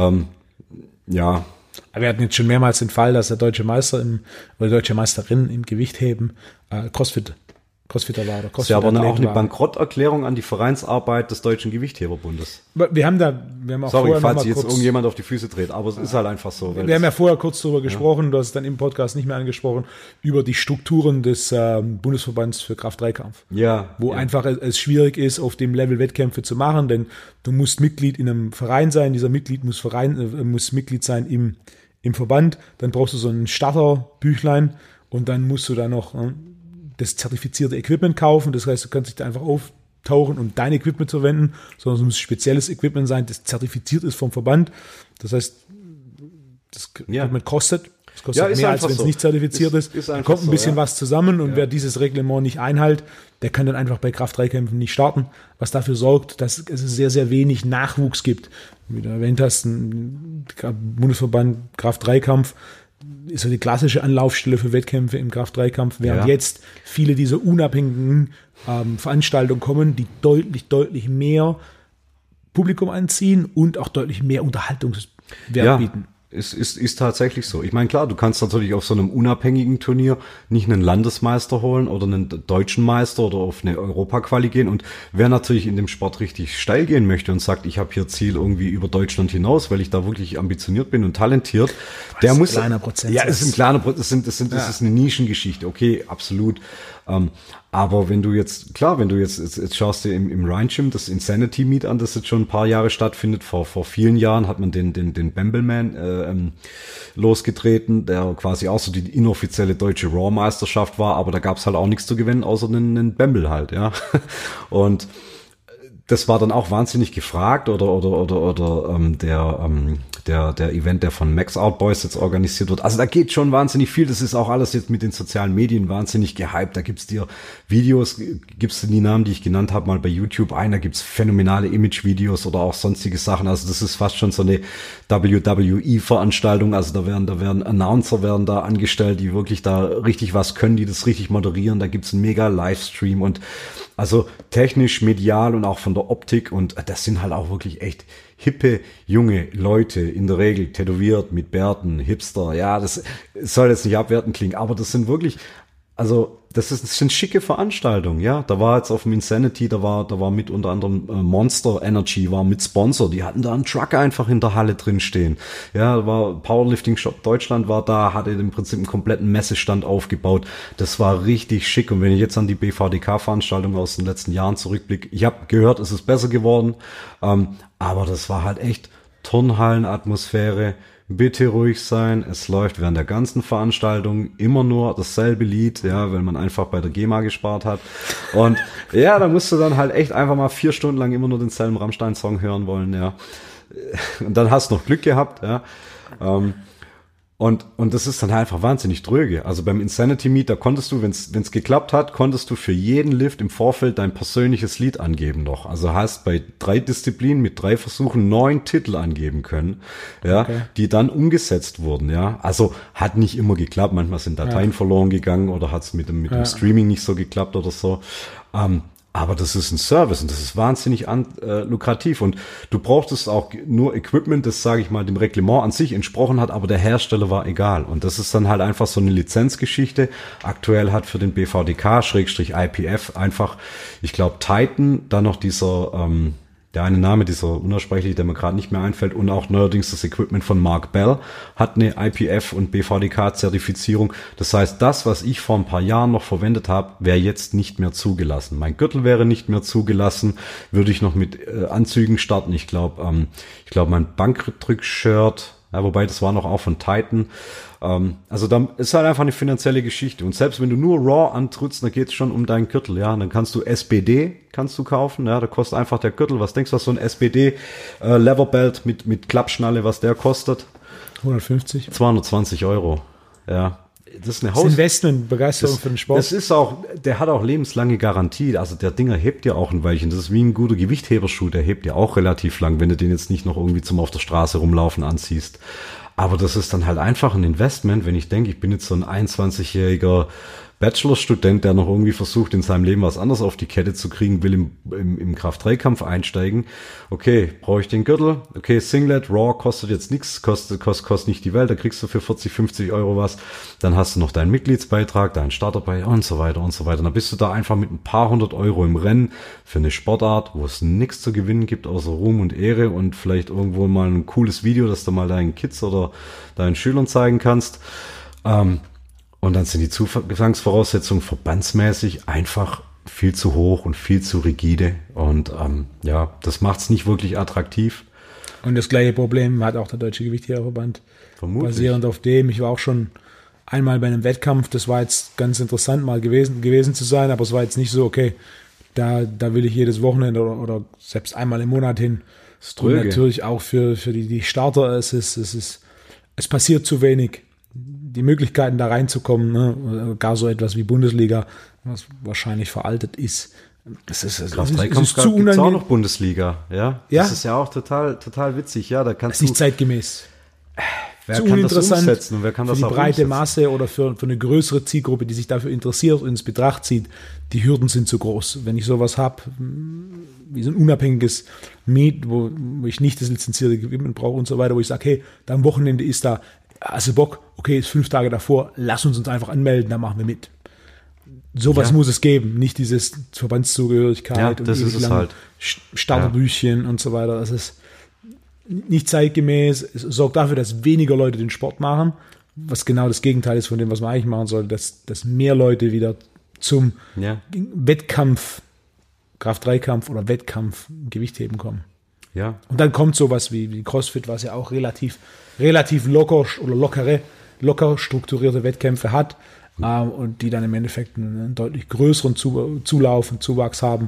Ja. Wir hatten jetzt schon mehrmals den Fall, dass der deutsche Meister oder die deutsche Meisterin im Gewichtheben Crossfitter war. Oder das ist ja aber auch eine Bankrotterklärung an die Vereinsarbeit des Deutschen Gewichtheberbundes. Wir haben auch Sorry, falls jetzt irgendjemand auf die Füße dreht, aber es ist halt einfach so. Wir haben ja vorher kurz darüber gesprochen, du hast es dann im Podcast nicht mehr angesprochen, über die Strukturen des Bundesverbands für Kraft-3-Kampf. Ja. Wo einfach es schwierig ist, auf dem Level Wettkämpfe zu machen, denn du musst Mitglied in einem Verein sein, dieser Mitglied muss Mitglied sein im Verband, dann brauchst du so ein Starterbüchlein und dann musst du da noch das zertifizierte Equipment kaufen. Das heißt, du kannst dich da einfach auftauchen und dein Equipment verwenden, sondern es muss spezielles Equipment sein, das zertifiziert ist vom Verband. Das heißt, das Equipment kostet. Das kostet mehr, als wenn es nicht zertifiziert ist. Da kommt ein bisschen was zusammen und wer dieses Reglement nicht einhält, der kann dann einfach bei Kraft-3-Kämpfen nicht starten, was dafür sorgt, dass es sehr, sehr wenig Nachwuchs gibt. Wie du erwähnt hast, ein Bundesverband Kraft-3-Kampf ist so die klassische Anlaufstelle für Wettkämpfe im Kraft-3-Kampf, während jetzt viele dieser unabhängigen Veranstaltungen kommen, die deutlich mehr Publikum anziehen und auch deutlich mehr Unterhaltungswert bieten. Ist tatsächlich so. Ich meine, klar, du kannst natürlich auf so einem unabhängigen Turnier nicht einen Landesmeister holen oder einen deutschen Meister oder auf eine Europaquali gehen. Und wer natürlich in dem Sport richtig steil gehen möchte und sagt, ich habe hier Ziel irgendwie über Deutschland hinaus, weil ich da wirklich ambitioniert bin und talentiert, der muss. Ein kleiner Prozent. Ja, es ist ein kleiner Prozent. Das ist eine Nischengeschichte. Okay, absolut. Aber wenn du jetzt schaust dir im Rhine Gym das Insanity Meet an, das jetzt schon ein paar Jahre stattfindet. Vor vielen Jahren hat man den Bambleman losgetreten, der quasi auch so die inoffizielle deutsche Raw-Meisterschaft war, aber da gab's halt auch nichts zu gewinnen, außer einen Bamble halt, ja. Und das war dann auch wahnsinnig gefragt oder der Event, der von Max Out Boys jetzt organisiert wird. Also da geht schon wahnsinnig viel. Das ist auch alles jetzt mit den sozialen Medien wahnsinnig gehypt. Da gibt's dir Videos, gibst du die Namen, die ich genannt habe, mal bei YouTube ein. Da gibt's phänomenale Image-Videos oder auch sonstige Sachen. Also das ist fast schon so eine WWE-Veranstaltung. Also da werden Announcer werden da angestellt, die wirklich da richtig was können, die das richtig moderieren. Da gibt's einen mega Livestream und also technisch, medial und auch von der Optik und das sind halt auch wirklich echt hippe, junge Leute, in der Regel tätowiert, mit Bärten, Hipster, ja, das soll jetzt nicht abwertend klingen, aber das sind wirklich, also das sind schicke Veranstaltungen, ja. Da war jetzt auf dem Insanity, da war mit unter anderem Monster Energy, war mit Sponsor, die hatten da einen Truck einfach in der Halle drin stehen. Ja, da war Powerlifting Shop Deutschland war da, hatte im Prinzip einen kompletten Messestand aufgebaut. Das war richtig schick. Und wenn ich jetzt an die BVDK-Veranstaltung aus den letzten Jahren zurückblicke, ich habe gehört, es ist besser geworden, aber das war halt echt Turnhallenatmosphäre. Bitte ruhig sein, es läuft während der ganzen Veranstaltung immer nur dasselbe Lied, ja, weil man einfach bei der GEMA gespart hat. Und ja, da musst du dann halt echt einfach mal 4 Stunden lang immer nur denselben Rammstein-Song hören wollen, ja. Und dann hast du noch Glück gehabt, ja. Und das ist dann halt einfach wahnsinnig dröge. Also beim Insanity Meet, da konntest du, wenn's geklappt hat, konntest du für jeden Lift im Vorfeld dein persönliches Lied angeben noch. Also hast bei 3 Disziplinen mit 3 Versuchen 9 Titel angeben können, ja, okay, die dann umgesetzt wurden, ja. Also hat nicht immer geklappt, manchmal sind Dateien verloren gegangen oder hat's mit dem Streaming nicht so geklappt oder so. Aber das ist ein Service und das ist wahnsinnig lukrativ und du brauchtest auch nur Equipment, das, sage ich mal, dem Reglement an sich entsprochen hat, aber der Hersteller war egal und das ist dann halt einfach so eine Lizenzgeschichte. Aktuell hat für den BVDK/IPF einfach, ich glaube, Titan, dann noch dieser der eine Name, dieser unaussprechliche, der mir gerade nicht mehr einfällt, und auch neuerdings das Equipment von Mark Bell hat eine IPF und BVDK-Zertifizierung. Das heißt, das, was ich vor ein paar Jahren noch verwendet habe, wäre jetzt nicht mehr zugelassen. Mein Gürtel wäre nicht mehr zugelassen, würde ich noch mit Anzügen starten. Ich glaube, mein Bankdrück-Shirt, ja, wobei das war noch auch von Titan. Also da ist halt einfach eine finanzielle Geschichte. Und selbst wenn du nur Raw antrittst, dann geht's schon um deinen Gürtel, ja. Dann kannst du SBD kaufen, ja. Da kostet einfach der Gürtel. Was denkst du, was so ein SBD Leverbelt mit Klappschnalle, was der kostet? 150. 220 €, ja. Das ist eine Investment, Begeisterung für den Sport. Das ist auch, der hat auch lebenslange Garantie. Also der Dinger hebt ja auch ein Weilchen. Das ist wie ein guter Gewichtheberschuh, der hebt ja auch relativ lang, wenn du den jetzt nicht noch irgendwie zum auf der Straße rumlaufen anziehst. Aber das ist dann halt einfach ein Investment, wenn ich denke, ich bin jetzt so ein 21-jähriger Bachelorstudent, der noch irgendwie versucht, in seinem Leben was anderes auf die Kette zu kriegen, will im Kraft-3-Kampf einsteigen. Okay, brauche ich den Gürtel? Okay, Singlet, Raw kostet jetzt nichts, kostet nicht die Welt, da kriegst du für 40, 50 € was. Dann hast du noch deinen Mitgliedsbeitrag, deinen Starterbeitrag und so weiter und so weiter. Dann bist du da einfach mit ein paar 100 € im Rennen für eine Sportart, wo es nichts zu gewinnen gibt, außer Ruhm und Ehre und vielleicht irgendwo mal ein cooles Video, das du mal deinen Kids oder deinen Schülern zeigen kannst. Und dann sind die Zugangsvoraussetzungen verbandsmäßig einfach viel zu hoch und viel zu rigide. Und ja, das macht es nicht wirklich attraktiv. Und das gleiche Problem hat auch der Deutsche Gewichtheberverband. Vermutlich. Basierend auf dem. Ich war auch schon einmal bei einem Wettkampf. Das war jetzt ganz interessant, mal gewesen zu sein. Aber es war jetzt nicht so, okay, da will ich jedes Wochenende oder selbst einmal im Monat hin. Und natürlich auch für die Starter. Es passiert zu wenig. Die Möglichkeiten da reinzukommen, ne? Gar so etwas wie Bundesliga, was wahrscheinlich veraltet ist. Es ist zu unangenehm. Gibt's auch noch Bundesliga, ja? Das ist ja auch total witzig, ja. Da kannst du nicht zeitgemäß. Wer kann das umsetzen und wer kann das auch umsetzen? Für die breite Masse oder für eine größere Zielgruppe, die sich dafür interessiert und ins Betracht zieht, die Hürden sind zu groß. Wenn ich sowas habe, wie so ein unabhängiges Meet, wo ich nicht das lizenzierte Equipment brauche und so weiter, wo ich sage, hey, da am Wochenende ist da, also Bock, okay, ist 5 Tage davor, lass uns einfach anmelden, dann machen wir mit. Sowas muss es geben, nicht dieses Verbandszugehörigkeit und das ist es halt. Starterbüchchen und so weiter. Das ist nicht zeitgemäß. Es sorgt dafür, dass weniger Leute den Sport machen, was genau das Gegenteil ist von dem, was man eigentlich machen sollte, dass mehr Leute wieder zum Wettkampf, Kraft-3-Kampf oder Wettkampf Gewichtheben kommen. Ja. Und dann kommt sowas wie CrossFit, was ja auch relativ locker oder locker strukturierte Wettkämpfe hat und die dann im Endeffekt einen deutlich größeren Zuwachs haben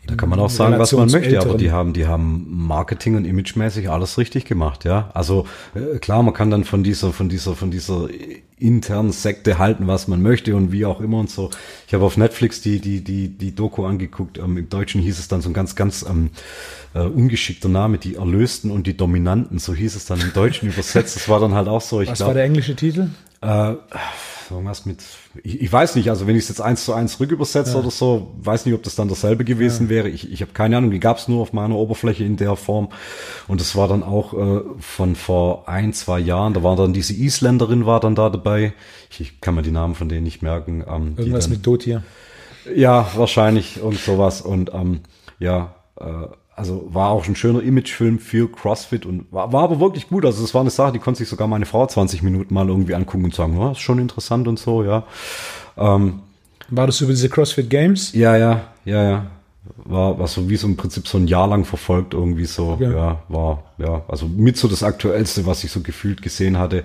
Da kann man auch sagen, was man möchte, aber die haben Marketing und imagemäßig alles richtig gemacht, ja. Also klar, man kann dann von dieser internen Sekte halten, was man möchte und wie auch immer und so. Ich habe auf Netflix die Doku angeguckt. Im Deutschen hieß es dann so ein ganz ungeschickter Name, die Erlösten und die Dominanten, so hieß es dann im Deutschen übersetzt. Das war dann halt auch so. Was war der englische Titel? Irgendwas mit, ich weiß nicht, also wenn ich es jetzt 1:1 rückübersetze oder so, weiß nicht, ob das dann dasselbe gewesen wäre. Ich habe keine Ahnung, die gab es nur auf meiner Oberfläche in der Form. Und das war dann auch von vor 1-2 Jahren, da war dann diese Isländerin war dann da dabei. Ich kann mir die Namen von denen nicht merken. Irgendwas mit Dotir. Ja, wahrscheinlich und sowas. Und also war auch ein schöner Imagefilm für CrossFit und war aber wirklich gut. Also es war eine Sache, die konnte sich sogar meine Frau 20 Minuten mal irgendwie angucken und sagen, oh, ist schon interessant und so, ja. War das über diese CrossFit Games? Ja. War so wie so im Prinzip so ein Jahr lang verfolgt irgendwie so. Okay. Ja, also mit so das Aktuellste, was ich so gefühlt gesehen hatte.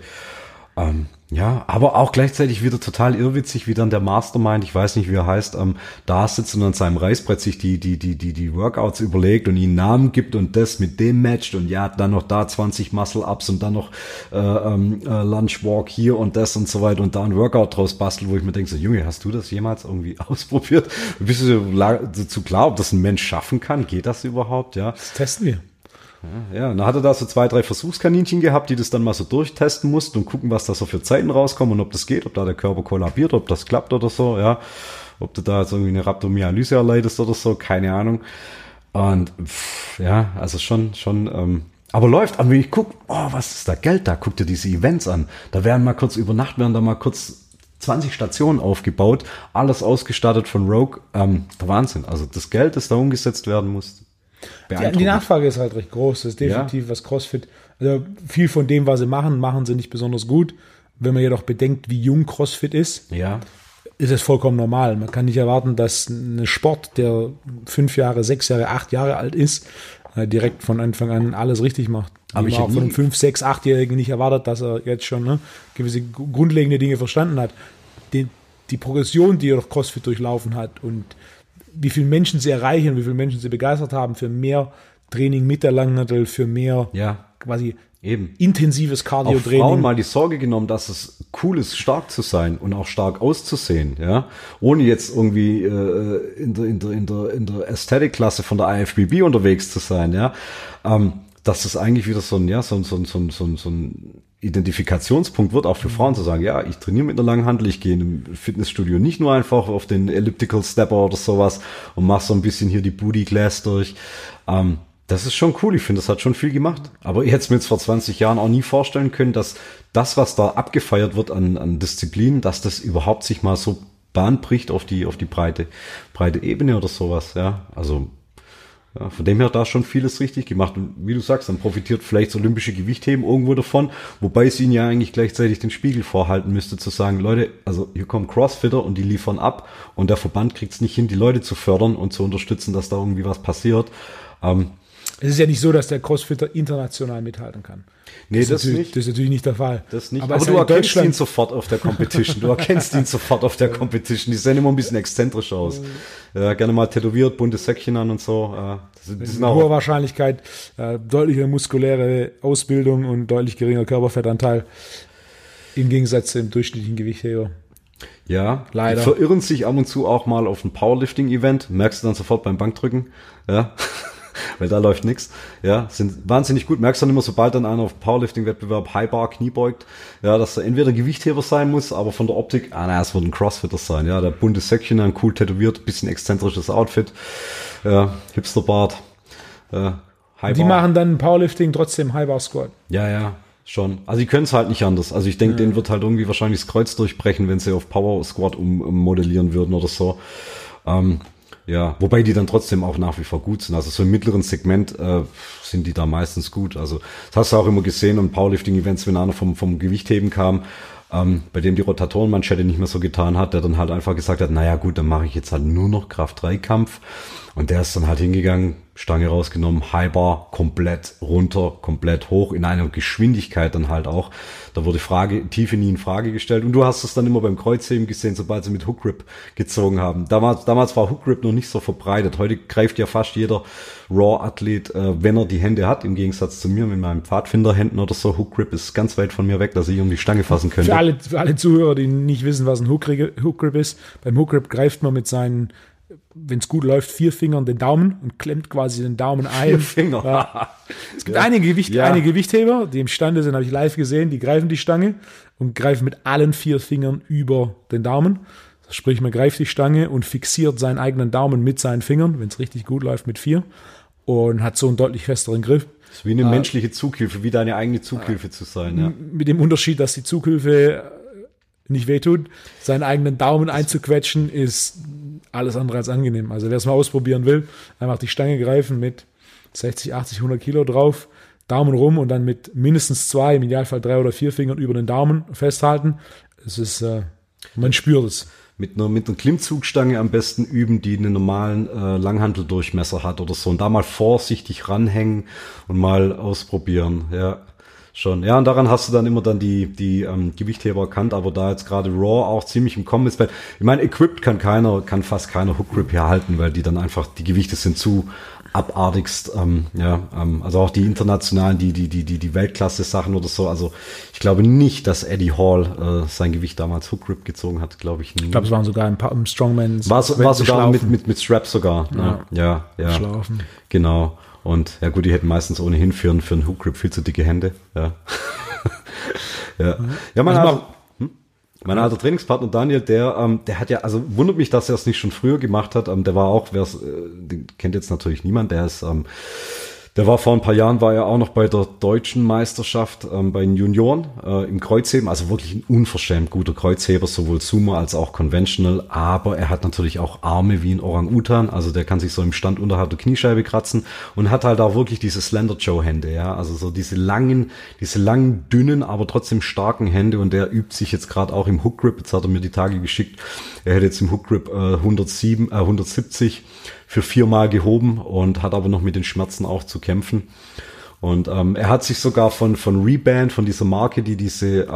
Aber auch gleichzeitig wieder total irrwitzig, wie dann der Mastermind, ich weiß nicht, wie er heißt, da sitzt und an seinem Reißbrett sich die Workouts überlegt und ihnen Namen gibt und das mit dem matcht und ja, dann noch da 20 Muscle-Ups und dann noch Lunchwalk hier und das und so weiter und da ein Workout draus bastelt, wo ich mir denke, so Junge, hast du das jemals irgendwie ausprobiert? Bist du dazu klar, ob das ein Mensch schaffen kann? Geht das überhaupt? Ja, Das testen wir. Ja, dann hat er da so 2-3 Versuchskaninchen gehabt, die das dann mal so durchtesten mussten und gucken, was da so für Zeiten rauskommen und ob das geht, ob da der Körper kollabiert, ob das klappt oder so, ja. Ob du da jetzt irgendwie eine Rhabdomyolyse erleidest oder so, keine Ahnung. Und also schon, aber läuft. Aber wenn ich gucke, was ist da Geld da? Guck dir diese Events an. Da werden da mal kurz 20 Stationen aufgebaut, alles ausgestattet von Rogue. Der Wahnsinn. Also das Geld, das da umgesetzt werden muss. Die Nachfrage ist halt recht groß. Das ist definitiv was CrossFit. Also viel von dem, was sie machen sie nicht besonders gut. Wenn man jedoch bedenkt, wie jung CrossFit ist, ist es vollkommen normal. Man kann nicht erwarten, dass ein Sport, der 5 Jahre, 6 Jahre, 8 Jahre alt ist, direkt von Anfang an alles richtig macht. Aber ich habe auch von einem 5-, 6-, 8-Jährigen nicht erwartet, dass er jetzt schon gewisse grundlegende Dinge verstanden hat. Die Progression, die er durch CrossFit durchlaufen hat und wie viele Menschen sie erreichen, wie viele Menschen sie begeistert haben für mehr Training mit der Langhantel, für mehr quasi intensives Cardio-Training. Frauen mal die Sorge genommen, dass es cool ist, stark zu sein und auch stark auszusehen, ja, ohne jetzt irgendwie in der Ästhetikklasse von der IFBB unterwegs zu sein, ja, dass es eigentlich wieder so ein Identifikationspunkt wird, auch für Frauen zu sagen, ja, ich trainiere mit einer Langhantel, ich gehe in einem Fitnessstudio nicht nur einfach auf den Elliptical Stepper oder sowas und mache so ein bisschen hier die Booty Class durch. Das ist schon cool, ich finde, das hat schon viel gemacht. Aber ich hätte es mir jetzt vor 20 Jahren auch nie vorstellen können, dass das, was da abgefeiert wird an Disziplinen, dass das überhaupt sich mal so Bahn bricht auf die breite Ebene oder sowas, ja. Also ja, von dem her da schon vieles richtig gemacht. Und wie du sagst, dann profitiert vielleicht das olympische Gewichtheben irgendwo davon, wobei es ihnen ja eigentlich gleichzeitig den Spiegel vorhalten müsste, zu sagen, Leute, also hier kommen Crossfitter und die liefern ab und der Verband kriegt es nicht hin, die Leute zu fördern und zu unterstützen, dass da irgendwie was passiert. Es ist ja nicht so, dass der Crossfitter international mithalten kann. Nee, das nicht. Das ist natürlich nicht der Fall. Das nicht. Aber du erkennst ihn sofort auf der Competition. Die sehen immer ein bisschen exzentrisch aus. Gerne mal tätowiert, bunte Säckchen an und so. Das ist eine hohe Wahrscheinlichkeit, deutliche muskuläre Ausbildung und deutlich geringer Körperfettanteil im Gegensatz zum durchschnittlichen Gewichtheber. Ja, leider. Die verirren sich ab und zu auch mal auf ein Powerlifting-Event. Merkst du dann sofort beim Bankdrücken. Ja. Weil da läuft nichts. Ja, sind wahnsinnig gut. Merkst du dann immer, sobald dann einer auf Powerlifting-Wettbewerb Highbar Knie beugt, ja, dass er entweder Gewichtheber sein muss, aber von der Optik, es wird ein Crossfitter sein. Ja, der bunte Säckchen, dann cool tätowiert, bisschen exzentrisches Outfit, ja, Hipsterbart, Highbar. Die machen dann Powerlifting trotzdem Highbar Squat. Ja, schon. Also die können es halt nicht anders. Also ich denke, denen wird halt irgendwie wahrscheinlich das Kreuz durchbrechen, wenn sie auf Power Squat ummodellieren würden oder so. Ja, wobei die dann trotzdem auch nach wie vor gut sind. Also so im mittleren Segment sind die da meistens gut. Also das hast du auch immer gesehen an Powerlifting-Events, wenn einer vom Gewichtheben kam, bei dem die Rotatorenmanschette nicht mehr so getan hat, der dann halt einfach gesagt hat, naja gut, dann mache ich jetzt halt nur noch Kraft-3-Kampf. Und der ist dann halt hingegangen, Stange rausgenommen, Highbar komplett runter, komplett hoch, in einer Geschwindigkeit dann halt auch. Da wurde Tiefe nie in Frage gestellt. Und du hast es dann immer beim Kreuzheben gesehen, sobald sie mit Hook Grip gezogen haben. Damals war Hook Grip noch nicht so verbreitet. Heute greift ja fast jeder Raw-Athlet, wenn er die Hände hat, im Gegensatz zu mir mit meinen Pfadfinderhänden oder so. Hook Grip ist ganz weit von mir weg, dass ich um die Stange fassen könnte. Für alle Zuhörer, die nicht wissen, was ein Hook Grip ist, beim Hook Grip greift man mit seinen, wenn es gut läuft, 4 Fingern den Daumen und klemmt quasi den Daumen ein. 4 Finger. Ja. Es gibt einige Gewichtheber, die imstande sind, habe ich live gesehen, die greifen die Stange und greifen mit allen 4 Fingern über den Daumen. Sprich, man greift die Stange und fixiert seinen eigenen Daumen mit seinen Fingern, wenn es richtig gut läuft, mit 4 und hat so einen deutlich festeren Griff. Das ist wie eine menschliche Zughilfe, wie deine eigene Zughilfe zu sein. Ja. Mit dem Unterschied, dass die Zughilfe nicht wehtut, seinen eigenen Daumen einzuquetschen, ist alles andere als angenehm. Also wer es mal ausprobieren will, einfach die Stange greifen mit 60, 80, 100 Kilo drauf, Daumen rum und dann mit mindestens 2, im Idealfall 3 oder 4 Fingern über den Daumen festhalten. Es ist, man spürt es. Mit einer Klimmzugstange am besten üben, die einen normalen Langhanteldurchmesser hat oder so. Und da mal vorsichtig ranhängen und mal ausprobieren. Ja, schon. Ja, und daran hast du dann immer dann die Gewichtheber erkannt. Aber da jetzt gerade Raw auch ziemlich im Kommen ist. Ich meine, equipped kann fast keiner Hook Grip herhalten, weil die dann einfach, die Gewichte sind zu abartigst, also auch die internationalen, die Weltklasse-Sachen oder so. Also ich glaube nicht, dass Eddie Hall sein Gewicht damals Hook Grip gezogen hat, glaube ich nicht. Ich glaube, es waren sogar ein paar Strongman. War sogar mit Straps sogar. Ja. Schlafen. Genau. Und ja gut, die hätten meistens ohnehin für einen Hook Grip viel zu dicke Hände. Ja. Mein alter Trainingspartner Daniel, der hat ja, also wundert mich, dass er es nicht schon früher gemacht hat. Der war auch, den kennt jetzt natürlich niemand, der war vor ein paar Jahren, war er auch noch bei der deutschen Meisterschaft bei den Junioren im Kreuzheben, also wirklich ein unverschämt guter Kreuzheber, sowohl Sumo als auch Conventional, aber er hat natürlich auch Arme wie ein Orang-Utan, also der kann sich so im Stand unterhalb der Kniescheibe kratzen und hat halt auch wirklich diese Slender Joe Hände, ja, also so diese langen, dünnen, aber trotzdem starken Hände und der übt sich jetzt gerade auch im Hook Grip, jetzt hat er mir die Tage geschickt, er hätte jetzt im Hook Grip 170 für 4 Mal gehoben und hat aber noch mit den Schmerzen auch zu kämpfen. Und er hat sich sogar von Reband, von dieser Marke, die diese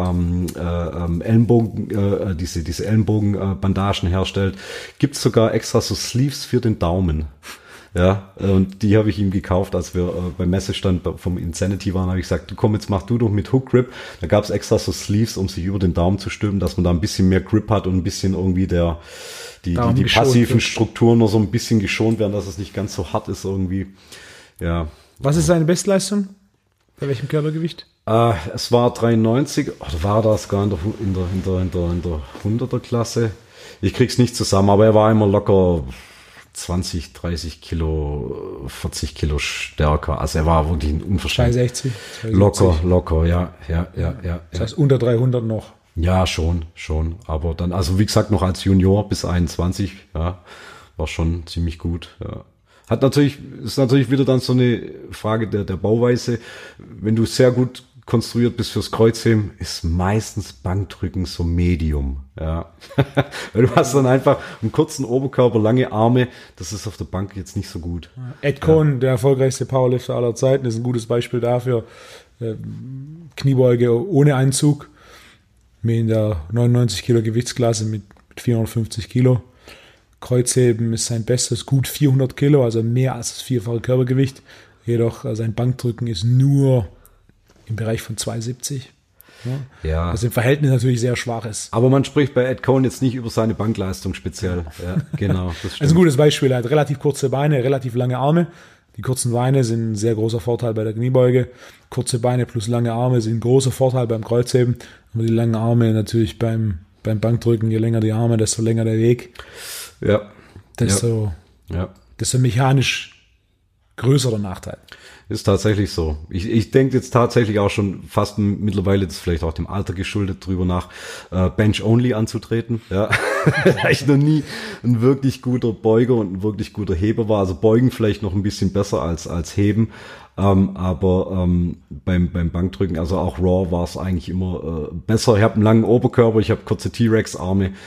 Ellenbogen, diese Ellenbogenbandagen herstellt, gibt's sogar extra so Sleeves für den Daumen. Ja, und die habe ich ihm gekauft, als wir beim Messestand vom Insanity waren, habe ich gesagt, komm, jetzt mach du doch mit Hook Grip. Da gab's extra so Sleeves, um sich über den Daumen zu stülpen, dass man da ein bisschen mehr Grip hat und ein bisschen irgendwie die passiven Strukturen noch so ein bisschen geschont werden, dass es nicht ganz so hart ist irgendwie. Ja. Was ist seine Bestleistung? Bei welchem Körpergewicht? Es war 93, oder war das gar in der 100er Klasse? Ich krieg's nicht zusammen, aber er war immer locker 20, 30 Kilo, 40 Kilo stärker. Also er war wirklich ein unverschämt. 260. Locker, ja. Das heißt unter 300 noch. Ja, schon. Aber dann, also wie gesagt, noch als Junior bis 21, ja, war schon ziemlich gut, ja. Ist natürlich wieder dann so eine Frage der Bauweise. Wenn du sehr gut konstruiert bist fürs Kreuzheben, ist meistens Bankdrücken so Medium, ja. Weil du hast dann einfach einen kurzen Oberkörper, lange Arme, das ist auf der Bank jetzt nicht so gut. Ed Cohn, der erfolgreichste Powerlifter aller Zeiten, ist ein gutes Beispiel dafür. Kniebeuge ohne Einzug, in der 99 Kilo Gewichtsklasse mit 450 Kilo. Kreuzheben ist sein bestes, gut 400 Kilo, also mehr als das 4-fache Körpergewicht. Jedoch sein Bankdrücken ist nur im Bereich von 270. Ja. Was im Verhältnis natürlich sehr schwach ist. Aber man spricht bei Ed Cohn jetzt nicht über seine Bankleistung speziell. Ja, genau. Das ist ein gutes Beispiel. Er hat relativ kurze Beine, relativ lange Arme. Die kurzen Beine sind ein sehr großer Vorteil bei der Kniebeuge. Kurze Beine plus lange Arme sind ein großer Vorteil beim Kreuzheben. Aber die langen Arme natürlich beim Bankdrücken, je länger die Arme, desto länger der Weg. Ja. Desto mechanisch größerer Nachteil. Ist tatsächlich so. Ich denke jetzt tatsächlich auch schon fast mittlerweile, das ist vielleicht auch dem Alter geschuldet, drüber nach, Bench-Only anzutreten. Ja. Da ich noch nie ein wirklich guter Beuger und ein wirklich guter Heber war. Also Beugen vielleicht noch ein bisschen besser als Heben. Aber beim Bankdrücken, also auch Raw, war es eigentlich immer besser. Ich habe einen langen Oberkörper, ich habe kurze T-Rex-Arme.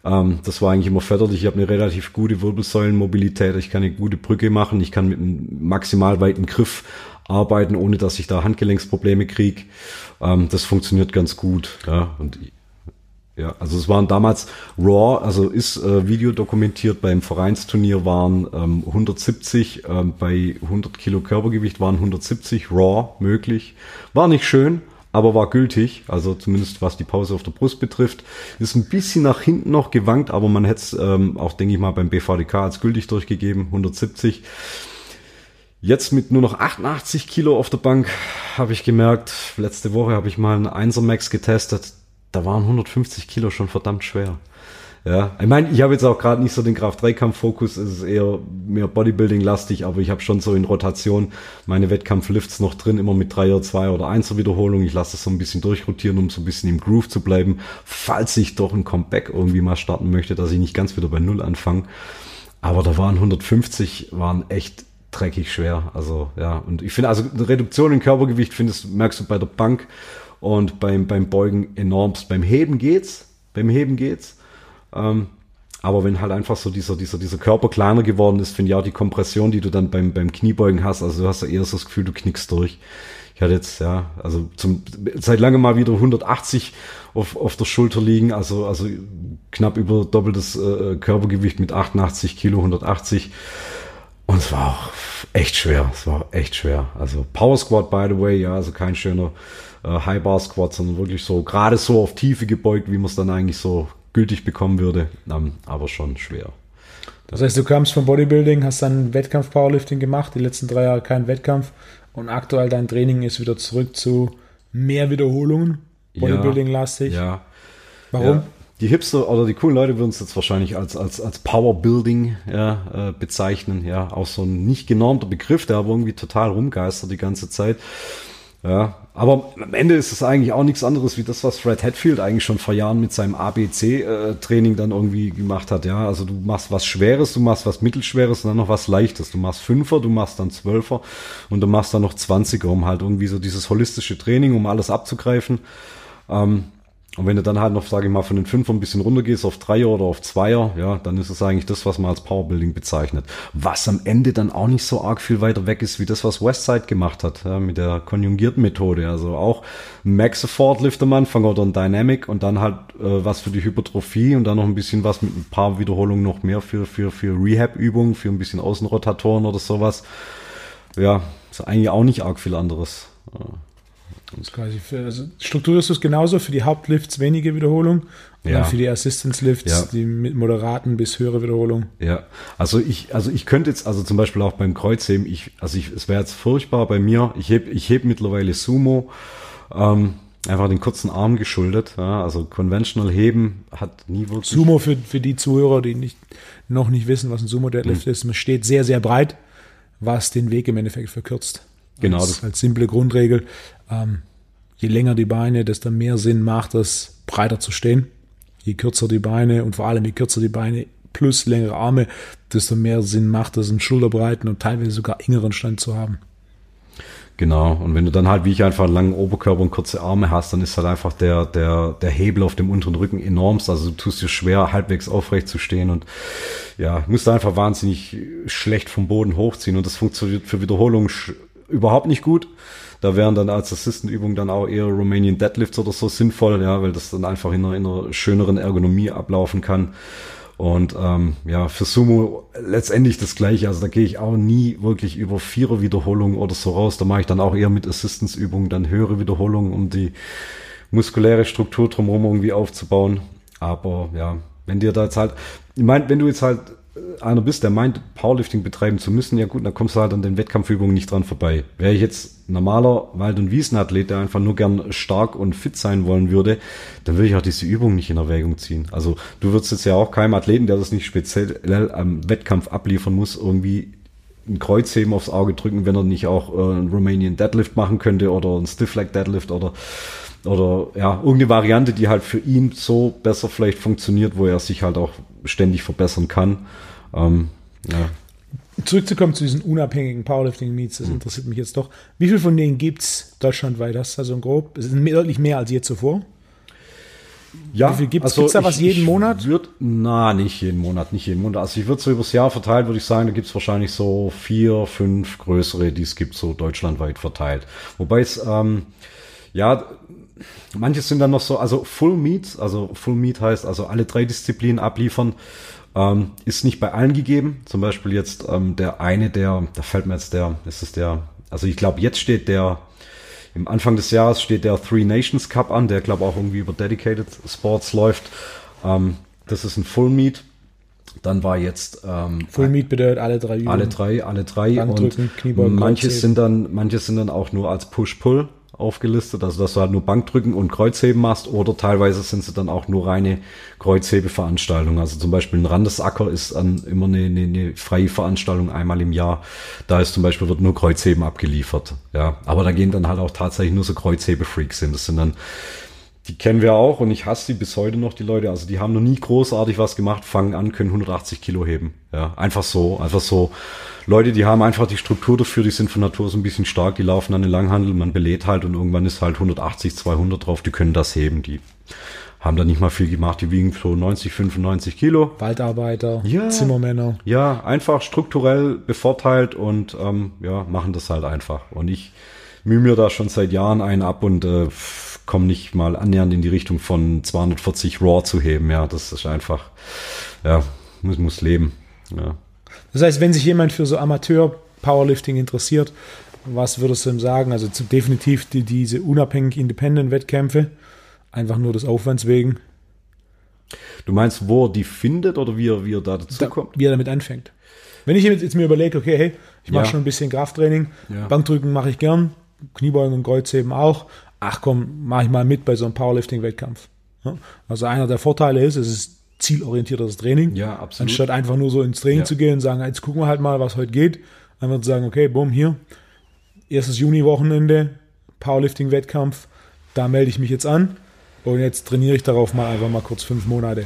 Das war eigentlich immer förderlich. Ich habe eine relativ gute Wirbelsäulenmobilität. Ich kann eine gute Brücke machen. Ich kann mit einem maximal weiten Griff arbeiten, ohne dass ich da Handgelenksprobleme kriege. Das funktioniert ganz gut. Ja, und ja, also es waren damals Raw, also ist Video dokumentiert, beim Vereinsturnier waren 170, bei 100 Kilo Körpergewicht waren 170 Raw möglich. War nicht schön, aber war gültig, also zumindest was die Pause auf der Brust betrifft. Ist ein bisschen nach hinten noch gewankt, aber man hätte es auch, denke ich mal, beim BVDK als gültig durchgegeben, 170. Jetzt mit nur noch 88 Kilo auf der Bank habe ich gemerkt, letzte Woche habe ich mal einen 1er Max getestet, da waren 150 Kilo schon verdammt schwer. Ja, ich meine, ich habe jetzt auch gerade nicht so den Kraft-3-Kampf-Fokus, es ist eher mehr Bodybuilding-lastig, aber ich habe schon so in Rotation meine Wettkampf-Lifts noch drin, immer mit 3er, 2er oder 1er Wiederholung. Ich lasse das so ein bisschen durchrotieren, um so ein bisschen im Groove zu bleiben, falls ich doch ein Comeback irgendwie mal starten möchte, dass ich nicht ganz wieder bei Null anfange. Aber da waren 150, waren echt dreckig schwer. Also ja, und ich finde, also eine Reduktion im Körpergewicht merkst du bei der Bank und beim Beugen enormst. Beim Heben geht's. Aber wenn halt einfach so dieser Körper kleiner geworden ist, finde ich auch die Kompression, die du dann beim Kniebeugen hast, also du hast ja eher so das Gefühl, du knickst durch. Ich hatte jetzt, ja, also seit langem mal wieder 180 auf der Schulter liegen, also knapp über doppeltes Körpergewicht mit 88 Kilo, 180. Und es war auch echt schwer, Also Power Squat, by the way, ja, also kein schöner High Bar Squat, sondern wirklich so, gerade so auf Tiefe gebeugt, wie man es dann eigentlich so gültig bekommen würde, aber schon schwer. Das heißt, du kamst vom Bodybuilding, hast dann Wettkampf-Powerlifting gemacht, die letzten 3 Jahre kein Wettkampf und aktuell dein Training ist wieder zurück zu mehr Wiederholungen, Bodybuilding-lastig. Ja. Warum? Ja. Die Hipster oder die coolen Leute würden es jetzt wahrscheinlich als Powerbuilding bezeichnen. Ja, auch so ein nicht genormter Begriff, der aber irgendwie total rumgeistert die ganze Zeit. Ja, aber am Ende ist es eigentlich auch nichts anderes wie das, was Fred Hatfield eigentlich schon vor Jahren mit seinem ABC-Training dann irgendwie gemacht hat. Ja, also du machst was Schweres, du machst was Mittelschweres und dann noch was Leichtes. Du machst 5er, du machst dann 12er und du machst dann noch 20er, um halt irgendwie so dieses holistische Training, um alles abzugreifen. Und wenn du dann halt noch, sage ich mal, von den 5er ein bisschen runtergehst auf 3er oder auf 2er, ja, dann ist es eigentlich das, was man als Powerbuilding bezeichnet. Was am Ende dann auch nicht so arg viel weiter weg ist, wie das, was Westside gemacht hat, ja, mit der konjungierten Methode. Also auch ein Max-Afford-Lift am Anfang oder ein Dynamic und dann halt was für die Hypertrophie und dann noch ein bisschen was mit ein paar Wiederholungen noch mehr für Rehab-Übungen, für ein bisschen Außenrotatoren oder sowas. Ja, ist eigentlich auch nicht arg viel anderes. Also strukturierst du es genauso für die Hauptlifts wenige Wiederholung und dann für die Assistance-Lifts die mit moderaten bis höhere Wiederholung? Ja, also ich könnte jetzt, also zum Beispiel auch beim Kreuzheben, es wäre jetzt furchtbar bei mir, ich heb mittlerweile Sumo, einfach den kurzen Arm geschuldet, ja, also Conventional Heben hat nie wirklich... Sumo für die Zuhörer, die noch nicht wissen, was ein Sumo-Deadlift ist, man steht sehr, sehr breit, was den Weg im Endeffekt verkürzt. Genau. Das ist als simple Grundregel. Je länger die Beine, desto mehr Sinn macht es, breiter zu stehen. Je kürzer die Beine und vor allem je kürzer die Beine plus längere Arme, desto mehr Sinn macht es, einen schulterbreiten und teilweise sogar engeren Stand zu haben. Genau. Und wenn du dann halt, wie ich, einfach einen langen Oberkörper und kurze Arme hast, dann ist halt einfach der Hebel auf dem unteren Rücken enormst. Also du tust dir schwer, halbwegs aufrecht zu stehen und ja, musst einfach wahnsinnig schlecht vom Boden hochziehen und das funktioniert für Wiederholungen überhaupt nicht gut. Da wären dann als Assistant-Übung dann auch eher Romanian Deadlifts oder so sinnvoll, ja, weil das dann einfach in einer schöneren Ergonomie ablaufen kann. Und für Sumo letztendlich das Gleiche. Also da gehe ich auch nie wirklich über 4er Wiederholungen oder so raus. Da mache ich dann auch eher mit Assistance-Übungen dann höhere Wiederholungen, um die muskuläre Struktur drumherum irgendwie aufzubauen. Aber ja, wenn dir da jetzt halt, ich meine, wenn du jetzt halt einer bist, der meint, Powerlifting betreiben zu müssen, ja gut, dann kommst du halt an den Wettkampfübungen nicht dran vorbei. Wäre ich jetzt normaler Wald- und Wiesenathlet, der einfach nur gern stark und fit sein wollen würde, dann würde ich auch diese Übung nicht in Erwägung ziehen. Also du würdest jetzt ja auch keinem Athleten, der das nicht speziell am Wettkampf abliefern muss, irgendwie ein Kreuzheben aufs Auge drücken, wenn er nicht auch einen Romanian Deadlift machen könnte oder einen Stiff Leg Deadlift oder ja, irgendeine Variante, die halt für ihn so besser vielleicht funktioniert, wo er sich halt auch ständig verbessern kann. Zurückzukommen zu diesen unabhängigen Powerlifting-Meets, das interessiert mich jetzt doch. Wie viele von denen gibt es deutschlandweit? Das ist also grob, es ist deutlich mehr als je zuvor. Ja, wie viel gibt es? Gibt es da was jeden Monat? Nicht jeden Monat. Also ich würde so übers Jahr verteilt, würde ich sagen, da gibt es wahrscheinlich so 4, 5 größere, die es gibt, so deutschlandweit verteilt. Wobei es, manche sind dann noch so, also Full Meet heißt also alle 3 Disziplinen abliefern, ist nicht bei allen gegeben. Zum Beispiel jetzt also ich glaube, jetzt steht im Anfang des Jahres steht der Three Nations Cup an, der glaube auch irgendwie über Dedicated Sports läuft. Das ist ein Full Meet. Dann war jetzt Full Meet bedeutet alle 3 Übungen. Alle drei. Bankdrücken, Kniebeugen, manche sind dann auch nur als Push-Pull aufgelistet, also dass du halt nur Bankdrücken und Kreuzheben machst, oder teilweise sind sie dann auch nur reine Kreuzhebeveranstaltungen. Also zum Beispiel ein Randesacker ist immer eine freie Veranstaltung einmal im Jahr. Da ist zum Beispiel wird nur Kreuzheben abgeliefert. Ja, aber da gehen dann halt auch tatsächlich nur so Kreuzhebe-Freaks hin. Das sind dann, die kennen wir auch und ich hasse die bis heute noch, die Leute. Also die haben noch nie großartig was gemacht, fangen an, können 180 Kilo heben. Ja, einfach so. Leute, die haben einfach die Struktur dafür, die sind von Natur so ein bisschen stark, die laufen an den Langhandel, man belädt halt und irgendwann ist halt 180, 200 drauf, die können das heben, die haben da nicht mal viel gemacht, die wiegen so 90, 95 Kilo. Waldarbeiter, Zimmermänner. Ja, einfach strukturell bevorteilt und machen das halt einfach. Und ich mühe mir da schon seit Jahren einen ab und komme nicht mal annähernd in die Richtung von 240 Raw zu heben. Ja, das ist einfach, muss leben. Ja. Das heißt, wenn sich jemand für so Amateur-Powerlifting interessiert, was würdest du ihm sagen? Also definitiv diese unabhängig Independent-Wettkämpfe, einfach nur des Aufwands wegen. Du meinst, wo er die findet oder wie er da dazu kommt? Wie er damit anfängt. Wenn ich jetzt mir überlege, okay, hey, ich mache schon ein bisschen Krafttraining, Bankdrücken mache ich gern, Kniebeugen und Kreuzheben auch. Ach komm, mache ich mal mit bei so einem Powerlifting-Wettkampf. Ja? Also einer der Vorteile ist, es ist zielorientiertes Training. Ja, absolut. Anstatt einfach nur so ins Training zu gehen und sagen, jetzt gucken wir halt mal, was heute geht. Einfach zu sagen, okay, bumm, hier, 1. Juni-Wochenende, Powerlifting-Wettkampf, da melde ich mich jetzt an und jetzt trainiere ich darauf einfach mal kurz 5 Monate.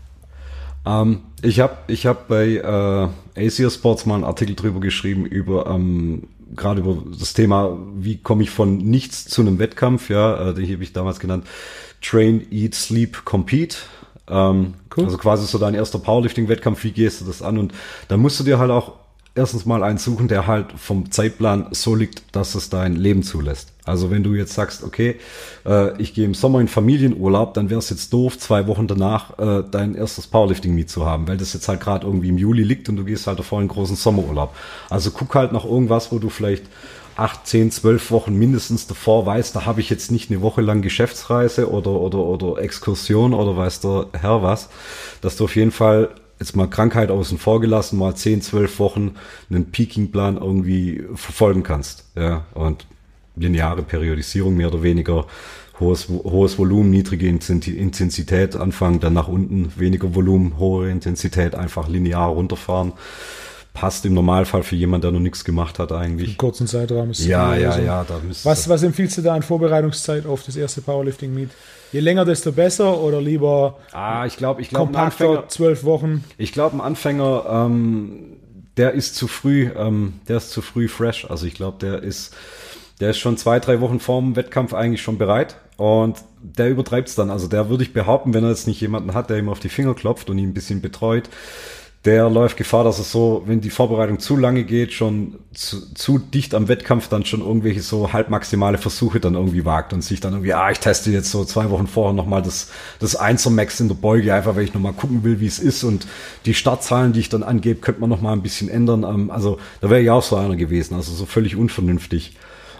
Ich hab bei Asia Sports mal einen Artikel drüber geschrieben, gerade über das Thema, wie komme ich von nichts zu einem Wettkampf, den habe ich damals genannt, Train, Eat, Sleep, Compete. Cool. Also quasi so dein erster Powerlifting-Wettkampf, wie gehst du das an? Und da musst du dir halt auch erstens mal einen suchen, der halt vom Zeitplan so liegt, dass es dein Leben zulässt. Also wenn du jetzt sagst, okay, ich gehe im Sommer in Familienurlaub, dann wäre es jetzt doof, 2 Wochen danach dein erstes Powerlifting-Meet zu haben, weil das jetzt halt gerade irgendwie im Juli liegt und du gehst halt davor in einen großen Sommerurlaub. Also guck halt nach irgendwas, wo du vielleicht 8, 10, 12 Wochen mindestens davor weißt, da habe ich jetzt nicht eine Woche lang Geschäftsreise oder Exkursion oder weiß der Herr was, dass du auf jeden Fall jetzt mal Krankheit außen vor gelassen, mal 10, 12 Wochen einen Peaking-Plan irgendwie verfolgen kannst. Ja, und lineare Periodisierung mehr oder weniger, hohes Volumen, niedrige Intensität anfangen, dann nach unten, weniger Volumen, hohe Intensität, einfach linear runterfahren. Passt im Normalfall für jemanden, der noch nichts gemacht hat eigentlich. Im kurzen Zeitraum ist es. Ja. Was empfiehlst du da an Vorbereitungszeit auf das erste Powerlifting-Meet? Je länger, desto besser oder lieber ich glaube, kompakter, 12 Wochen? Ich glaube, ein Anfänger, der ist zu früh fresh. Also ich glaube, der ist schon 2, 3 Wochen vorm Wettkampf eigentlich schon bereit und der übertreibt es dann. Also der würde ich behaupten, wenn er jetzt nicht jemanden hat, der ihm auf die Finger klopft und ihn ein bisschen betreut, der läuft Gefahr, dass es so, wenn die Vorbereitung zu lange geht, schon zu dicht am Wettkampf dann schon irgendwelche so halbmaximale Versuche dann irgendwie wagt und sich dann irgendwie, ich teste jetzt so 2 Wochen vorher nochmal das 1er Max in der Beuge, einfach weil ich nochmal gucken will, wie es ist und die Startzahlen, die ich dann angebe, könnte man nochmal ein bisschen ändern. Also da wäre ich auch so einer gewesen, also so völlig unvernünftig.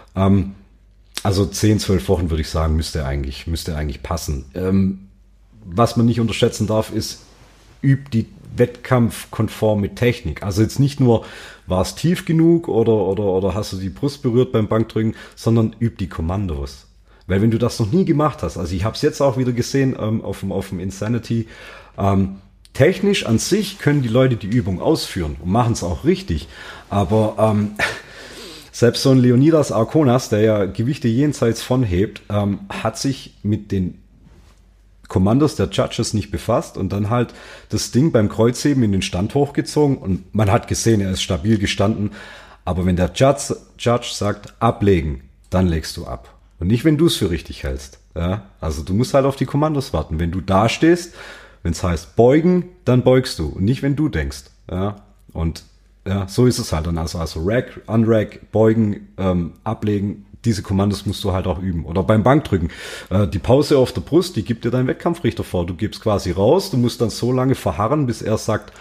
Also 10, 12 Wochen würde ich sagen, müsste eigentlich passen. Was man nicht unterschätzen darf, ist, übt die wettkampfkonforme Technik. Also jetzt nicht nur, war es tief genug oder hast du die Brust berührt beim Bankdrücken, sondern übt die Kommandos. Weil wenn du das noch nie gemacht hast, also ich habe es jetzt auch wieder gesehen auf dem Insanity, technisch an sich können die Leute die Übung ausführen und machen es auch richtig, aber selbst so ein Leonidas Arkonas, der ja Gewichte jenseits von hebt, hat sich mit den Kommandos der Judges nicht befasst und dann halt das Ding beim Kreuzheben in den Stand hochgezogen und man hat gesehen, er ist stabil gestanden. Aber wenn der Judge sagt, ablegen, dann legst du ab. Und nicht, wenn du es für richtig hältst. Ja, also du musst halt auf die Kommandos warten. Wenn du da stehst, wenn es heißt beugen, dann beugst du und nicht, wenn du denkst. Ja, und ja, so ist es halt dann. Also Rack, Unrack, beugen, ablegen, diese Kommandos musst du halt auch üben. Oder beim Bankdrücken. Die Pause auf der Brust, die gibt dir dein Wettkampfrichter vor. Du gibst quasi raus, du musst dann so lange verharren, bis er sagt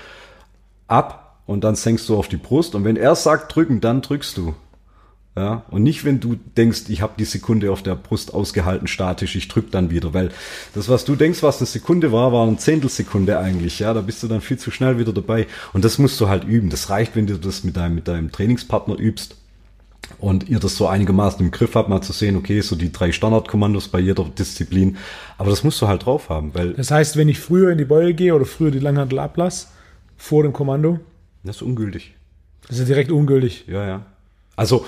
ab und dann senkst du auf die Brust. Und wenn er sagt drücken, dann drückst du. Ja, und nicht, wenn du denkst, ich habe die Sekunde auf der Brust ausgehalten statisch, ich drück dann wieder, weil das, was du denkst, was eine Sekunde war eine Zehntelsekunde eigentlich, ja, da bist du dann viel zu schnell wieder dabei und das musst du halt üben. Das reicht, wenn du das mit deinem Trainingspartner übst und ihr das so einigermaßen im Griff habt, mal zu sehen, okay, so die 3 Standardkommandos bei jeder Disziplin, aber das musst du halt drauf haben, weil... Das heißt, wenn ich früher in die Beuge gehe oder früher die Langhantel ablasse, vor dem Kommando? Das ist ungültig. Das ist direkt ungültig. Ja, ja. Also,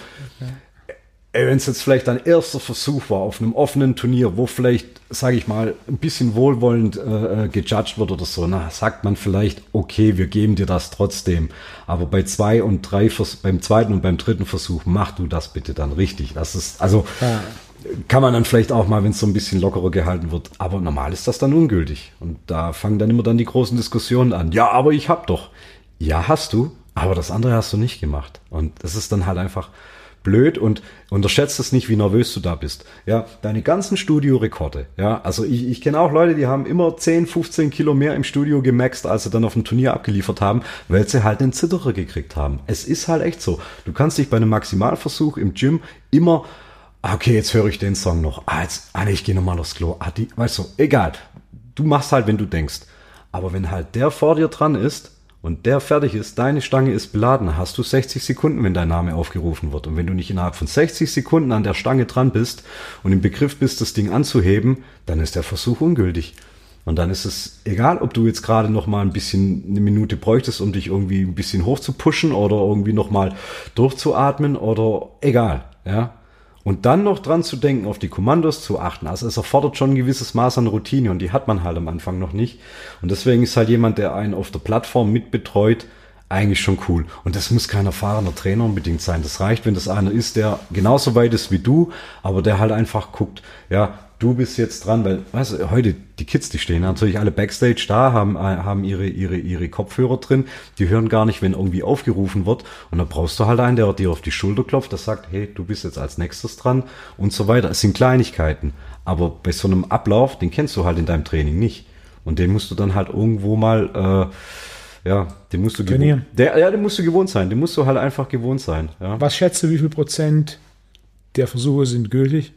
wenn es jetzt vielleicht dein erster Versuch war auf einem offenen Turnier, wo vielleicht, sage ich mal, ein bisschen wohlwollend gejudged wird oder so, na, sagt man vielleicht, okay, wir geben dir das trotzdem. Aber bei beim zweiten und beim dritten Versuch, mach du das bitte dann richtig. Das ist, also, kann man dann vielleicht auch mal, wenn es so ein bisschen lockerer gehalten wird. Aber normal ist das dann ungültig. Und da fangen dann immer dann die großen Diskussionen an. Ja, aber ich hab doch. Ja, hast du. Aber das andere hast du nicht gemacht. Und das ist dann halt einfach blöd und unterschätzt es nicht, wie nervös du da bist. Ja, deine ganzen Studiorekorde. Ja, also ich kenne auch Leute, die haben immer 10, 15 Kilo mehr im Studio gemaxt, als sie dann auf dem Turnier abgeliefert haben, weil sie halt einen Zitterer gekriegt haben. Es ist halt echt so. Du kannst dich bei einem Maximalversuch im Gym immer, okay, jetzt höre ich den Song noch. Ich gehe nochmal aufs Klo. Weißt du, egal. Du machst halt, wenn du denkst. Aber wenn halt der vor dir dran ist, und der fertig ist, deine Stange ist beladen, hast du 60 Sekunden, wenn dein Name aufgerufen wird. Und wenn du nicht innerhalb von 60 Sekunden an der Stange dran bist und im Begriff bist, das Ding anzuheben, dann ist der Versuch ungültig. Und dann ist es egal, ob du jetzt gerade noch mal ein bisschen eine Minute bräuchtest, um dich irgendwie ein bisschen hoch zu pushen oder irgendwie noch mal durchzuatmen oder egal, ja. Und dann noch dran zu denken, auf die Kommandos zu achten. Also es erfordert schon ein gewisses Maß an Routine und die hat man halt am Anfang noch nicht. Und deswegen ist halt jemand, der einen auf der Plattform mitbetreut, eigentlich schon cool. Und das muss kein erfahrener Trainer unbedingt sein. Das reicht, wenn das einer ist, der genauso weit ist wie du, aber der halt einfach guckt, ja, du bist jetzt dran, weil, weißt du, heute die Kids, die stehen natürlich alle Backstage da, haben ihre Kopfhörer drin, die hören gar nicht, wenn irgendwie aufgerufen wird und dann brauchst du halt einen, der dir auf die Schulter klopft, der sagt, hey, du bist jetzt als nächstes dran und so weiter. Es sind Kleinigkeiten, aber bei so einem Ablauf, den kennst du halt in deinem Training nicht und den musst du dann halt irgendwo mal, den musst du trainieren. Den musst du gewohnt sein, den musst du halt einfach gewohnt sein. Ja. Was schätzt du, wie viel Prozent der Versuche sind gültig?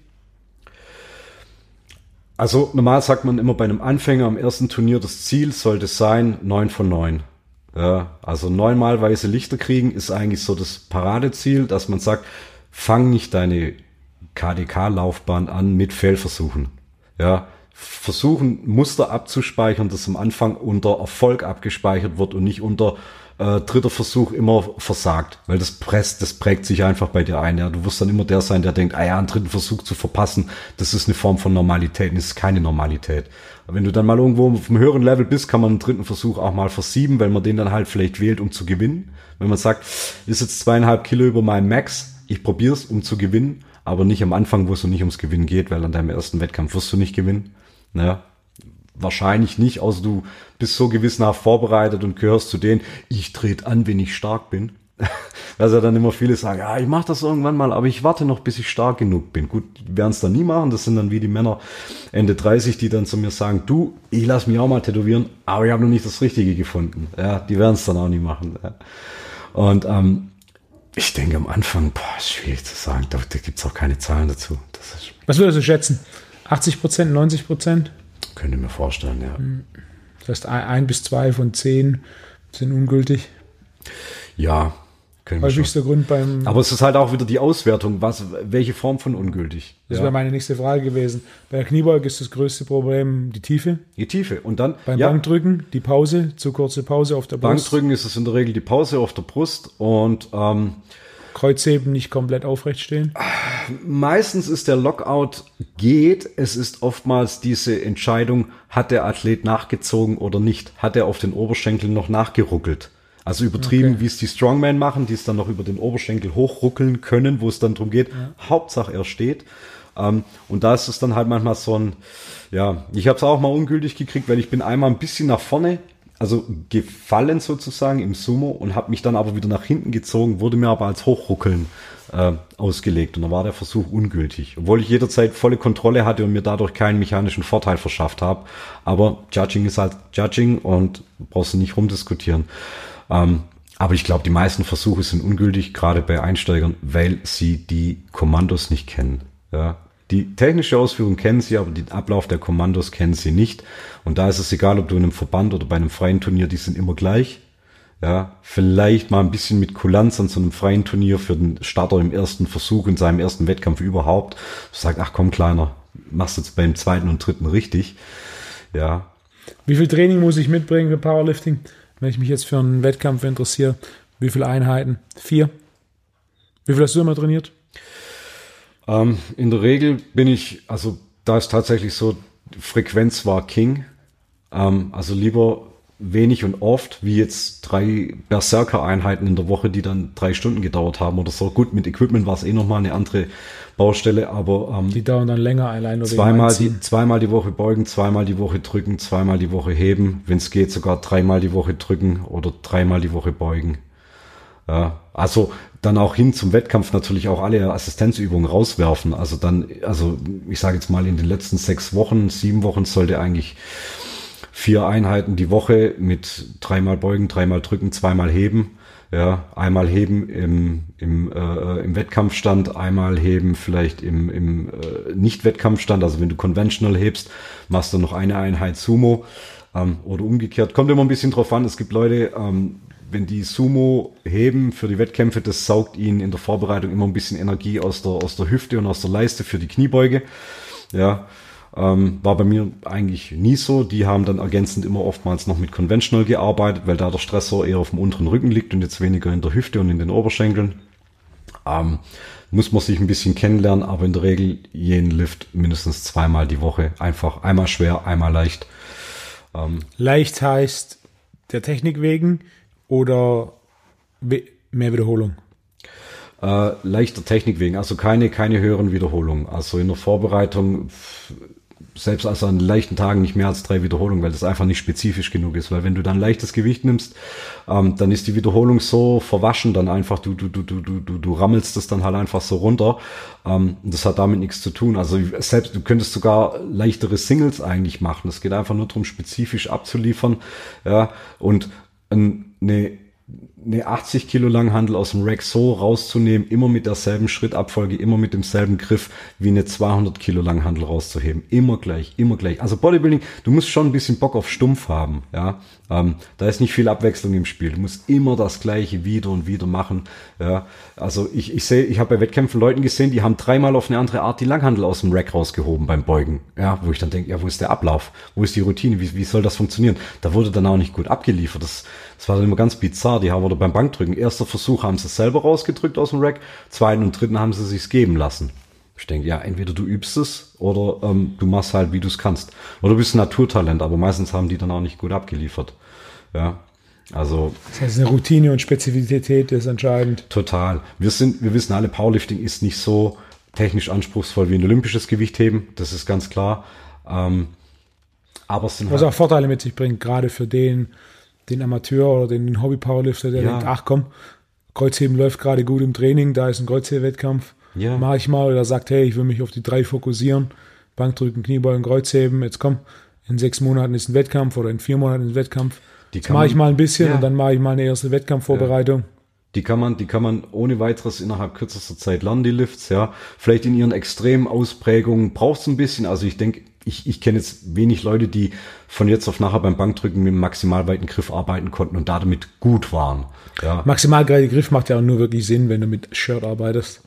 Also normal sagt man immer bei einem Anfänger am ersten Turnier, das Ziel sollte sein 9 von 9. Ja, also 9-mal weiße Lichter kriegen ist eigentlich so das Paradeziel, dass man sagt, fang nicht deine KDK-Laufbahn an mit Fehlversuchen. Ja, versuchen Muster abzuspeichern, das am Anfang unter Erfolg abgespeichert wird und nicht unter dritter Versuch immer versagt, weil das prägt sich einfach bei dir ein. Ja, du wirst dann immer der sein, der denkt, einen dritten Versuch zu verpassen, das ist eine Form von Normalität, das ist keine Normalität. Aber wenn du dann mal irgendwo auf einem höheren Level bist, kann man einen dritten Versuch auch mal versieben, weil man den dann halt vielleicht wählt, um zu gewinnen. Wenn man sagt, ist jetzt 2,5 Kilo über meinem Max, ich probier's, um zu gewinnen, aber nicht am Anfang, wo es noch nicht ums Gewinnen geht, weil an deinem ersten Wettkampf wirst du nicht gewinnen. Naja, wahrscheinlich nicht, außer du bist so gewissenhaft vorbereitet und gehörst zu denen, ich trete an, wenn ich stark bin. Dass ja dann immer viele sagen, ja, ich mache das irgendwann mal, aber ich warte noch, bis ich stark genug bin. Gut, die werden es dann nie machen, das sind dann wie die Männer Ende 30, die dann zu mir sagen, du, ich lass mich auch mal tätowieren, aber ich habe noch nicht das Richtige gefunden. Ja, die werden es dann auch nie machen. Ja. Und ich denke am Anfang, ist schwierig zu sagen, da gibt es auch keine Zahlen dazu. Was würdest du schätzen? 80%, 90%? Könnte ich mir vorstellen, ja. Das heißt, 1 bis 2 von 10 sind ungültig. Ja, können wir häufigster schon. Grund beim... Aber es ist halt auch wieder die Auswertung, welche Form von ungültig. Das wäre meine nächste Frage gewesen. Bei der Kniebeuge ist das größte Problem die Tiefe. Die Tiefe. Und dann beim Bankdrücken die Pause, zu kurze Pause auf der Brust. Bankdrücken ist es in der Regel die Pause auf der Brust und Kreuzheben nicht komplett aufrecht stehen? Meistens ist der Lockout geht. Es ist oftmals diese Entscheidung, hat der Athlet nachgezogen oder nicht? Hat er auf den Oberschenkel noch nachgeruckelt? Also übertrieben, wie es die Strongmen machen, die es dann noch über den Oberschenkel hochruckeln können, wo es dann drum geht. Ja. Hauptsache er steht. Und da ist es dann halt manchmal so ein, ja, ich habe es auch mal ungültig gekriegt, weil ich bin einmal ein bisschen nach vorne, also gefallen sozusagen im Sumo und habe mich dann aber wieder nach hinten gezogen, wurde mir aber als Hochruckeln ausgelegt und dann war der Versuch ungültig, obwohl ich jederzeit volle Kontrolle hatte und mir dadurch keinen mechanischen Vorteil verschafft habe. Aber Judging ist halt Judging und brauchst du nicht rumdiskutieren. Aber ich glaube, die meisten Versuche sind ungültig, gerade bei Einsteigern, weil sie die Kommandos nicht kennen. Ja. Die technische Ausführung kennen sie, aber den Ablauf der Kommandos kennen sie nicht. Und da ist es egal, ob du in einem Verband oder bei einem freien Turnier, die sind immer gleich. Ja, vielleicht mal ein bisschen mit Kulanz an so einem freien Turnier für den Starter im ersten Versuch, in seinem ersten Wettkampf überhaupt. Sagt, ach komm, Kleiner, machst jetzt beim zweiten und dritten richtig. Ja. Wie viel Training muss ich mitbringen für Powerlifting, wenn ich mich jetzt für einen Wettkampf interessiere? Wie viele Einheiten? 4? Wie viel hast du immer trainiert? In der Regel bin ich, also da ist tatsächlich so, Frequenz war King. Also lieber wenig und oft, wie jetzt 3 Berserker-Einheiten in der Woche, die dann 3 Stunden gedauert haben oder so. Gut, mit Equipment war es nochmal eine andere Baustelle, aber die dauern dann länger allein oder zweimal die Woche beugen, zweimal die Woche drücken, zweimal die Woche heben, wenn es geht sogar 3-mal die Woche drücken oder 3-mal die Woche beugen. Ja, also dann auch hin zum Wettkampf natürlich auch alle Assistenzübungen rauswerfen. Also ich sage jetzt mal in den letzten 6 Wochen, 7 Wochen sollte eigentlich 4 Einheiten die Woche mit 3-mal beugen, 3-mal drücken, 2-mal heben. Ja, einmal heben im Wettkampfstand, einmal heben vielleicht im Nicht-Wettkampfstand. Also wenn du conventional hebst, machst du noch eine Einheit Sumo oder umgekehrt. Kommt immer ein bisschen drauf an. Es gibt Leute, wenn die Sumo heben für die Wettkämpfe, das saugt ihnen in der Vorbereitung immer ein bisschen Energie aus der Hüfte und aus der Leiste für die Kniebeuge. Ja. War bei mir eigentlich nie so. Die haben dann ergänzend immer oftmals noch mit Conventional gearbeitet, weil da der Stressor eher auf dem unteren Rücken liegt und jetzt weniger in der Hüfte und in den Oberschenkeln. Muss man sich ein bisschen kennenlernen, aber in der Regel jeden Lift mindestens 2-mal die Woche. Einfach einmal schwer, einmal leicht. Leicht heißt der Technik wegen oder mehr Wiederholung? Leichter Technik wegen, also keine höheren Wiederholungen. Also in der Vorbereitung selbst also an leichten Tagen nicht mehr als 3 Wiederholungen, weil das einfach nicht spezifisch genug ist. Weil wenn du dann leichtes Gewicht nimmst, dann ist die Wiederholung so verwaschen, dann einfach du rammelst das dann halt einfach so runter. Das hat damit nichts zu tun. Also selbst du könntest sogar leichtere Singles eigentlich machen. Es geht einfach nur darum, spezifisch abzuliefern. Ja, und eine 80 Kilo Langhantel aus dem Rack so rauszunehmen, immer mit derselben Schrittabfolge, immer mit demselben Griff, wie eine 200 Kilo Langhantel rauszuheben. Immer gleich. Also Bodybuilding, du musst schon ein bisschen Bock auf Stumpf haben, ja. Da ist nicht viel Abwechslung im Spiel. Du musst immer das Gleiche wieder und wieder machen, ja. Also ich habe bei Wettkämpfen Leuten gesehen, die haben 3-mal auf eine andere Art die Langhantel aus dem Rack rausgehoben beim Beugen, ja, wo ich dann denke, ja, wo ist der Ablauf? Wo ist die Routine? Wie soll das funktionieren? Da wurde dann auch nicht gut abgeliefert. Das war dann immer ganz bizarr. Die haben oder beim Bankdrücken, erster Versuch haben sie es selber rausgedrückt aus dem Rack, zweiten und dritten haben sie es sich geben lassen. Ich denke, ja, entweder du übst es oder du machst halt, wie du es kannst. Oder du bist ein Naturtalent, aber meistens haben die dann auch nicht gut abgeliefert. Ja, also. Das heißt, eine Routine und Spezifität ist entscheidend. Total. Wir wissen alle, Powerlifting ist nicht so technisch anspruchsvoll wie ein olympisches Gewichtheben. Das ist ganz klar. Aber es sind was halt auch Vorteile mit sich bringt, gerade für den Amateur oder den Hobby-Powerlifter, der denkt, ach komm, Kreuzheben läuft gerade gut im Training, da ist ein Kreuzheben-Wettkampf, mache ich mal. Oder sagt, hey, ich will mich auf die 3 fokussieren, Bankdrücken, Kniebeugen, Kreuzheben, jetzt komm, in 6 Monaten ist ein Wettkampf oder in 4 Monaten ist ein Wettkampf. Jetzt mache ich mal ein bisschen und dann mache ich mal eine erste Wettkampfvorbereitung. Die kann man ohne weiteres innerhalb kürzester Zeit lernen, die Lifts, ja. Vielleicht in ihren extremen Ausprägungen braucht es ein bisschen. Also ich denke, ich kenne jetzt wenig Leute, die von jetzt auf nachher beim Bankdrücken mit einem maximal weiten Griff arbeiten konnten und damit gut waren. Ja. Maximal breiter Griff macht ja auch nur wirklich Sinn, wenn du mit Shirt arbeitest.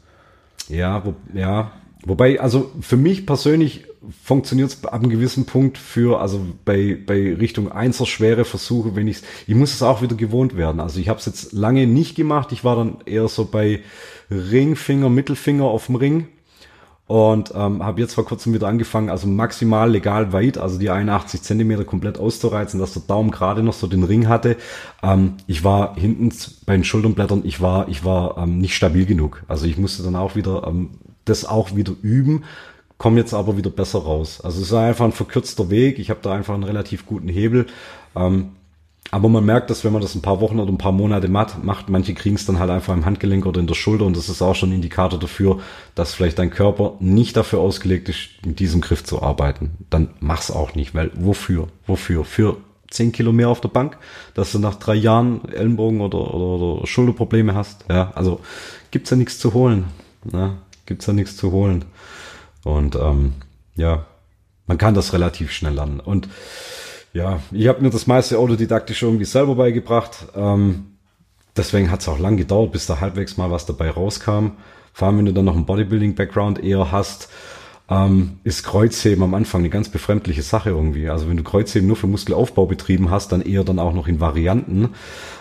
Wobei, also für mich persönlich funktioniert es ab einem gewissen Punkt bei Richtung 1er schwere Versuche, ich muss es auch wieder gewohnt werden. Also ich habe es jetzt lange nicht gemacht. Ich war dann eher so bei Ringfinger, Mittelfinger auf dem Ring. Und habe jetzt vor kurzem wieder angefangen, also maximal legal weit, also die 81 Zentimeter komplett auszureizen, dass der Daumen gerade noch so den Ring hatte. Ich war hinten bei den Schulterblättern, ich war nicht stabil genug. Also ich musste dann auch wieder das auch wieder üben, komme jetzt aber wieder besser raus. Also es ist einfach ein verkürzter Weg. Ich habe da einfach einen relativ guten Hebel. Aber man merkt, dass wenn man das ein paar Wochen oder ein paar Monate macht, manche kriegen es dann halt einfach im Handgelenk oder in der Schulter und das ist auch schon ein Indikator dafür, dass vielleicht dein Körper nicht dafür ausgelegt ist, mit diesem Griff zu arbeiten. Dann mach's auch nicht, weil wofür? Für 10 Kilo mehr auf der Bank, dass du nach 3 Jahren Ellenbogen oder Schulterprobleme hast. Ja, also gibt's ja nichts zu holen. Ne? Und ja, man kann das relativ schnell lernen. Und ja, ich habe mir das meiste autodidaktisch irgendwie selber beigebracht. Deswegen hat es auch lang gedauert, bis da halbwegs mal was dabei rauskam. Vor allem, wenn du dann noch einen Bodybuilding-Background eher hast, ist Kreuzheben am Anfang eine ganz befremdliche Sache irgendwie. Also wenn du Kreuzheben nur für Muskelaufbau betrieben hast, dann eher dann auch noch in Varianten.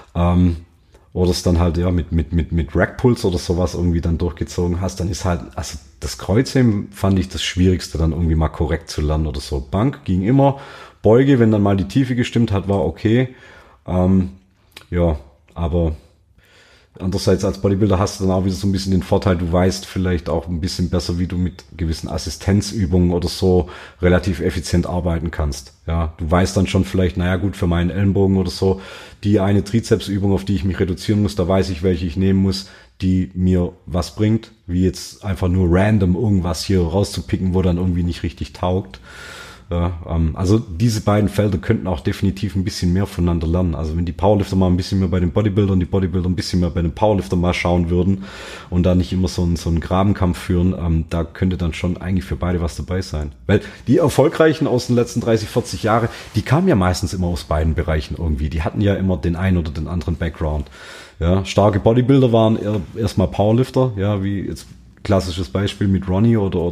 Oder es dann halt ja mit Rackpulls oder sowas irgendwie dann durchgezogen hast, dann ist halt, also das Kreuzheben fand ich das Schwierigste dann irgendwie mal korrekt zu lernen oder so. Bank ging immer. Beuge, wenn dann mal die Tiefe gestimmt hat, war okay. Ja, aber andererseits als Bodybuilder hast du dann auch wieder so ein bisschen den Vorteil, du weißt vielleicht auch ein bisschen besser, wie du mit gewissen Assistenzübungen oder so relativ effizient arbeiten kannst. Ja, du weißt dann schon vielleicht, naja gut, für meinen Ellenbogen oder so, die eine Trizepsübung, auf die ich mich reduzieren muss, da weiß ich, welche ich nehmen muss, die mir was bringt, wie jetzt einfach nur random irgendwas hier rauszupicken, wo dann irgendwie nicht richtig taugt. Ja, also diese beiden Felder könnten auch definitiv ein bisschen mehr voneinander lernen. Also wenn die Powerlifter mal ein bisschen mehr bei den Bodybuildern, die Bodybuilder ein bisschen mehr bei den Powerliftern mal schauen würden und da nicht immer so einen Grabenkampf führen, da könnte dann schon eigentlich für beide was dabei sein. Weil die Erfolgreichen aus den letzten 30, 40 Jahren, die kamen ja meistens immer aus beiden Bereichen irgendwie. Die hatten ja immer den einen oder den anderen Background. Ja, starke Bodybuilder waren erstmal Powerlifter, ja, wie jetzt klassisches Beispiel mit Ronnie oder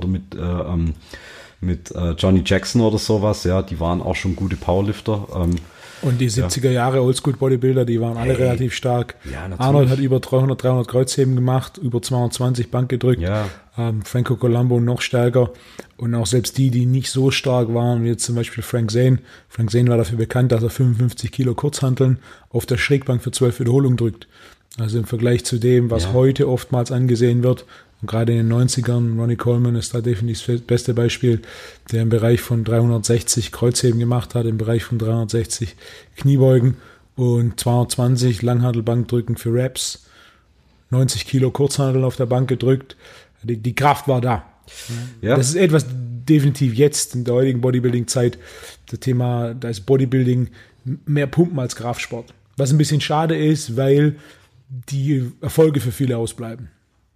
mit Johnny Jackson oder sowas, ja, die waren auch schon gute Powerlifter. Und die 70er Jahre Oldschool-Bodybuilder, die waren alle relativ stark. Ja, Arnold hat über 300 Kreuzheben gemacht, über 220 Bank gedrückt. Ja. Franco Colombo noch stärker. Und auch selbst die nicht so stark waren, wie jetzt zum Beispiel Frank Zane. Frank Zane war dafür bekannt, dass er 55 Kilo Kurzhanteln auf der Schrägbank für 12 Wiederholungen drückt. Also im Vergleich zu dem, was heute oftmals angesehen wird, und gerade in den 90ern, Ronnie Coleman ist da definitiv das beste Beispiel, der im Bereich von 360 Kreuzheben gemacht hat, im Bereich von 360 Kniebeugen und 220 Langhantelbankdrücken für Reps, 90 Kilo Kurzhanteln auf der Bank gedrückt. Die Kraft war da. Ja. Das ist etwas definitiv jetzt in der heutigen Bodybuilding-Zeit, das Thema, da ist Bodybuilding mehr Pumpen als Kraftsport. Was ein bisschen schade ist, weil die Erfolge für viele ausbleiben.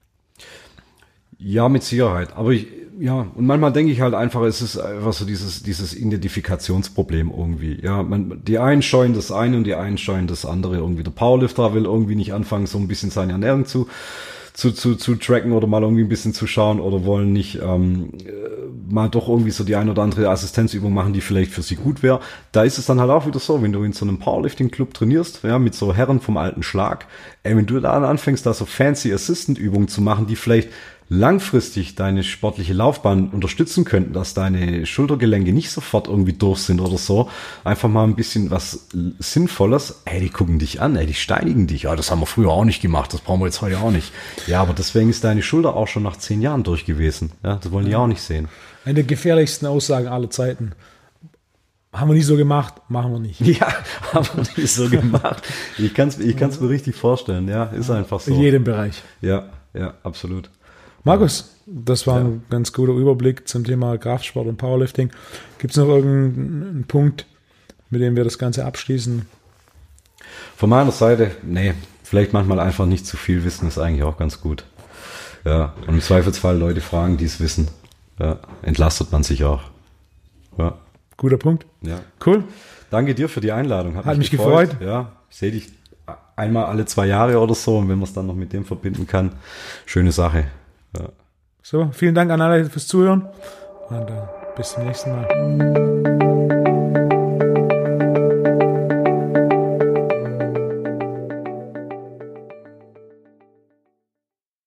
Ja, mit Sicherheit. Aber und manchmal denke ich halt einfach, es ist einfach so dieses Identifikationsproblem irgendwie. Ja, die einen scheuen das eine und die einen scheuen das andere irgendwie. Der Powerlifter will irgendwie nicht anfangen, so ein bisschen seine Ernährung zu tracken oder mal irgendwie ein bisschen zu schauen oder wollen nicht mal doch irgendwie so die ein oder andere Assistenzübung machen, die vielleicht für sie gut wäre. Da ist es dann halt auch wieder so, wenn du in so einem Powerlifting-Club trainierst, ja, mit so Herren vom alten Schlag, wenn du da anfängst, da so fancy Assistant-Übungen zu machen, die vielleicht langfristig deine sportliche Laufbahn unterstützen könnten, dass deine Schultergelenke nicht sofort irgendwie durch sind oder so, einfach mal ein bisschen was Sinnvolles, die gucken dich an, die steinigen dich, ja, das haben wir früher auch nicht gemacht, das brauchen wir jetzt heute auch nicht. Ja, aber deswegen ist deine Schulter auch schon nach 10 Jahren durch gewesen, ja, das wollen die auch nicht sehen. Eine der gefährlichsten Aussagen aller Zeiten. Haben wir nicht so gemacht, machen wir nicht. Ja, haben wir nicht so gemacht. Ich kann's mir richtig vorstellen, ja, ist einfach so. In jedem Bereich. Ja, absolut. Markus, das war ein ganz guter Überblick zum Thema Kraftsport und Powerlifting. Gibt es noch irgendeinen Punkt, mit dem wir das Ganze abschließen? Von meiner Seite, nee, vielleicht manchmal einfach nicht zu viel wissen, ist eigentlich auch ganz gut. Ja, und im Zweifelsfall Leute fragen, die es wissen. Ja, entlastet man sich auch. Ja. Guter Punkt. Ja. Cool. Danke dir für die Einladung. Hat mich gefreut. Ja, ich sehe dich einmal alle 2 Jahre oder so und wenn man es dann noch mit dem verbinden kann, schöne Sache. Ja. So, vielen Dank an alle fürs Zuhören und bis zum nächsten Mal.